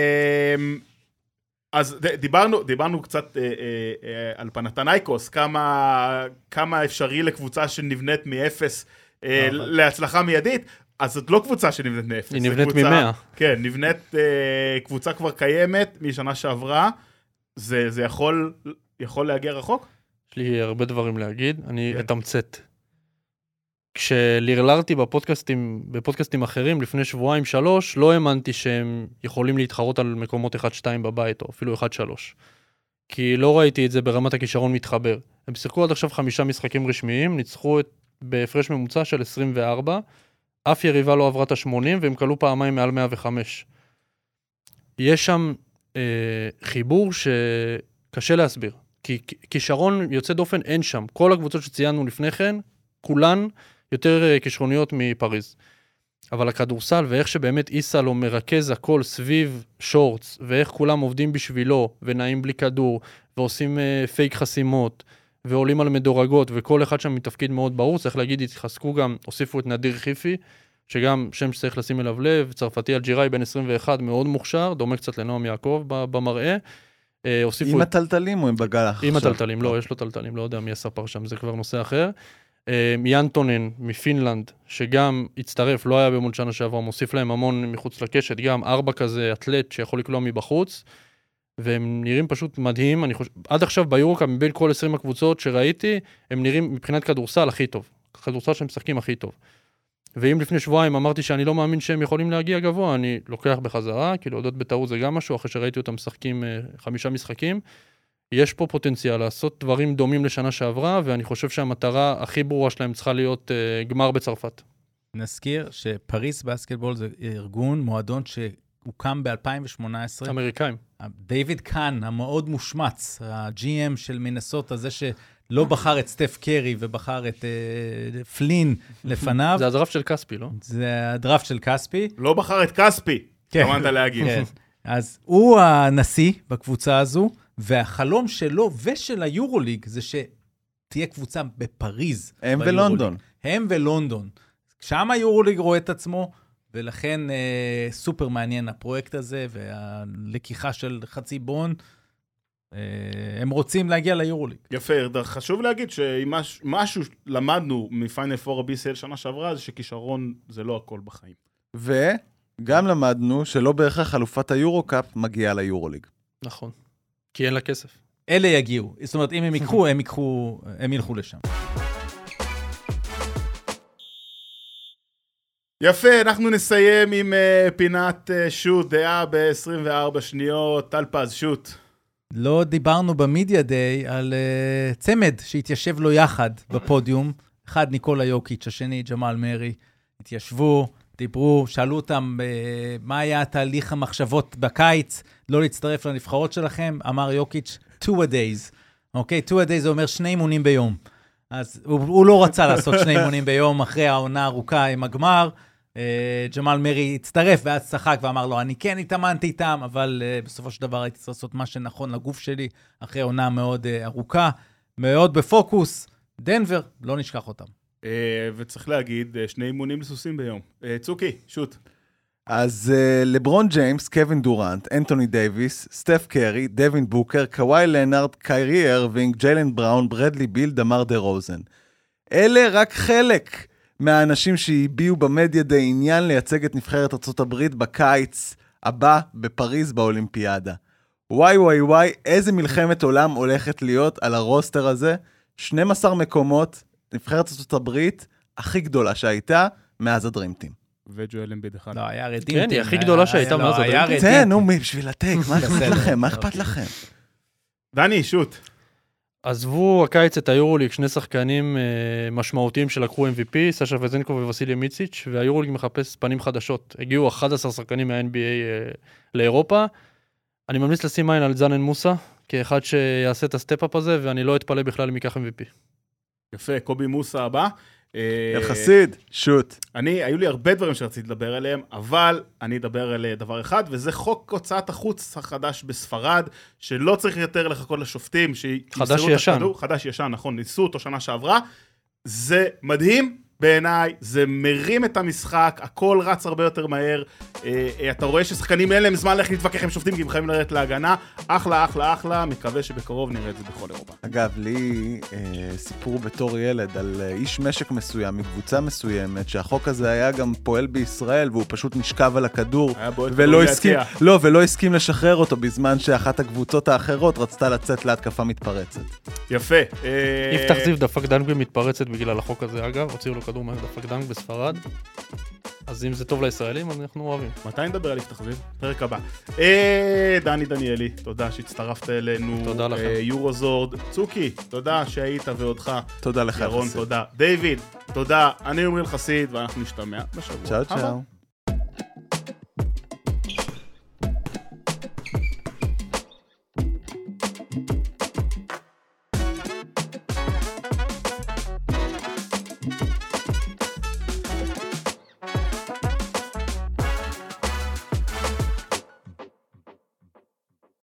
אז דיברנו קצת על פנתנייקוס, כמה אפשרי לקבוצה שנבנית מאפס להצלחה מיידית, אז זאת לא קבוצה שנבנית מאפס. היא נבנית ממאה. כן, נבנית קבוצה כבר קיימת משנה שעברה, זה יכול להגיע רחוק? יש לי הרבה דברים להגיד, אני אתמצת. כשלירלרתי בפודקאסטים אחרים לפני 2-3, לא האמנתי שהם יכולים להתחרות על מקומות 1-2 בבית, או אפילו 1-3. כי לא ראיתי את זה ברמת הכישרון מתחבר. הם שיחקו עד עכשיו 5 משחקים רשמיים, ניצחו בהפרש ממוצע של 24, אף יריבה לא עברה את ה-80, והם קלו פעמיים מעל 105. יש שם חיבור שקשה להסביר. כי כישרון יוצא דופן אין שם. כל הקבוצות שציינו לפני כן, כולן יותר כישרוניות מפריז. אבל הכדורסל ואיך שבאמת איסלו מרכז הכל סביב שורטס, ואיך כולם עובדים בשבילו, ונעים בלי כדור, ועושים פייק חסימות, ועולים על מדורגות, וכל אחד שם מתפקיד מאוד ברור, צריך להגיד, התחזקו גם, הוסיפו את נדיר חיפי, שגם שם שצריך לשים אליו לב, צרפתי אלג'יראי בן 21, מאוד מוכשר, דומה קצת לנועם יעקב במראה. עם הטלטלים או עם בגל עכשיו? עם הטלטלים, לא, יש לו טלטלים, לא יודע מי הספר שם, זה כבר נושא אחר. ינטונן מפינלנד, שגם הצטרף, לא היה במול שנה שעברה, מוסיף להם המון מחוץ לקשת, גם 4 כזה אתלט שיכול לקלוע מבחוץ, והם נראים פשוט מדהים, עד עכשיו ביורוקאפ, מבין כל 20 הקבוצות שראיתי, הם נראים מבחינת כדורסל הכי טוב, כדורסל שהם משחקים הכי טוב. ואם לפני שבועיים אמרתי שאני לא מאמין שהם יכולים להגיע גבוה, אני לוקח בחזרה, כי להודות בטעות זה גם משהו, אחרי שראיתי אותם משחקים 5 משחקים, יש פה פוטנציאל לעשות דברים דומים לשנה שעברה, ואני חושב שהמטרה הכי ברורה שלהם צריכה להיות גמר בצרפת. נזכיר שפריס בסקטבול זה ארגון, מועדון שהוקם ב-2018. אמריקאים. דיוויד קאן, המאוד מושמץ, ה-GM של מינסוטה, זה שלא בחר את סטף קרי ובחר את פלין לפניו. זה הדראפט של קספי, לא? זה הדראפט של קספי. לא בחר את קספי, כמנת להגיד. כן. אז הוא הנשיא בקבוצה הזו, והחלום שלו ושל היורוליג זה שתהיה קבוצה בפריז. הם ולונדון. הם ולונדון. שם היורוליג רואה את עצמו, ולכן סופר מעניין הפרויקט הזה, והלקיחה של חצי בון, הם רוצים להגיע ליורוליג. יפה, חשוב להגיד שאם משהו למדנו מפיינל פור ה-BCL שנה שעברה, זה שכישרון זה לא הכל בחיים. וגם למדנו שלא בהכרח חלופת היורוקאפ מגיעה ליורוליג. נכון. כי אין לה כסף. אלה יגיעו. זאת אומרת, אם הם יקחו, הם ילכו לשם. יפה, אנחנו נסיים עם פינת שוט, דעה ב-24 שניות. טל פז, שוט. לא דיברנו במדיה דיי על צמד שהתיישב לו יחד בפודיום. אחד ניקולה יוקיץ', השני ג'מאל מרי. התיישבו, דיברו, שאלו אותם מה היה תהליך המחשבות בקיץ, לא להצטרף לנבחרות שלכם. אמר יוקיץ' 2 a days. אוקיי, 2 a days זה אומר 2 אימונים ביום. אז הוא לא רצה לעשות 2 אימונים ביום אחרי העונה ארוכה עם הגמר. ג'מאל מרי הצטרף ואז צחק ואמר לו, אני כן התאמנתי איתם, אבל בסופו של דבר הייתי צריך לעשות מה שנכון לגוף שלי, אחרי עונה מאוד ארוכה, מאוד בפוקוס. דנבר, לא נשכח אותם. וצריך להגיד, 2 אימונים לסוסים ביום. צוקי, שוט. אז לברון ג'יימס, קווין דורנט, אנטוני דייביס, סטף קרי, דווין בוקר, קוואי לנארד, קיירי ארווינג, ג'יילן בראון, ברדלי ביל, דמר דה רוזן. אלה רק חלק מהאנשים שהביעו במדיה די עניין לייצג את נבחרת ארצות הברית בקיץ הבא בפריז באולימפיאדה. וואי וואי וואי, איזה מלחמת עולם הולכת להיות על הרוסטר הזה. 12 מקומות, נבחרת ארצות הברית הכי גדולה שהייתה מאז הדרימטים. וג'ואל אמביד אחד. לא, היה רדימטים. כן, היא הכי גדולה שהייתה מאז הדרימטים. תן, נו, בשביל הטייק, מה אכפת לכם? מה אכפת לכם? דני, שוט. עזבו הקיץ את היורוליג 2 שחקנים משמעותיים שלקחו MVP, סשה וזנקו וווסיליה מיציץ', והיורוליג מחפש פנים חדשות. הגיעו 11 שחקנים מה-NBA לאירופה. אני ממליץ לשים עין על זנן מוסה, כאחד שיעשה את הסטפ-אפ הזה, ואני לא אתפלא בכלל אם ייקח MVP. יפה, קובי מוסה הבא. יחסיד, שוט. היו לי הרבה דברים שרציתי לדבר עליהם, אבל אני אדבר על דבר אחד, וזה חוק הוצאת החוץ החדש בספרד, שלא צריך יותר לחכות לשופטים, חדש ישן. חדש ישן, נכון, ניסו אותו שנה שעברה. זה מדהים בעיניי, זה מרים את המשחק, הכל רץ הרבה יותר מהר, אתה רואה ששחקנים אין להם זמן איך להתווכח עם שופטים, כי הם חייבים לרדת להגנה, אחלה, אחלה, אחלה, מקווה שבקרוב נראה את זה בכל אירופה. אגב, לי סיפור בתור ילד על איש משק מסוים, מקבוצה מסוימת, שהחוק הזה היה גם פועל בישראל, והוא פשוט נשכב על הכדור, ולא הסכים לשחרר אותו, בזמן שאחת הקבוצות האחרות רצתה לצאת להתקפה מתפרצת. יפה. יפתח זיו דפק דנק מתפרצת בגלל החוק הזה, אגב, הוציאו לו כדור מהדפק דנק בספרד. אז אם זה טוב לישראלים, אז אנחנו אוהבים. מתי נדבר על יפתח זיו? פרק הבא. דני דניאלי, תודה שהצטרפת אלינו. תודה לכם. יורוזורד. צוקי, תודה שהיית ועודך. תודה לך. ירון, תודה. דיוויד, תודה. אני אומר חסיד, ואנחנו נשתמע בשבוע. צ'או צ'או.